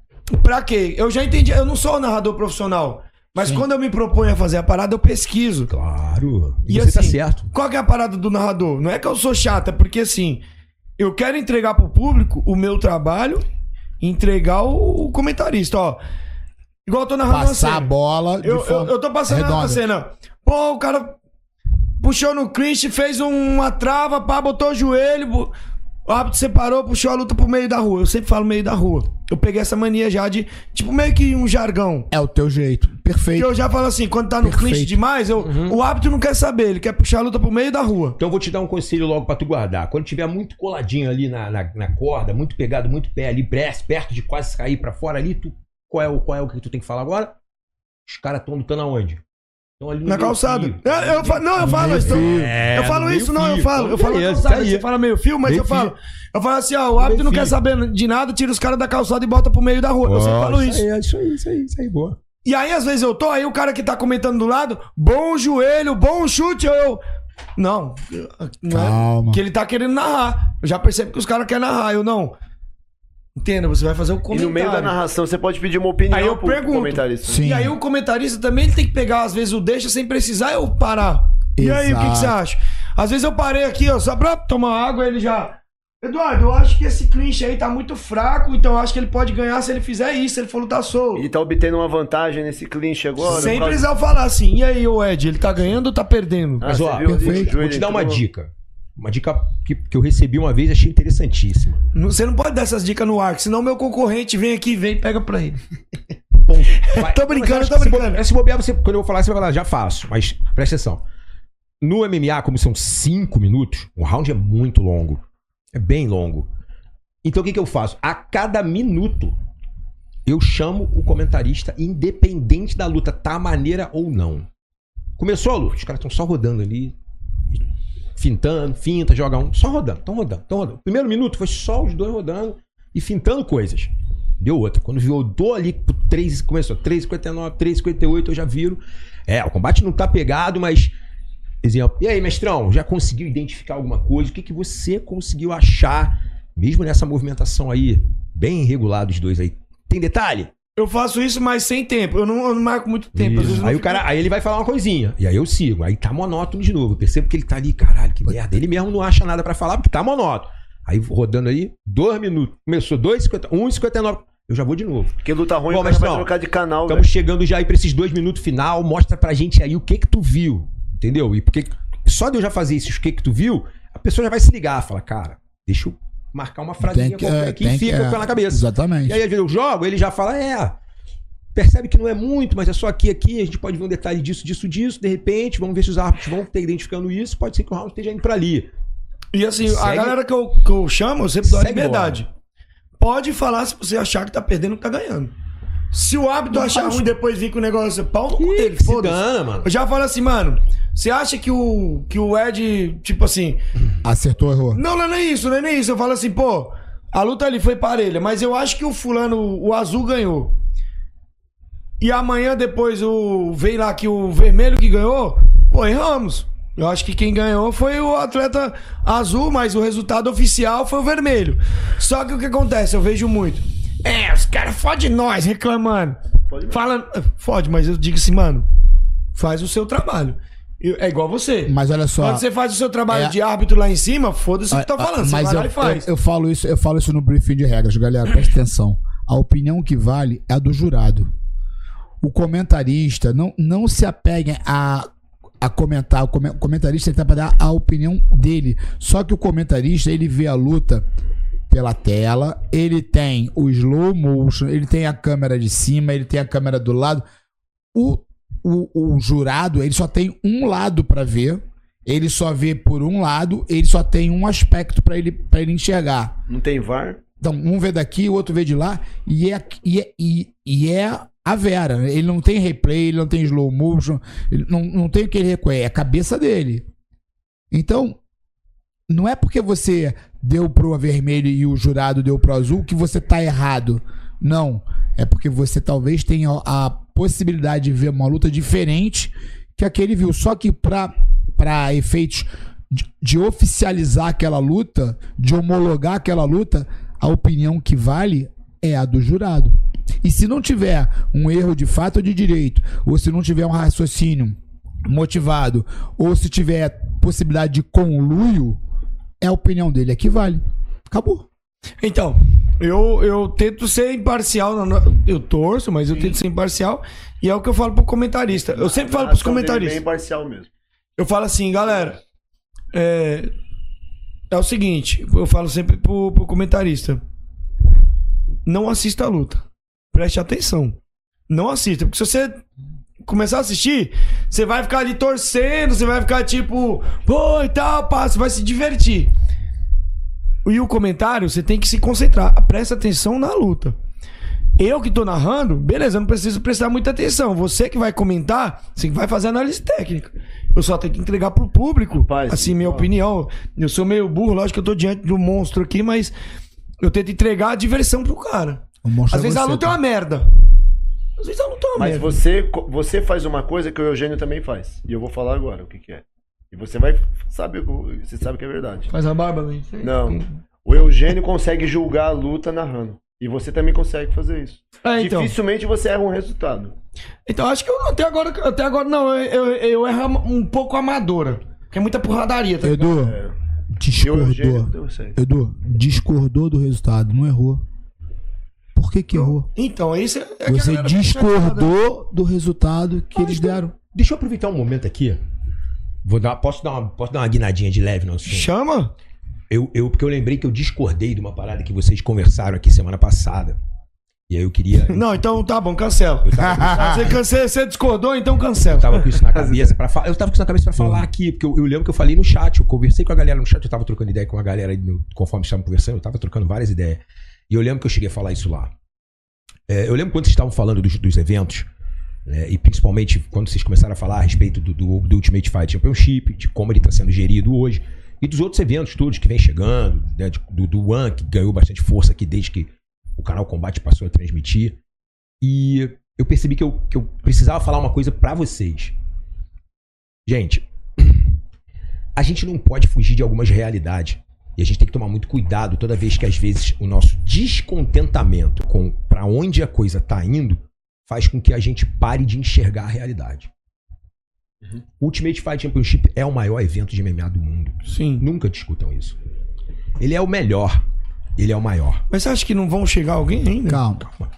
Pra quê? Eu já entendi, eu não sou um narrador profissional. Mas quando eu me proponho a fazer a parada, eu pesquiso. Claro. E, E você tá assim, certo. Qual que é a parada do narrador? Não é que eu sou chata, é porque assim, eu quero entregar pro público o meu trabalho e entregar o, o comentarista, ó. Igual eu tô narrando uma Passar a cena. bola de Eu, eu, forma eu tô passando redonda. na cena. Pô, o cara puxou no clinch, fez uma trava, pá, botou o joelho. bo- O árbitro separou, puxou a luta pro meio da rua. Eu sempre falo meio da rua. Eu peguei essa mania já de, tipo, meio que um jargão. É o teu jeito. Que Perfeito. eu já falo assim, quando tá no Perfeito. clinch demais, eu, o árbitro não quer saber, ele quer puxar a luta pro meio da rua. Então eu vou te dar um conselho logo pra tu guardar. Quando tiver muito coladinho ali na, na, na corda, muito pegado, muito pé ali, perto perto de quase cair pra fora ali, tu, qual, é o, qual é o que tu tem que falar agora? Os caras estão lutando aonde? Estão ali no Na meio calçada. fio. Eu, eu fa- não, eu falo isso. É, eu falo no isso, meio não, eu fio. falo. Eu Então, falo na beleza, calçada, tá aí. você fala meio fio, mas Meio eu falo. fio. Eu falo assim, ó, o árbitro não Meio quer fio. saber de nada, tira os caras da calçada e bota pro meio da rua. Eu sempre falo isso. Aí, é isso aí, isso aí, isso aí, boa. E aí, às vezes, eu tô, aí o cara que tá comentando do lado, bom joelho, bom chute, eu. Não, não é Calma. que ele tá querendo narrar. Eu já percebo que os caras querem narrar, eu não. Entenda, você vai fazer o E comentário. no meio da narração você pode pedir uma opinião Aí eu pro pergunto. comentarista. Sim. E aí o comentarista também ele tem que pegar, às vezes, o deixa sem precisar eu parar. E aí, o que, que você Exato. acha? Às vezes eu parei aqui, ó, só pra tomar água, ele já. Eduardo, eu acho que esse clinch aí tá muito fraco, então eu acho que ele pode ganhar se ele fizer isso, se ele for lutar solo. Ele tá obtendo uma vantagem nesse clinch agora. Sem precisar falar assim, e aí, ô Ed, ele tá ganhando ou tá perdendo? Mas, Ah, ó, você viu ali, perfeito. o Vou joelho te dar uma entrou. dica. Uma dica que, que eu recebi uma vez e achei interessantíssima. Não- Você não pode dar essas dicas no ar, que senão meu concorrente vem aqui, vem e pega pra ele. Vai- Tô Não, mas brincando, eu acho tô que se brincando. bobear- Se bobear, você, quando eu vou falar, você vai falar, já faço. Mas presta atenção. No M M A, como são cinco minutos, o round é muito longo. É bem longo. Então o que, que eu faço? A cada minuto, eu chamo o comentarista, independente da luta, tá maneira ou não. Começou a luta, os caras estão só rodando ali, fintando, finta, joga um, só rodando, estão rodando, estão rodando. Primeiro minuto foi só os dois rodando e fintando coisas. Deu outra. Quando viu, eu dou ali pro três, começou três e cinquenta e nove, três e cinquenta e oito, eu já viro. É, o combate não tá pegado, mas... Exemplo. E aí, mestrão, já conseguiu identificar alguma coisa? O que, que você conseguiu achar, mesmo nessa movimentação aí, bem irregular dos dois aí? Tem detalhe? Eu faço isso, mas sem tempo. Eu não, eu não marco muito tempo. Às vezes eu Aí não o cara, aí ele vai falar uma coisinha, e aí eu sigo. Aí tá monótono de novo. Eu percebo que ele tá ali, caralho, que merda. Ele mesmo não acha nada pra falar, porque tá monótono. Aí rodando aí, dois minutos. Começou dois e cinquenta, um e cinquenta e nove. Eu já vou de novo. Porque luta ruim, Bom, o cara vai mestrão, trocar de canal, estamos velho. chegando já aí pra esses dois minutos final. Mostra pra gente aí o que que tu viu. Entendeu? E porque só de eu já fazer isso, o que que tu viu, a pessoa já vai se ligar. Fala, cara, deixa eu marcar uma frasinha Tem que- qualquer é, aqui tem e que- fica é, com ela na cabeça. exatamente. E aí, às vezes eu jogo, ele já fala, é... Percebe que não é muito, mas é só aqui, aqui. A gente pode ver um detalhe disso, disso, disso. De repente, vamos ver se os árbitros vão ter identificando isso. Pode ser que o round esteja indo pra ali. E assim, a Segue- galera que eu, que eu chamo, eu sempre dou a Segue liberdade. Pode falar se você achar que tá perdendo ou que tá ganhando. Se o árbitro achar ruim e depois vir com o negócio, pau no cu dele, que se foda-se. dana, mano. Eu já falo assim, mano, você acha que o, que o Ed, tipo assim... Acertou, errou. Não, não é nem isso, não é nem isso. Eu falo assim, pô, a luta ali foi parelha, mas eu acho que o fulano, o azul ganhou. E amanhã depois o veio lá que o vermelho que ganhou, pô, erramos. Eu acho que quem ganhou foi o atleta azul, mas o resultado oficial foi o vermelho. Só que o que acontece, eu vejo muito. É, os caras fodem nós, reclamando. Fala, fode, mas eu digo assim, mano, faz o seu trabalho. Eu- É igual você. Mas olha só. Quando você faz o seu trabalho É- de árbitro lá em cima, foda-se o que tá Ah, falando. Você Mas vai eu, lá e faz. eu, eu falo isso, eu falo isso no briefing de regras, galera. Presta atenção. A opinião que vale é a do jurado. O comentarista não, não se apegue a, a comentar. O come- o comentarista está para dar a opinião dele. Só que o comentarista ele vê a luta pela tela, ele tem o slow motion, ele tem a câmera de cima, ele tem a câmera do lado. O, o, o jurado ele só tem um lado para ver. Ele só vê por um lado, ele só tem um aspecto para ele, para ele enxergar. Não tem V A R? Então, um vê daqui, o outro vê de lá, e é, e é, e, e é a Vera. Ele não tem replay, ele não tem slow motion, ele não, não tem o que ele reconhece, é a cabeça dele. Então, não é porque você deu pro vermelho e o jurado deu pro azul que você tá errado. Não. É porque você talvez tenha a possibilidade de ver uma luta diferente que aquele viu. Só que pra, pra efeitos de, de oficializar aquela luta, de homologar aquela luta, a opinião que vale é a do jurado. E se não tiver um erro de fato ou de direito, ou se não tiver um raciocínio motivado, ou se tiver possibilidade de conluio, é a opinião dele, é que vale. Acabou. Então, eu, eu tento ser imparcial. na- Eu torço, mas eu tento ser imparcial. E é o que eu falo pro comentarista. Eu sempre falo pros A ação dele é comentaristas. bem imparcial mesmo. Eu falo assim, galera. É, é o seguinte, eu falo sempre pro, pro comentarista. Não assista a luta. Preste atenção. Não assista. Porque se você começar a assistir, você vai ficar ali torcendo, você vai ficar tipo, pô, e tal, pá, você vai se divertir. E o comentário, você tem que se concentrar. Presta atenção na luta. Eu que tô narrando, beleza, eu não preciso prestar muita atenção. Você que vai comentar, você que vai fazer análise técnica. Eu só tenho que entregar pro público, Rapaz, assim, minha ó. opinião. Eu sou meio burro, lógico que eu tô diante do monstro aqui, mas eu tento entregar a diversão pro cara. O monstro Às é vezes a você, luta é tá? uma merda. Às vezes a luta é uma Mas merda. você, você faz uma coisa que o Eugênio também faz. E eu vou falar agora o que, que é. E você vai. Sabe, você sabe que é verdade. Faz a barba, velho. Não. O Eugênio consegue julgar a luta narrando. E você também consegue fazer isso. É, então. Dificilmente você erra um resultado. Então acho que eu até agora, até agora não, eu, eu, eu erro um pouco amadora. Porque é muita porradaria, tá ligado? Edu, discordou. Edu, discordou do resultado, não errou. Por que que errou? Então, isso é... é Você discordou do resultado que eles deram. Deixa eu aproveitar um momento aqui. Vou dar, posso, dar uma, posso dar uma guinadinha de leve no assunto? Chama! Eu, eu, porque eu lembrei que eu discordei de uma parada que vocês conversaram aqui semana passada. E aí eu queria... Não, então tá bom, cancela. Você, cance- você discordou, então cancela. Eu tava com isso na cabeça pra falar. Eu tava com isso na cabeça pra falar aqui, porque eu, eu lembro que eu falei no chat, eu conversei com a galera no chat, eu tava trocando ideia com a galera aí no, conforme estavam conversando, eu tava trocando várias ideias. E eu lembro que eu cheguei a falar isso lá. É, eu lembro quando vocês estavam falando dos, dos eventos, né, e principalmente quando vocês começaram a falar a respeito do, do, do Ultimate Fight Championship, de como ele tá sendo gerido hoje, e dos outros eventos todos que vem chegando, né, de, do, do One, que ganhou bastante força aqui desde que o canal Combate passou a transmitir. E eu percebi que eu, que eu precisava falar uma coisa pra vocês. Gente, a gente não pode fugir de algumas realidades. E a gente tem que tomar muito cuidado toda vez que, às vezes, o nosso descontentamento com pra onde a coisa tá indo faz com que a gente pare de enxergar a realidade. Uhum. O Ultimate Fight Championship é o maior evento de M M A do mundo. Sim. Nunca discutam isso. Ele é o melhor. Ele é o maior. Mas você acha que não vão chegar alguém ainda? Calma. Calma.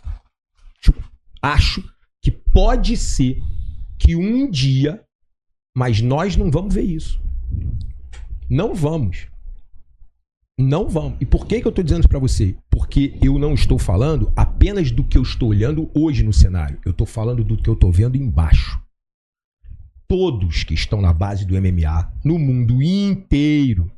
Acho que pode ser que um dia, mas nós não vamos ver isso. Não vamos. Não vamos. E por que que eu tô dizendo isso pra você? Porque eu não estou falando apenas do que eu estou olhando hoje no cenário. Eu tô falando do que eu tô vendo embaixo. Todos que estão na base do M M A, no mundo inteiro,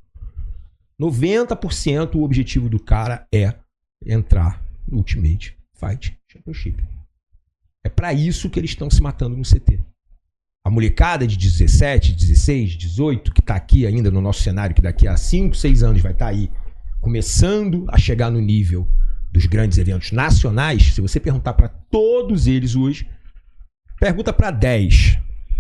noventa por cento o objetivo do cara é entrar no Ultimate Fight Championship. É pra isso que eles estão se matando no C T. A molecada de dezessete, dezesseis, dezoito, que tá aqui ainda no nosso cenário, que daqui a cinco, seis anos vai estar aí começando a chegar no nível dos grandes eventos nacionais, se você perguntar pra todos eles hoje, pergunta pra dez.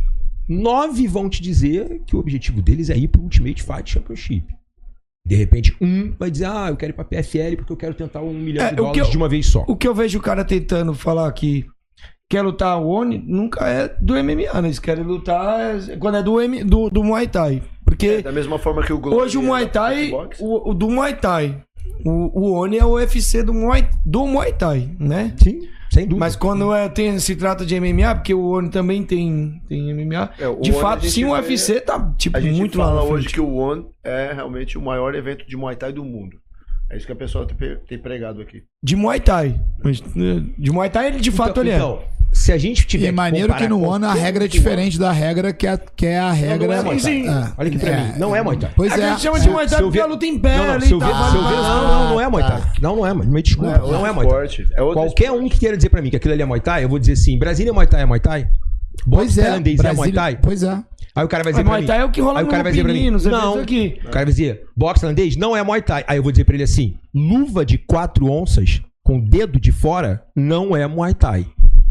nove vão te dizer que o objetivo deles é ir pro Ultimate Fight Championship. De repente, um vai dizer, ah, eu quero ir pra P F L porque eu quero tentar um milhão É, de o que dólares eu- de uma vez só. O que eu vejo o cara tentando falar aqui, quer lutar o Oni, nunca é do M M A, né? Eles querem lutar quando é do, M, do, do Muay Thai. Porque É, da mesma forma que o Globo hoje o Muay é da Thai, kickbox. o, o do Muay Thai, o, o Oni é o U F C do Muay, do Muay Thai, né? Sim, sem dúvida. Mas quando é, tem, se trata de M M A, porque o Oni também tem, tem M M A, É, o de Oni fato, a gente sim, o vê- U F C tá tipo, A gente muito lá fala na hoje frente. que o One é realmente o maior evento de Muay Thai do mundo. É isso que a pessoa tem, pe- tem pregado aqui. De Muay Thai. Mas, eh, de Muay Thai, ele de fato então, ele é. então, se a gente tiver E é maneiro comparar que no com One a todo regra é mundo, diferente da regra que é, que é a regra. não é Muay Thai. Sim, sim. Ah, Olha aqui pra é, mim, não é Muay Thai. Pois A é. gente chama de Muay Se Thai eu porque ver- a luta em pé Não, não, ali se eu tá, ver- vale se eu ver- várias- não, não, não é Muay Thai. tá. Não, não é, me desculpa. É Não, outro é Muay Thai. esporte, é outro Qualquer esporte. um que queira dizer pra mim que aquilo ali é Muay Thai, eu vou dizer assim, Brasília Muay Thai é Muay Thai? Pois Boxe é. tailandês é Muay Brasília- Thai? Pois é. Aí o cara vai Mas dizer pra Muay mim... Thai é o que rola Aí o cara no vai dizer pra mim, Pini, nos eventos não. aqui. O cara vai dizer, boxe tailandês não é Muay Thai. Aí eu vou dizer pra ele assim, luva de quatro onças com dedo de fora não é Muay Thai.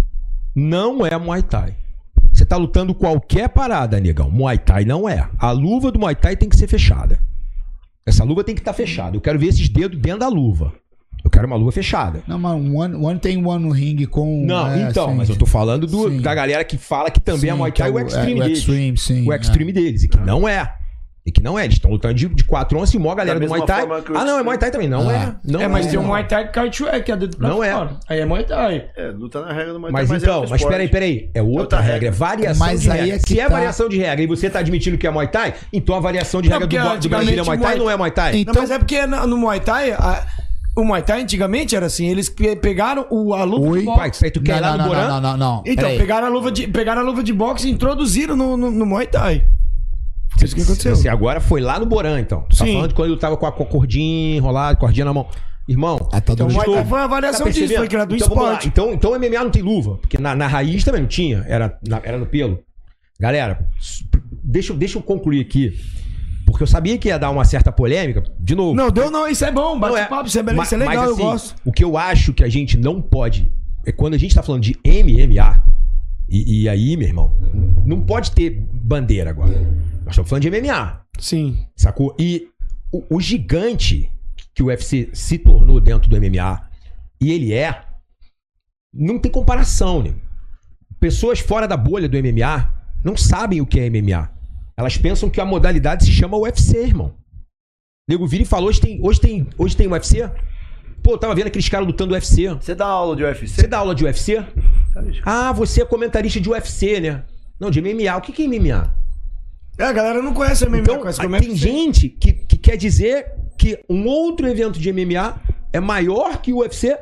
Não é Muay Thai. Você tá lutando qualquer parada, negão. Muay Thai não é. A luva do Muay Thai tem que ser fechada. Essa luva tem que estar fechada. Eu quero ver esses dedos dentro da luva. Eu quero uma luva fechada. Não, mas o One, o One tem One no ringue com. Não, é, então, sim. mas eu tô falando do- Sim. da galera que fala que também Sim, é Muay que Thai é o o- Extreme é, o deles. Extreme, sim, o Extreme deles, e que não é. E que não é. Eles estão lutando de, de quatro onças e mó galera Da do Muay mesma Thai. forma que o Ah, não, é Extreme- Muay Thai também. Não Ah. é. Não É, mas é, tem o não. Muay Thai Kaichué, que é dedo pra Não é. fora. Aí é Muay Thai. É, luta na regra do Muay Thai, Mas, mas então, é outro mas esporte. peraí, peraí. É outra, outra regra. regra. É variação Mas de aí regra. é que Se é tá. variação de regra e você tá admitindo que é Muay Thai, então a variação de Não, regra do, porque Bo- do Brasília antigamente Muay Thai Muay- não é Muay Thai. Então- Não, mas é porque na- no Muay Thai, a- o Muay Thai antigamente era assim, eles pe- pegaram o, a luva Oi, de Pai, boxe. isso aí tu quer ir Não, lá não, no não, Borã? não, não, não. Então, Peraí. pegaram a, luva de, pegaram a luva de boxe e introduziram no, no, no Muay Thai. Foi isso que aconteceu. Você agora foi lá no Borã, então. Tá Sim. falando de quando ele tava com a, com a cordinha enrolada, cordinha na mão. Irmão, Ah, tá Então, o dando Muay Thai estouro. foi uma variação disso, percebendo? foi criado do Então, vamos lá. esporte. Então, então o M M A não tem luva, porque na, na raiz também não tinha, era, na- era no pelo. Galera, s- deixa, eu- deixa eu concluir aqui, porque eu sabia que ia dar uma certa polêmica, de novo. Não, deu não, isso é bom, Não bate-papo, isso é, Ma- isso é legal, mas, eu assim, gosto. O que eu acho que a gente não pode, é quando a gente tá falando de M M A, e, e aí, meu irmão, não pode ter bandeira agora. Nós estamos falando de M M A. Sim. Sacou? E o, o gigante que o U F C se tornou dentro do M M A, e ele é, não tem comparação, né? Pessoas fora da bolha do M M A não sabem o que é M M A. Elas pensam que a modalidade se chama U F C, irmão. Nego vira e fala, hoje tem, hoje tem, hoje tem U F C? Pô, eu tava vendo aqueles caras lutando U F C. Você dá aula de U F C? Você dá aula de U F C? Ah, você é comentarista de U F C, né? Não, de M M A. O que que é M M A? É, a galera não conhece M M A. Então, conhece tem U F C. gente que, que quer dizer que um outro evento de M M A é maior que o U F C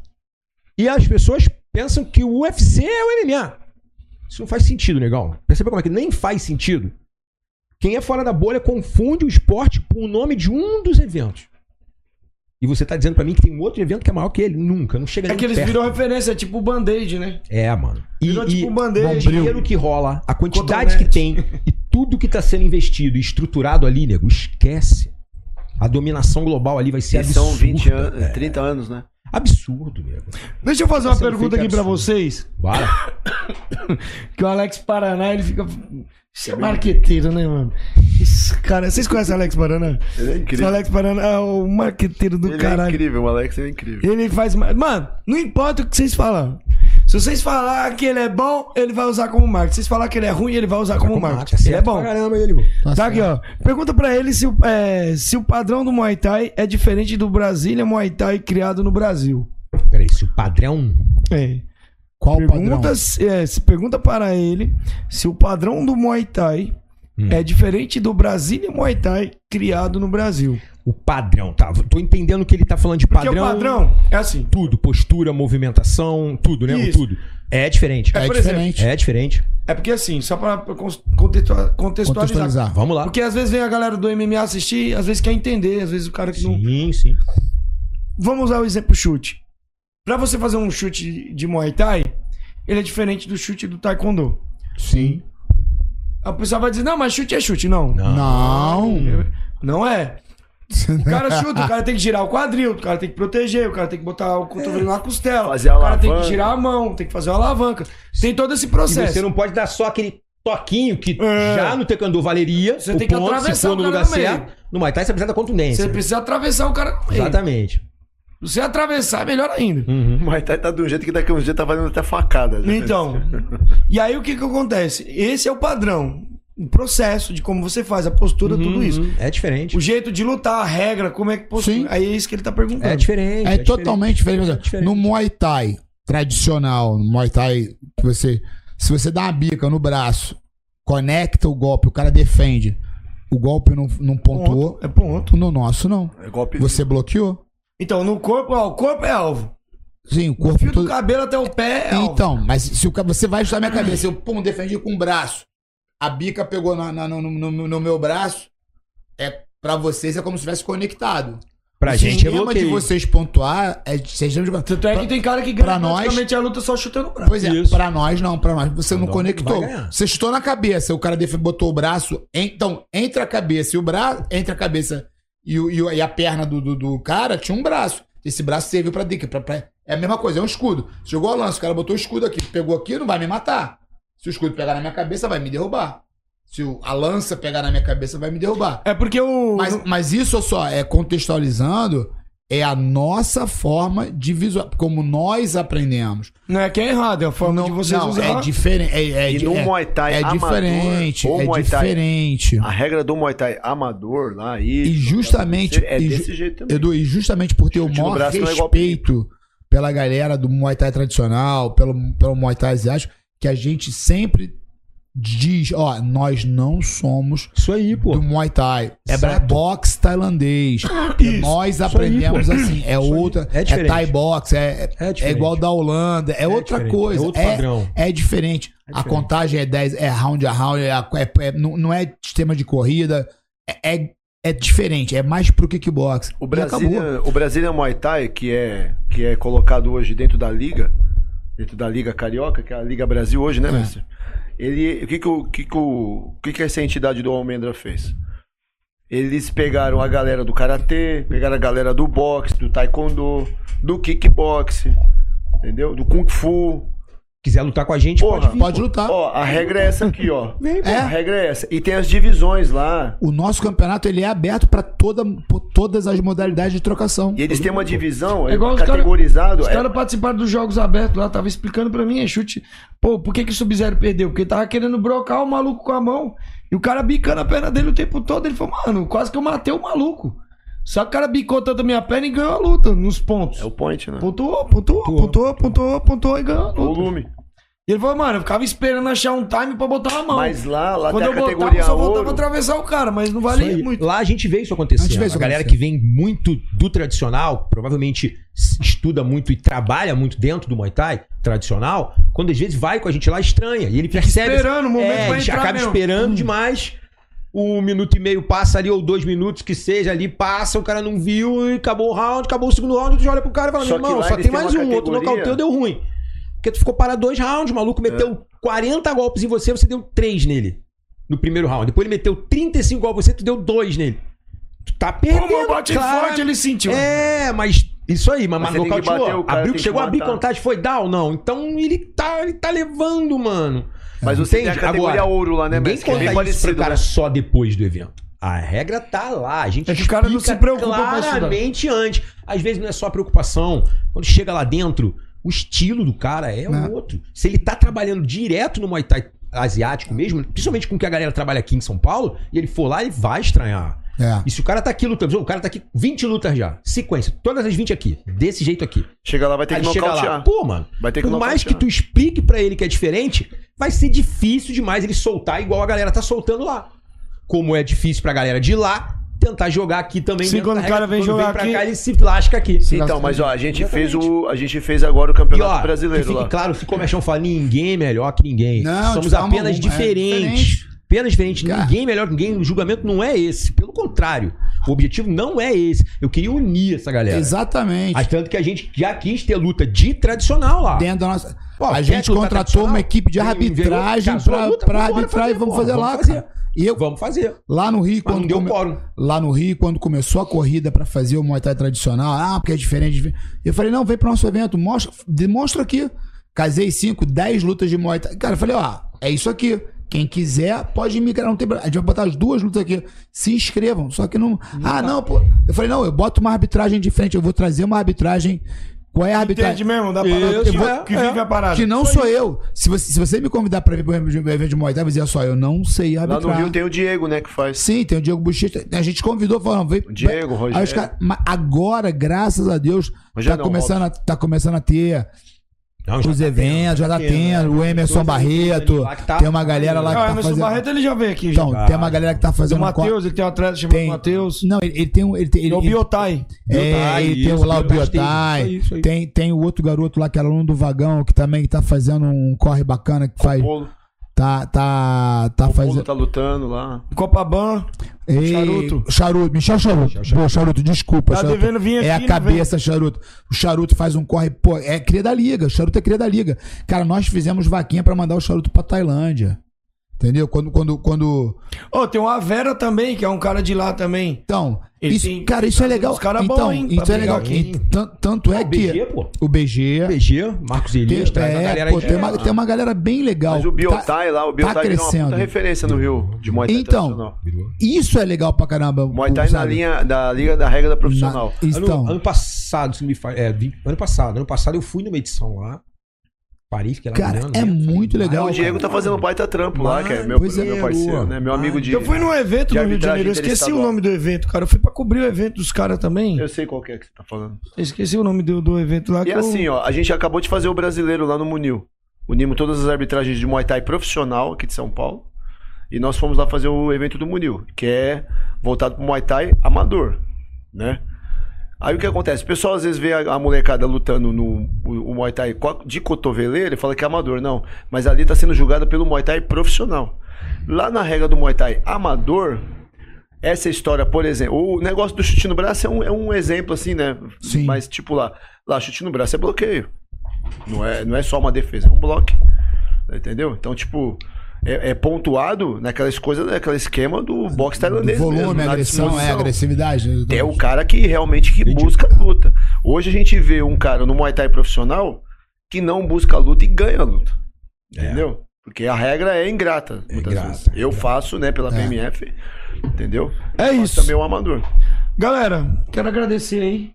e as pessoas pensam que o U F C é o M M A. Isso não faz sentido, negão. Percebe como é que nem faz sentido? Quem é fora da bolha confunde o esporte com o nome de um dos eventos. E você tá dizendo pra mim que tem um outro evento que é maior que ele. Nunca, não chega nem É que eles perto. viram referência, é tipo o Band-Aid, né? É, mano. E, Virou tipo e um Band-Aid. o dinheiro que rola, a quantidade Cotonete. que tem e tudo que tá sendo investido e estruturado ali, nego, esquece. A dominação global ali vai ser E absurda. são vinte anos, é. trinta anos, né? Absurdo, nego. Deixa eu fazer Tá uma sendo pergunta feito aqui pra absurdo. vocês. Bora. Que o Alex Paraná, ele fica... Esse é marqueteiro, né, mano? Esse cara... Vocês conhecem o Alex Paraná? Ele é incrível. O Alex Paraná é o marqueteiro do Ele caralho. é incrível, o Alex é incrível. Ele faz... Mano, não importa o que vocês falam. Se vocês falar que ele é bom, ele vai usar como marketing. Se vocês falar que ele é ruim, ele vai usar como marketing. Ele é bom. Caramba, ele, mano. Tá aqui, ó. Pergunta pra ele se o, é, se o padrão do Muay Thai é diferente do Brasília Muay Thai criado no Brasil. Peraí, se o padrão... É. Qual pergunta, padrão? se, é, se pergunta para ele se o padrão do Muay Thai Hum. é diferente do Brasília Muay Thai criado no Brasil. O padrão, tá? Tô entendendo que ele tá falando de Porque padrão... o padrão é assim. Tudo, postura, movimentação, tudo, né? Isso. Tudo. É diferente. É, É por diferente. É diferente. É porque assim, só pra contextua- contextualizar. Contextualizar. Vamos lá. Porque às vezes vem a galera do M M A assistir, às vezes quer entender, às vezes o cara que não... Sim, sim. Vamos usar o exemplo chute. Pra você fazer um chute de Muay Thai, ele é diferente do chute do Taekwondo. Sim. A pessoa vai dizer, não, mas chute é chute. Não. Não. Não é. O cara chuta, o cara tem que girar o quadril, o cara tem que proteger, o cara tem que botar o cotovelo na costela, Fazer a o cara tem que alavanca. girar a mão, tem que fazer a alavanca. Tem todo esse E processo. você não pode dar só aquele toquinho que É. já no taekwondo valeria. Você o tem que ponto, se atravessar for o no cara lugar no meio. certo. No Muay Thai você precisa da contundência. Você precisa atravessar o cara no meio. Exatamente. Se você atravessar, é melhor ainda. Uhum. O Muay Thai tá de um jeito que daqui a uns dias tá valendo até facada. né? Então, e aí o que que acontece? Esse é o padrão, o processo de como você faz, a postura, tudo isso. É diferente. O jeito de lutar, a regra, como é que postura. Sim. Aí é isso que ele tá perguntando. É diferente. É, totalmente diferente. É diferente. No Muay Thai tradicional, no Muay Thai, que você, se você dá uma bica no braço, conecta o golpe, o cara defende, o golpe não, não pontuou. Ponto, é ponto. No nosso, não. É golpe. Você bloqueou. Então, no corpo, ó, o corpo é alvo. Sim, o O corpo fio todo... do cabelo até o pé é alvo. Então, mas se o ca- você vai ajustar minha cabeça, eu pum, defendi com o braço, a bica pegou na- na- no, no- no meu braço, é pra vocês é como se tivesse conectado. Pra o gente é esquema de bloqueio. vocês pontuar é de vocês de Tanto é que pra- tem cara que ganha pra nós- praticamente a luta só chutando o braço. Pois é, Isso. pra nós não, pra nós você não Não, conectou. vai ganhar. Você chutou na cabeça, o cara def- botou o braço, então entre a cabeça e o braço, entre a cabeça e, o- e o- e a perna do, do, do cara tinha um braço. Esse braço serviu pra dica, pra, pra- é a mesma coisa, é um escudo. Jogou a lança, o cara botou o escudo aqui, pegou aqui, não vai me matar. Se o escudo pegar na minha cabeça, vai me derrubar. Se o- a lança pegar na minha cabeça, vai me derrubar. É porque o... Mas, mas isso só é contextualizando, é a nossa forma de visual, como nós aprendemos. Não é que é errado, é a forma de vocês não, usar. é diferente. É, é, E no é, Muay Thai é amador, diferente, ou é Muay Thai- diferente. A regra do Muay Thai amador lá, isso, E justamente, é e desse ju- jeito também. Edu, e justamente por ter o Chute no maior braço não é golpe respeito pela galera do Muay Thai tradicional, pelo, pelo Muay Thai asiático, que a gente sempre diz, ó, nós não somos Isso aí, pô. do Muay Thai. É Certo. boxe tailandês. nós Isso aí, aprendemos pô. assim. É Isso aí. outra. É É, diferente. Thai box. É, É é, diferente. igual da Holanda. É, outra diferente. coisa. É outro É, padrão. é diferente. A diferente. contagem é dez, é round a round. É, é- é- não, não é sistema de corrida. É, é, é diferente. É mais pro kickbox. O E Brasília, acabou. o Brasília Muay Thai, que é, que é colocado hoje dentro da liga, dentro da Liga Carioca, que é a Liga Brasil hoje, né, É. mestre? Ele, o que que, o, que, que, o, o que que essa entidade do Almendra fez? Eles pegaram a galera do Karatê, pegaram a galera do boxe, do Taekwondo, do Kickbox, entendeu? Do Kung Fu. Quiser lutar com a gente, Porra, pode vir. Pode pô. lutar. Ó, a regra é essa aqui, ó. Vem, pô. É. A regra é essa. E tem as divisões lá. O nosso campeonato ele é aberto para toda, por todas as modalidades de trocação. E eles têm uma divisão, É é igual os cara- categorizado. Os é- caras participaram dos jogos abertos lá, tava explicando pra mim, é chute. Pô, por que que o Sub-Zero perdeu? Porque tava querendo brocar o maluco com a mão. E o cara bicando a perna dele o tempo todo. Ele falou, mano, quase que eu matei o maluco. Só que o cara bicou tanto a minha perna e ganhou a luta nos pontos. É o point, né? Pontuou, pontuou, pontuou, pontuou, pontuou e ganhou a luta. Volume. E ele falou, mano, eu ficava esperando achar um time pra botar a mão. Mas lá, lá Quando tem eu a botava, categoria eu só voltava ouro. a atravessar o cara, mas não Isso valia aí. muito. Lá a gente vê isso acontecer. A gente vê isso a galera acontecer. que vem muito do tradicional, provavelmente estuda muito e trabalha muito dentro do Muay Thai tradicional, quando às vezes vai com a gente lá, estranha. E ele percebe. esperando o momento é, pra a gente entrar acaba mesmo. esperando Hum. demais. Um minuto e meio passa ali, ou dois minutos que seja ali, passa, o cara não viu e acabou o round, acabou o segundo round, tu olha pro cara e fala, Só meu que irmão, lá só eles tem têm mais uma um, outro categoria- nocauteio deu ruim. Porque tu ficou parado dois rounds, o maluco meteu É. quarenta golpes em você, você deu três nele. No primeiro round. Depois ele meteu trinta e cinco golpes em você, tu deu dois nele. Tu tá perdendo. Como bate claro. forte, ele sentiu. É, mas isso aí, mas, Mas mas você tem que bater, nocauteou. o cara Abriu, tem que chegou a abrir matar. contagem, foi down? Não. Então ele tá, ele tá levando, mano. Mas você tem a categoria Agora, ouro lá, né, ninguém Messi? Que é conta bem isso pro parecido, cara né? só depois do evento. A regra tá lá. A gente É que o cara não se explica preocupa pra estudar. claramente antes. Às vezes não é só preocupação. Quando chega lá dentro, o estilo do cara é Né? outro. Se ele tá trabalhando direto no Muay Thai asiático mesmo, principalmente com o que a galera trabalha aqui em São Paulo, e ele for lá, ele vai estranhar. É. E se o cara tá aqui lutando, o cara tá aqui vinte lutas já, sequência, todas as vinte aqui, desse jeito aqui. Chega lá, vai ter Aí que chega lá, nocautear. pô, mano, Vai ter que por mais nocautear. que tu explique pra ele que é diferente, vai ser difícil demais ele soltar igual a galera tá soltando lá. Como é difícil pra galera de lá tentar jogar aqui também. Sim, dentro quando da o cara regra, vem quando jogar pra aqui- cá, ele se lasca aqui. Então, mas ó, a gente Exatamente. fez o. A gente fez agora o E campeonato ó, brasileiro que fique lá. claro, se como a fala, ninguém é melhor que ninguém. Não, Somos de forma apenas alguma, é diferentes. diferente. Apenas diferentes. Cara. Ninguém é melhor que ninguém. O julgamento não é esse. Pelo contrário. O objetivo não é esse. Eu queria unir essa galera. Exatamente. Mas tanto que a gente já quis ter luta de tradicional lá. Dentro da nossa. Pô, a quer gente luta contratou tradicional? uma equipe de Veio- arbitragem veio- casou a pra, luta, pra vambora arbitrar e fazer, vamos porra, fazer vamos lá, fazer. cara. E eu, Vamos fazer. lá no Rio, Mas quando não deu come- quórum. lá no Rio, quando começou a corrida pra fazer o Muay Thai tradicional, ah, porque é diferente. diferente. Eu falei, não, vem pro nosso evento, mostra, demonstra aqui. Casei cinco, dez lutas de Muay Thai. Cara, eu falei, ó, é isso aqui. Quem quiser, pode migrar, não tem problema. A gente vai botar as duas lutas aqui. Se inscrevam. Só que não. Ah, não, pô. Eu falei, não, eu boto uma arbitragem diferente. Eu vou trazer uma arbitragem. Qual é a arbitragem? Entende mesmo? Da parada Isso, que, é, que é. vive a parada. Que não sou eu. Se você, se você me convidar pra vir pro evento de Muay Thai, eu vou dizer só, eu não sei Lá arbitrar. no Rio tem o Diego, né, que faz. Sim, tem o Diego Buchista. A gente convidou, falou, vem. O Diego, o Rogério. Aí os caras- mas agora, graças a Deus, Rogério tá não, começando, a, tá começando a ter Não, já os tá eventos, já tá tendo. O Emerson Dois Barreto. lá que tá- Tem uma galera lá Ah, que o tá Emerson fazendo. Barreto ele já veio aqui. Já. Então, tem uma galera que tá O fazendo. um co- Matheus, ele tem um atleta chamado Tem. Matheus. Não, ele, ele tem um. Ele, tem- ele, É o ele- Biotai. É, Biotai, ele tem isso, lá o Biotai, Biotai. isso aí, isso aí. Tem, tem o outro garoto lá que é aluno do Vagão, que também tá fazendo um corre bacana que faz. Polo. Tá, tá, tá O Polo fazendo. tá lutando lá. Copaban. Ei, Charuto. Charuto, Michel Charuto. Pô, Charuto, desculpa. Tá Charuto. devendo vir aqui, É a não cabeça, Charuto. O Charuto faz um corre, pô, é cria da liga. O Charuto é cria da liga. Cara, nós fizemos vaquinha pra mandar o Charuto pra Tailândia. Entendeu? Quando, quando, quando... Ô, tem o Avera também, que é um cara de lá também. Então, Ele isso, tem- cara, isso é legal. Os caras então, bons, hein, pra isso é brigar legal. aqui. E tan- tanto é O que B G, pô. o B G, B G, Marcos Elias, tem, traz a é, galera pô, aí. tem, uma, tem uma galera bem legal. Mas o Biotai lá, o Biotai tá virou uma crescendo. puta referência no Rio de Muay Thai Então, tradicional. isso é legal pra caramba. Muay Thai na sabe? linha da Liga da Regra da Profissional. Na- então, Ano, ano passado, se me faz. É, vi- ano passado, ano passado eu fui numa edição lá. Paris, que é lá Cara, no é muito legal. o Diego tá fazendo um baita trampo lá, que é meu, Pois é. meu parceiro, né? Meu amigo de. Eu fui num evento de no Rio de arbitragem Janeiro, eu esqueci o interestadual. nome do evento, cara. Eu fui pra cobrir o evento dos caras também. Eu sei qual que é que você tá falando. Eu esqueci o nome do, do evento lá. E que eu- assim, ó, a gente acabou de fazer o brasileiro lá no Munil. Unimos todas as arbitragens de Muay Thai profissional aqui de São Paulo. E nós fomos lá fazer o evento do Munil, que é voltado pro Muay Thai amador, né? Aí o que acontece? O pessoal às vezes vê a, a molecada lutando no o, o Muay Thai co- de cotoveleira e fala que é amador. Não, mas ali tá sendo julgada pelo Muay Thai profissional. Lá na regra do Muay Thai amador, essa história, por exemplo, o negócio do chute no braço é um, é um exemplo assim, né? Sim. Mas tipo lá, lá chute no braço é bloqueio. Não é, não é só uma defesa, é um bloco. Entendeu? Então, tipo, é, é pontuado naquelas coisas, naquele esquema do boxe tailandês. volume, mesmo, na agressão, é, disposição. agressividade. É o cara que realmente que busca a luta. Hoje a gente vê um cara no Muay Thai profissional que não busca a luta e ganha a luta. Entendeu? Porque a regra é ingrata. muitas ingrata, vezes. é Eu faço, né, pela É. P M F. Entendeu? É Faço isso. também o amador. Galera, quero agradecer aí.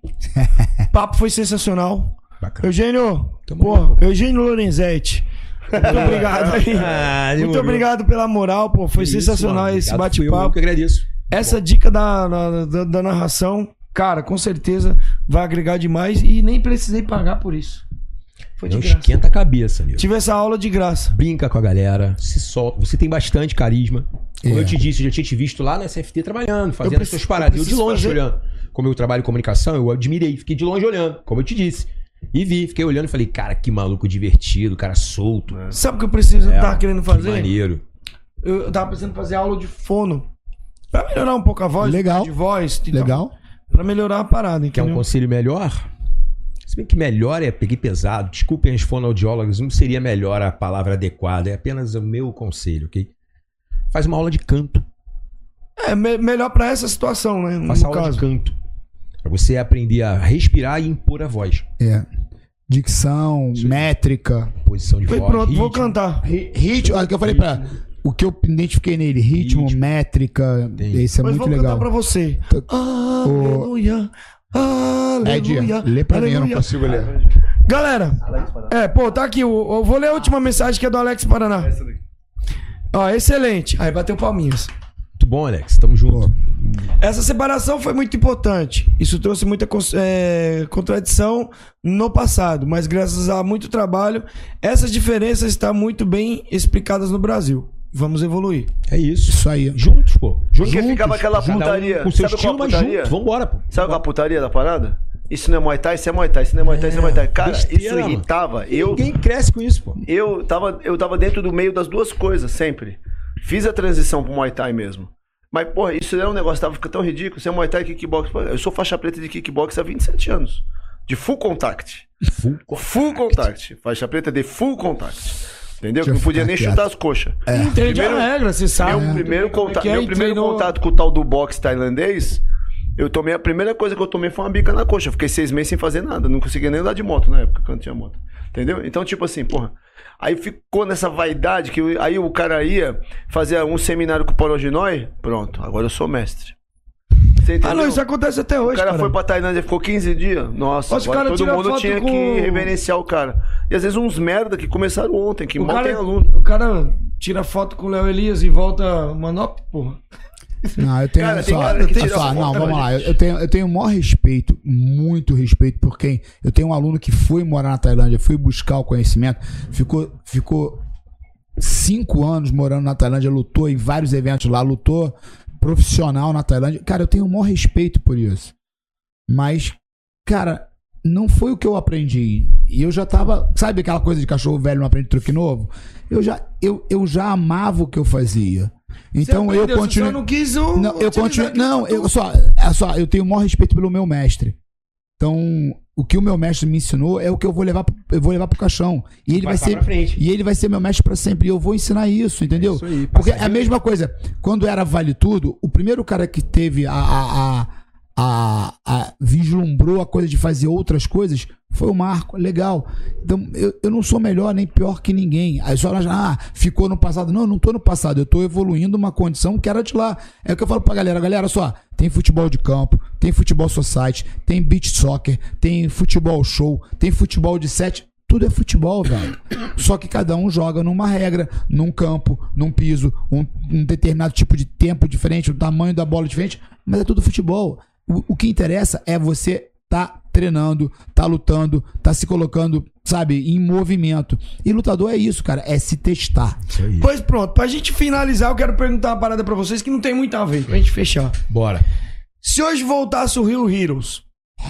O papo foi sensacional. Bacana. Eugênio, Tamo pô, aí, Eugênio Lorenzetti. Muito obrigado aí. Ah, Muito demorou. obrigado pela moral, pô. Foi Isso, sensacional mano. esse Obrigado, fui eu bate-papo. que agradeço. Essa dica da, da, da- da narração cara, com certeza vai agregar demais e nem precisei pagar por isso. Foi de Não graça. esquenta a cabeça, amigo. Tive essa aula de graça. Brinca com a galera, se solta. Você tem bastante carisma. Como É. eu te disse, eu já tinha te visto lá na S F T trabalhando, fazendo Eu as suas preciso- paradas. eu Eu de preciso longe fazer- olhando. Como eu trabalho em comunicação, eu admirei. Fiquei de longe olhando, como eu te disse. E vi, fiquei olhando e falei, cara, que maluco divertido, cara solto. Sabe o que eu preciso, É, eu tava querendo que fazer? maneiro. Eu, eu tava precisando fazer aula de fono. Pra melhorar um pouco a voz. Legal. De voz. e Legal. tal. Pra melhorar a parada, Quer um entendeu? conselho melhor? Se bem que melhor é, peguei pesado. Desculpem os fonoaudiólogos, não seria melhor a palavra adequada. É apenas o meu conselho, ok? Faz uma aula de canto. É, me- melhor pra essa situação, né? Faça no aula caso. de canto. Pra você aprender a respirar e impor a voz. É. Dicção, métrica. Posição de Foi voz. pronto, vou ritmo. cantar. ri- Ritmo. Olha o que eu falei pra. O que eu identifiquei nele, ritmo, Ritmo. métrica. Entendi. Esse é Mas muito vou legal. cantar pra você. Aleluia. Ed, Aleluia. lê pra mim, eu não aleluia. consigo ler. Galera, é, pô, tá aqui. Eu, eu vou ler a última mensagem que é do Alex Paraná. Ó, excelente. Aí bateu palminhas. Muito bom, Alex. Tamo junto. Essa separação foi muito importante. Isso trouxe muita cons- é, contradição no passado, mas graças a muito trabalho, essas diferenças estão muito bem explicadas no Brasil. Vamos evoluir. É isso. Isso aí. Juntos, pô. Juntos. Porque ficava aquela Cada um putaria. com seu Sabe estilo, qual a mas putaria? juntos. Vambora, pô. Sabe qual a putaria da parada? Isso não é Muay Thai, isso é Muay Thai, isso não é Muay Thai, isso não é Muay Thai. Cara, besteira, isso mano. irritava. Eu, Ninguém cresce com isso, pô. eu, tava, eu tava dentro do meio das duas coisas, sempre. Fiz a transição pro Muay Thai mesmo. Mas, porra, isso era um negócio, tava ficando tão ridículo. Isso é Muay Thai e kickbox. Pô, eu sou faixa preta de kickbox há vinte e sete anos. De full contact. Full Full contact. Faixa preta de full contact. Entendeu? Deixa Que não eu podia ficar nem quieto. chutar as coxas. Entende Primeiro- a regra, você sabe. Meu, primeiro, Como é conta- que é, meu e primeiro treinou- contato com o tal do boxe tailandês, eu tomei a primeira coisa que eu tomei foi uma bica na coxa. Eu fiquei seis meses sem fazer nada. Não conseguia nem andar de moto na época, quando tinha moto. Entendeu? Então, tipo assim, porra. Aí ficou nessa vaidade que eu- aí o cara ia fazer um seminário com o Paulo Ginói. Pronto, agora eu sou mestre. Você entendeu? Ah, não, isso acontece até hoje, O cara cara. foi pra Tailândia, ficou quinze dias. Nossa, Mas o agora cara todo tira mundo foto tinha com- que reverenciar o cara. E às vezes uns merda que começaram ontem, que O mal tem cara, aluno. o cara tira foto com o Léo Elias e volta manop, porra. Não, eu tenho Cara, tem só, cara que olha tira só, foto não, pra vamos lá. Eu, gente. eu tenho, eu tenho o maior respeito, muito respeito por quem. Eu tenho um aluno que foi morar na Tailândia, foi buscar o conhecimento, ficou, ficou cinco anos morando na Tailândia, lutou em vários eventos lá, lutou profissional na Tailândia. Cara, eu tenho o maior respeito por isso. Mas, cara, não foi o que eu aprendi. E eu já tava. Sabe aquela coisa de cachorro velho não aprende truque novo? Eu já, eu, eu já amava o que eu fazia. Então Você eu aprendeu, você continuo. só não quis o- Não, eu utilizar continuo. aquilo Não, que eu tu- só, é só. Eu tenho o maior respeito pelo meu mestre. Então, o que o meu mestre me ensinou é o que eu vou levar, pro- eu vou levar pro caixão. E ele vai Passar ser, pra frente. e ele vai ser meu mestre pra sempre. E eu vou ensinar isso, entendeu? Isso aí, Porque é passar a de- mesma coisa. Quando era Vale Tudo, o primeiro cara que teve a, a, a, a, a vislumbrou a coisa de fazer outras coisas foi o Marco. Legal. Então, eu, eu não sou melhor nem pior que ninguém. Aí só ah, ficou no passado. Não, eu não tô no passado. Eu tô evoluindo uma condição que era de lá. É o que eu falo pra galera. Galera, só, tem futebol de campo, tem futebol society, tem beach soccer, tem futebol show, tem futebol de sete. Tudo é futebol, velho. Só que cada um joga numa regra, num campo, num piso, um, um determinado tipo de tempo diferente, o tamanho da bola diferente, mas é tudo futebol. O, o que interessa é você tá treinando, tá lutando, tá se colocando, sabe, em movimento. E lutador é isso, cara, é se testar. Isso aí. Pois pronto, pra gente finalizar, eu quero perguntar uma parada pra vocês que não tem muito a ver, pra gente fechar. Bora. Se hoje voltasse o Rio Heroes,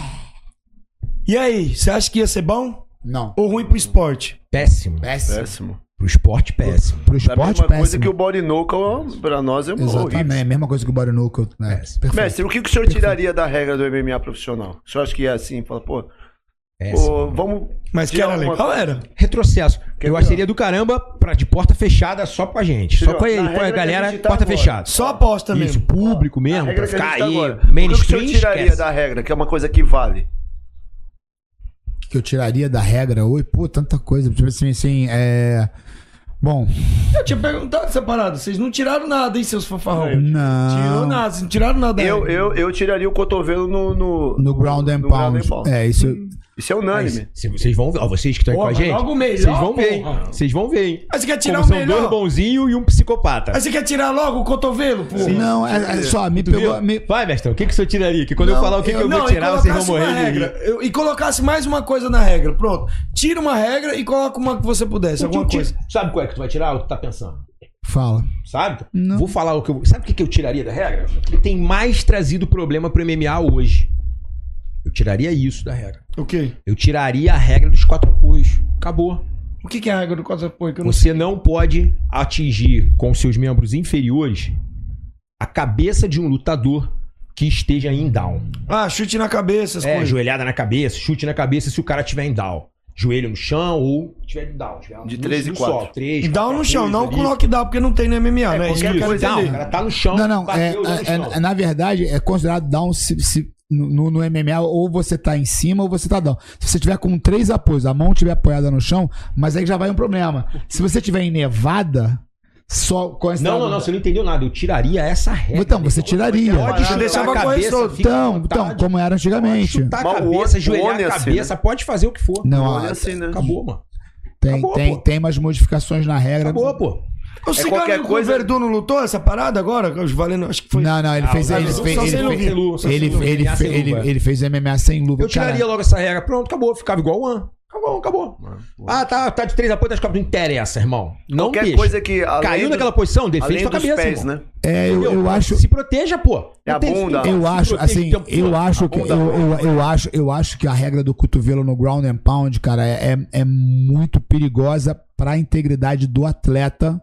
e aí, você acha que ia ser bom Não. ou ruim pro esporte? Péssimo. Péssimo. Péssimo. Pro esporte, péssimo. Pro É a esporte, mesma coisa péssimo. que o Borinoca pra nós é horrível. Exatamente, é a mesma coisa que o Barinuca. Né? Perfeito. Mestre, o que, que o senhor tiraria da regra do M M A profissional? O senhor acha que é assim? Fala, pô, Péssimo. pô, vamos. Mas que tirar era uma- legal, era. Retrocesso. Quer Eu ver, acho que ó? seria do caramba pra, de porta fechada só com a gente. Só Entendeu? com a, Na com a regra que a galera, gente tá porta agora. fechada. Só aposta Isso, mesmo. público A mesmo, regra pra que a ficar gente tá aí. agora. O que o Mainstream, senhor tiraria esquece. da regra, que é uma coisa que vale? Que eu tiraria da regra? Oi, pô, tanta coisa. Tipo assim, assim, é. Bom, Eu tinha perguntado essa parada, vocês não tiraram nada, hein, seus fanfarrão? não. Tirou nada, vocês não tiraram nada. Eu, eu, eu tiraria o cotovelo no. No, No ground and no ground pound. and pound. É, isso. Isso é unânime. Mas, se vocês vão ver, ó, vocês que estão aí Pô, com a mas gente, logo o melhor, vocês vão ver, porra. vocês vão ver, hein? Mas você quer tirar Como o são melhor? dois bonzinhos e um psicopata. Aí você quer tirar logo o cotovelo, pô? Não, é, é só, me Tu pegou. viu? Me... Vai, mestrão, o que, que o senhor tiraria? Que quando eu Não, falar o que, que eu Não, vou e tirar, vocês vão colocasse morrer uma de regra. rir. Eu- e colocasse mais uma coisa na regra. Pronto. Tira uma regra e coloca uma que você pudesse. Alguma Tu- tu- coisa. Sabe qual é que tu vai tirar ou tu tá pensando? Fala. Sabe? Não. Vou falar o que eu. Sabe o que que eu tiraria da regra? Que tem mais trazido problema pro M M A hoje. Eu tiraria isso da regra. O quê? Eu tiraria a regra dos quatro apoios. Acabou. O que, que é a regra do quatro apoio? Que eu não Você não pode atingir com seus membros inferiores a cabeça de um lutador que esteja em down. Ah, chute na cabeça, as É, coisas. joelhada na cabeça, chute na cabeça se o cara estiver em down. Joelho no chão ou estiver em down. Tiver De no- três e no quatro. solo, três, Down quatro no chão, apoios não ali. com knockdown, porque não tem no M M A, É, né? Isso que qualquer eu quero coisa, down, entender. o cara tá no chão, Não, não, é, bateu lá no é- chão. é- na verdade, é considerado down se, se- no, no M M A ou você tá em cima ou você tá down. Se você tiver com três apoios, a mão estiver apoiada no chão, mas aí já vai um problema. Se você tiver em nevada, só com essa. Não, não, não, você não entendeu nada. Eu tiraria essa regra. Então, você tiraria. Pode chutar deixava a cabeça, correr fica à Então, então, vontade. como era antigamente. Pode chutar a Mas o cabeça, outro- ajoelhar o outro é a assim, cabeça, pode fazer o que for. Não, Olha ó, assim, né? Acabou, mano. tem, Acabou, tem, pô. tem umas modificações na regra. Acabou, pô. O Cigano qualquer com coisa- o Verdun não lutou essa parada agora? Os valendo, acho que foi. Não, não, ele Ah, fez. o Ele Verdun fez. só Ele sem luva, fez- sem luva, só sem ele- luva. ele M M A sem fez- ele- luva. ele fez M M A sem luva. Eu tiraria cara. logo essa regra. Pronto, acabou. Ficava igual o One. Acabou, acabou. Ah, tá, tá de três apoios, tá de quatro. Não interessa, irmão. Não Qualquer deixa. coisa que, além Caiu do- naquela posição, defende Além tua dos cabeça, pés, irmão. né? É, eu, Entendeu? eu acho. Se proteja, pô. É a Não tem- bunda. tem- Eu se acho, proteja, assim, tem- eu acho que eu, eu, eu acho, eu acho que a regra do cotovelo no ground and pound, cara, é, é muito perigosa para a integridade do atleta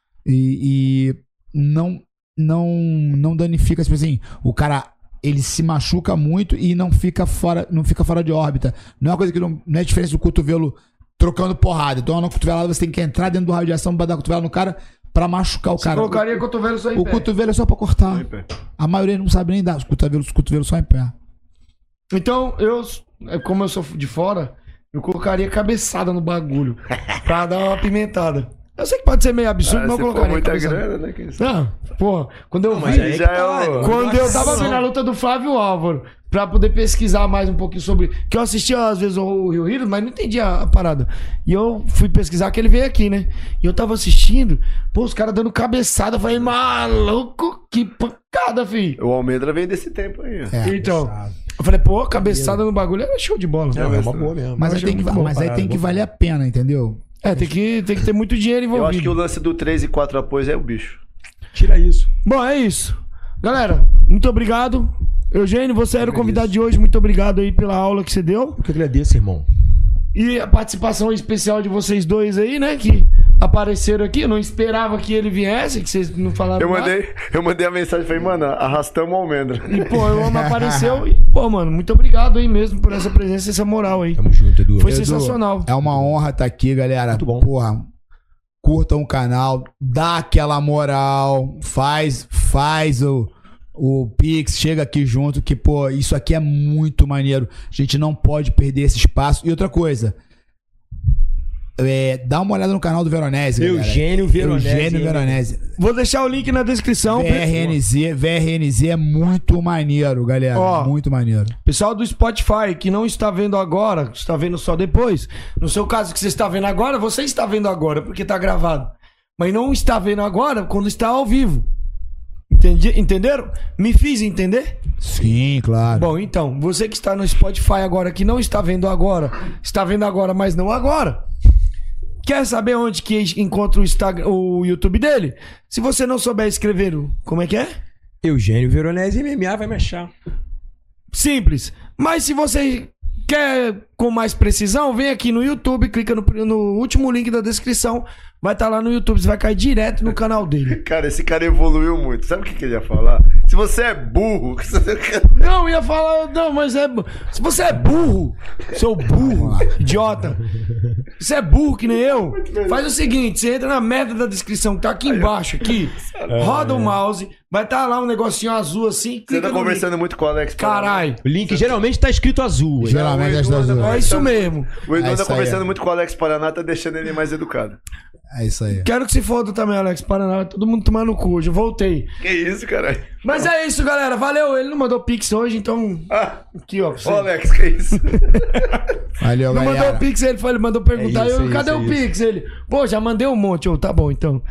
e, e não não não danifica, tipo assim, o cara ele se machuca muito e não fica fora, não fica fora de órbita. Não é uma coisa que não, não é diferença do cotovelo trocando porrada. Então, na cotovelada você tem que entrar dentro do raio de ação para dar a cotovela no cara para machucar o Você cara. colocaria cotovelo só em O pé. cotovelo é só pra cortar. em pé. A maioria não sabe nem dar os cotovelos, os cotovelos só em pé. Então, eu, é, como eu sou de fora, eu colocaria cabeçada no bagulho. Pra dar uma apimentada. Eu sei que pode ser meio absurdo, Ah, mas eu se for colocaria muita cabeçada. grana, né? Quem sabe? Não, porra, quando eu Mas vi. aí já que é tá, o- Quando eu tava Nossa. vendo a luta do Flávio Álvaro, pra poder pesquisar mais um pouquinho sobre. Que eu assistia às vezes o Rio Hero, mas não entendia a parada. E eu fui pesquisar que ele veio aqui, né? E eu tava assistindo, pô, os caras dando cabeçada. Eu falei, maluco, que pancada, filho. O Almendra vem desse tempo aí. ó. É. Então, eu falei, pô, cabeçada no bagulho é show de bola. É, é uma boa mesmo. Mas, Eu aí tem, que, achei muito mas bom, aí tem que valer a pena, entendeu? É, tem que, tem que ter muito dinheiro envolvido. Eu acho que o lance do três e quatro apoios é o bicho. Tira isso. Bom, é isso. Galera, muito obrigado. Eugênio, você era o convidado de hoje. Muito obrigado aí pela aula que você deu. Eu que agradeço, irmão. E a participação especial de vocês dois aí, né? Que apareceram aqui. Eu não esperava que ele viesse, que vocês não falaram Eu nada. mandei, eu mandei a mensagem e falei, mano, arrastamos o Almendra. E, pô, o homem apareceu. E, pô, mano, muito obrigado aí mesmo por essa presença e essa moral aí. Tamo junto, Edu. Foi Edu, sensacional. É uma honra estar aqui, galera. Muito bom. Porra, curtam o canal, dá aquela moral, faz, faz o, o Pix, chega aqui junto, que, pô, isso aqui é muito maneiro. A gente não pode perder esse espaço. E outra coisa, é, dá uma olhada no canal do Veronese, galera. Eugênio Veronese. Eugênio Veronese. Vou deixar o link na descrição. V R N Z, V R N Z é muito maneiro, galera. Ó. Muito maneiro. Pessoal do Spotify que não está vendo agora, está vendo só depois. No seu caso que você está vendo agora, você está vendo agora, porque está gravado. Mas não está vendo agora quando está ao vivo. Entendi, entenderam? Me fiz entender? Sim, claro. Bom, então, você que está no Spotify agora, que não está vendo agora, está vendo agora, mas não agora. Quer saber onde que encontra o, Instagram, o YouTube dele? Se você não souber escrever, o- como é que é? Eugênio Veronese M M A vai me achar. Simples. Mas se você quer com mais precisão, vem aqui no YouTube, clica no, no último link da descrição. Vai estar lá no YouTube, você vai cair direto no canal dele. Cara, esse cara evoluiu muito. Sabe o que, que ele ia falar? Se você é burro... Não, ia falar, não, mas é. Se você é burro, seu burro, idiota. Você é burro que nem eu. Faz o seguinte: você entra na merda da descrição que tá aqui embaixo, aqui. Roda o mouse, vai estar lá um negocinho azul assim. Você Clica tá no conversando link. muito com o Alex. Caralho. O link geralmente tá escrito azul. hein? Geralmente o é Edu azul. anda É isso mesmo. O Edu É anda isso aí, conversando é. muito com o Alex Paraná, tá deixando ele mais educado. É isso aí. Quero que se foda também, Alex. Paraná, todo mundo tomar no cu. Já voltei. Que isso, caralho. Mas é isso, galera. Valeu. Ele não mandou pix hoje, então... Ah, aqui, ó. ô, Alex, que isso? Valeu, não galera. mandou pix, ele, foi, ele mandou perguntar. É isso, eu, é cadê isso, o é pix? Ele, pô, já mandei um monte. Eu, tá bom, então.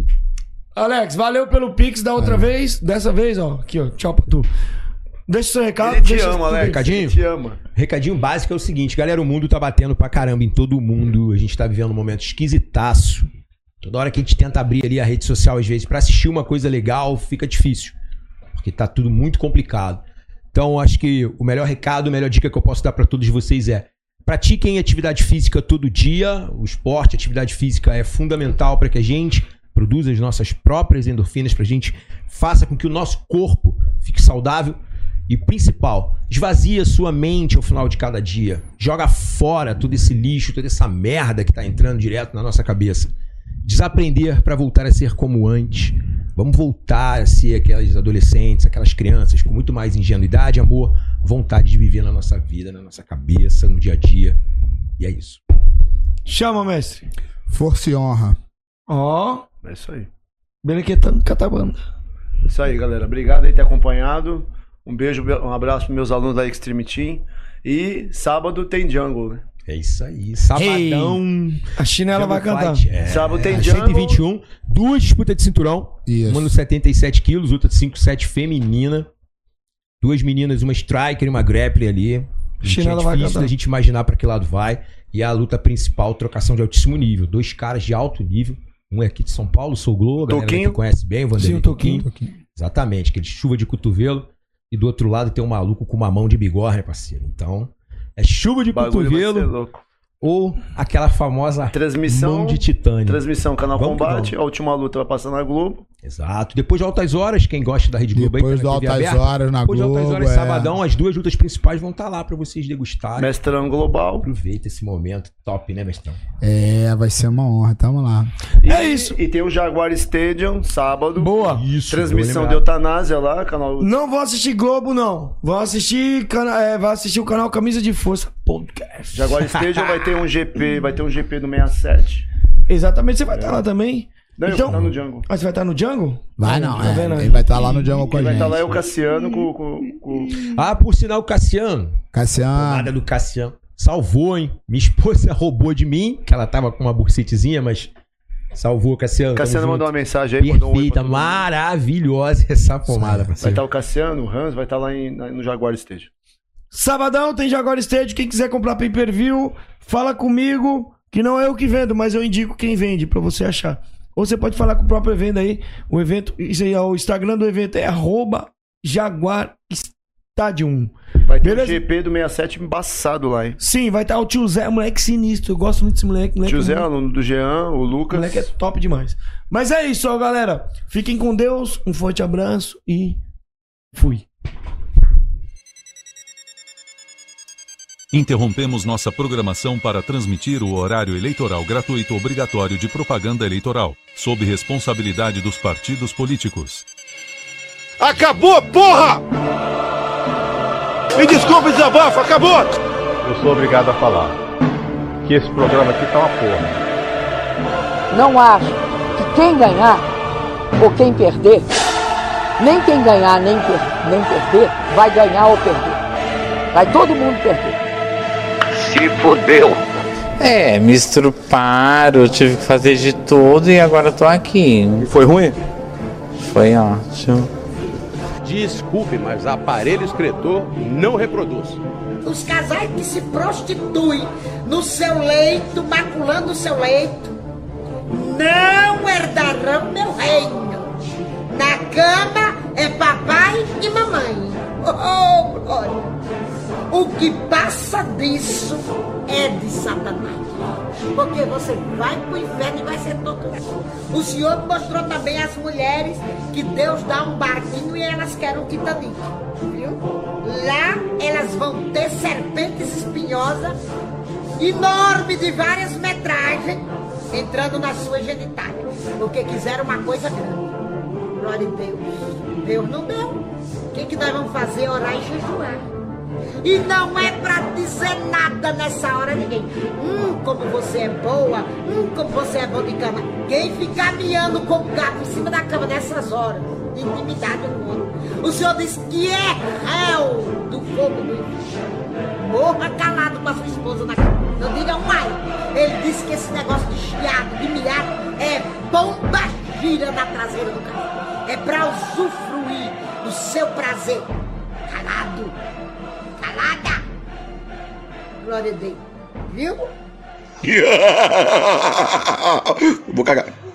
Alex, valeu pelo pix da outra Valeu. vez. Dessa vez, ó. Aqui, ó. Tchau pra tu. Deixa o seu recado. Ele te deixa ama, Alex. Recadinho? Ele te ama. Recadinho básico é o seguinte, galera, o mundo tá batendo pra caramba em todo mundo, a gente tá vivendo um momento esquisitaço. Toda hora que a gente tenta abrir ali a rede social, às vezes, pra assistir uma coisa legal, fica difícil. Porque tá tudo muito complicado. Então, acho que o melhor recado, a melhor dica que eu posso dar pra todos vocês é: pratiquem atividade física todo dia. O esporte, a atividade física é fundamental para que a gente produza as nossas próprias endorfinas, pra gente faça com que o nosso corpo fique saudável. E principal, esvazia sua mente ao final de cada dia. Joga fora todo esse lixo, toda essa merda que tá entrando direto na nossa cabeça. Desaprender para voltar a ser como antes. Vamos voltar a ser aquelas adolescentes, aquelas crianças com muito mais ingenuidade, amor, vontade de viver na nossa vida, na nossa cabeça, no dia a dia. E é isso. Chama, mestre. Força e honra. Ó. É isso aí. Belequetando Catabanda. Isso aí, galera. Obrigado aí por ter acompanhado. Um beijo, um abraço para meus alunos da Extreme Team. E sábado tem Jungle, né? É isso aí. Sabadão. Hey, a chinela vai cantar. É, sábado tem é, Jungle. cento e vinte e um. Duas disputas de cinturão. Isso. Uma no setenta e sete quilos, outra de cinquenta e sete feminina. Duas meninas, uma striker e uma grappler ali. Chinela é vai difícil cantar. da gente imaginar para que lado vai. E a luta principal, trocação de altíssimo nível. Dois caras de alto nível. Um é aqui de São Paulo, Sou Globo, a galera Toquinho. que conhece bem, o Vanderlei Sim, o Toquinho. Toquinho. Exatamente, aquele chuva de cotovelo. E do outro lado tem um maluco com uma mão de bigorna, parceiro. Então, é chuva de O bagulho vai ser cotovelo louco. ou aquela famosa Transmissão. mão de titânio. Transmissão Canal Vamos que Combate. vamos. A última luta vai passar na Globo. Exato. Depois de Altas Horas, quem gosta da Rede Globo aí, Depois tá do na T V Altas aberta, Horas na depois Globo. de Altas Horas, é. sabadão, as duas lutas principais vão estar lá pra vocês degustarem. Mestrão Global. Aproveita esse momento top, né, mestrão? É, vai ser uma honra. Tamo lá. E, É isso. E tem o Jaguar Stadium, sábado. Boa. Isso. Transmissão bem de lembrado. eutanásia lá, canal. Não vou assistir Globo, não. Vou assistir, cana- é, vou assistir o canal Camisa de Força Podcast. Jaguar Stadium vai ter um G P, vai ter um G P do sessenta e sete. Exatamente, você vai estar lá também. Não, eu Então- vou estar no Jungle. Ah, você vai estar no Django? Vai não, Tá é. vendo aí? Ele vai estar lá no Jungle com a Quem vai gente. estar lá é o Cassiano com, com, com... Ah, por sinal, o Cassiano. Cassiano. Nada do Cassiano. Salvou, hein? Minha esposa roubou de mim, que ela tava com uma bursetezinha, mas salvou, Cassiano. Cassiano Tamo mandou junto. uma mensagem aí. mandou um oi Perfeita, pra todo mundo. maravilhosa essa pomada, Vai parceiro. estar o Cassiano, o Hans, vai estar lá em- no Jaguar Stadium. Sabadão tem Jaguar Stage. Quem quiser comprar pay-per-view, fala comigo, que não é eu que vendo, mas eu indico quem vende pra você achar. Ou você pode falar com o próprio evento aí. O evento, isso aí, o Instagram do evento é arroba Jaguar Stadium. Vai ter Beleza? o G P do sessenta e sete embaçado lá, hein? Sim, vai estar o tio Zé, moleque sinistro. Eu gosto muito desse moleque. moleque Tio Zé, muito- aluno do Jean, o O Lucas. moleque é top demais. Mas é isso, ó, galera. Fiquem com Deus. Um forte abraço e fui. Interrompemos nossa programação para transmitir o horário eleitoral gratuito obrigatório de propaganda eleitoral, sob responsabilidade dos partidos políticos. Acabou, porra! Me desculpe, desabafo, acabou! Eu sou obrigado a falar que esse programa aqui tá uma porra. Não acho que quem ganhar ou quem perder, nem quem ganhar nem, per- nem perder, vai ganhar ou perder. Vai todo mundo perder. Se fodeu. É, me estruparam, tive que fazer de tudo e agora tô aqui. E foi ruim? Foi ótimo. Desculpe, mas aparelho excretor não reproduz. Os casais que se prostituem no seu leito, maculando o seu leito, não herdarão meu reino. Na cama é papai e mamãe. Oh, glória! O que passa disso é de Satanás. Porque você vai pro inferno e vai ser torturado. O Senhor mostrou também às mulheres que Deus dá um barquinho e elas querem um Titanic. Viu? Lá elas vão ter serpentes espinhosas, enormes de várias metragens, entrando na sua genitália. Porque quiseram uma coisa grande. Glória a Deus. Deus não deu. O que, que nós vamos fazer? Orar e jejuar. E não é pra dizer nada nessa hora ninguém. Hum, como você é boa. Hum, como você é bom de cama. Quem ficar miando como gato em cima da cama nessas horas de intimidade com o outro. O senhor diz que é réu do fogo do inferno. Morra calado com a sua esposa na cama. Não digam mais. Ele disse que esse negócio de chiado, de miar, é bomba gira na traseira do carro. É pra usufruir do seu prazer. Calado. Calada. Glória a Deus. Viu? Vou cagar.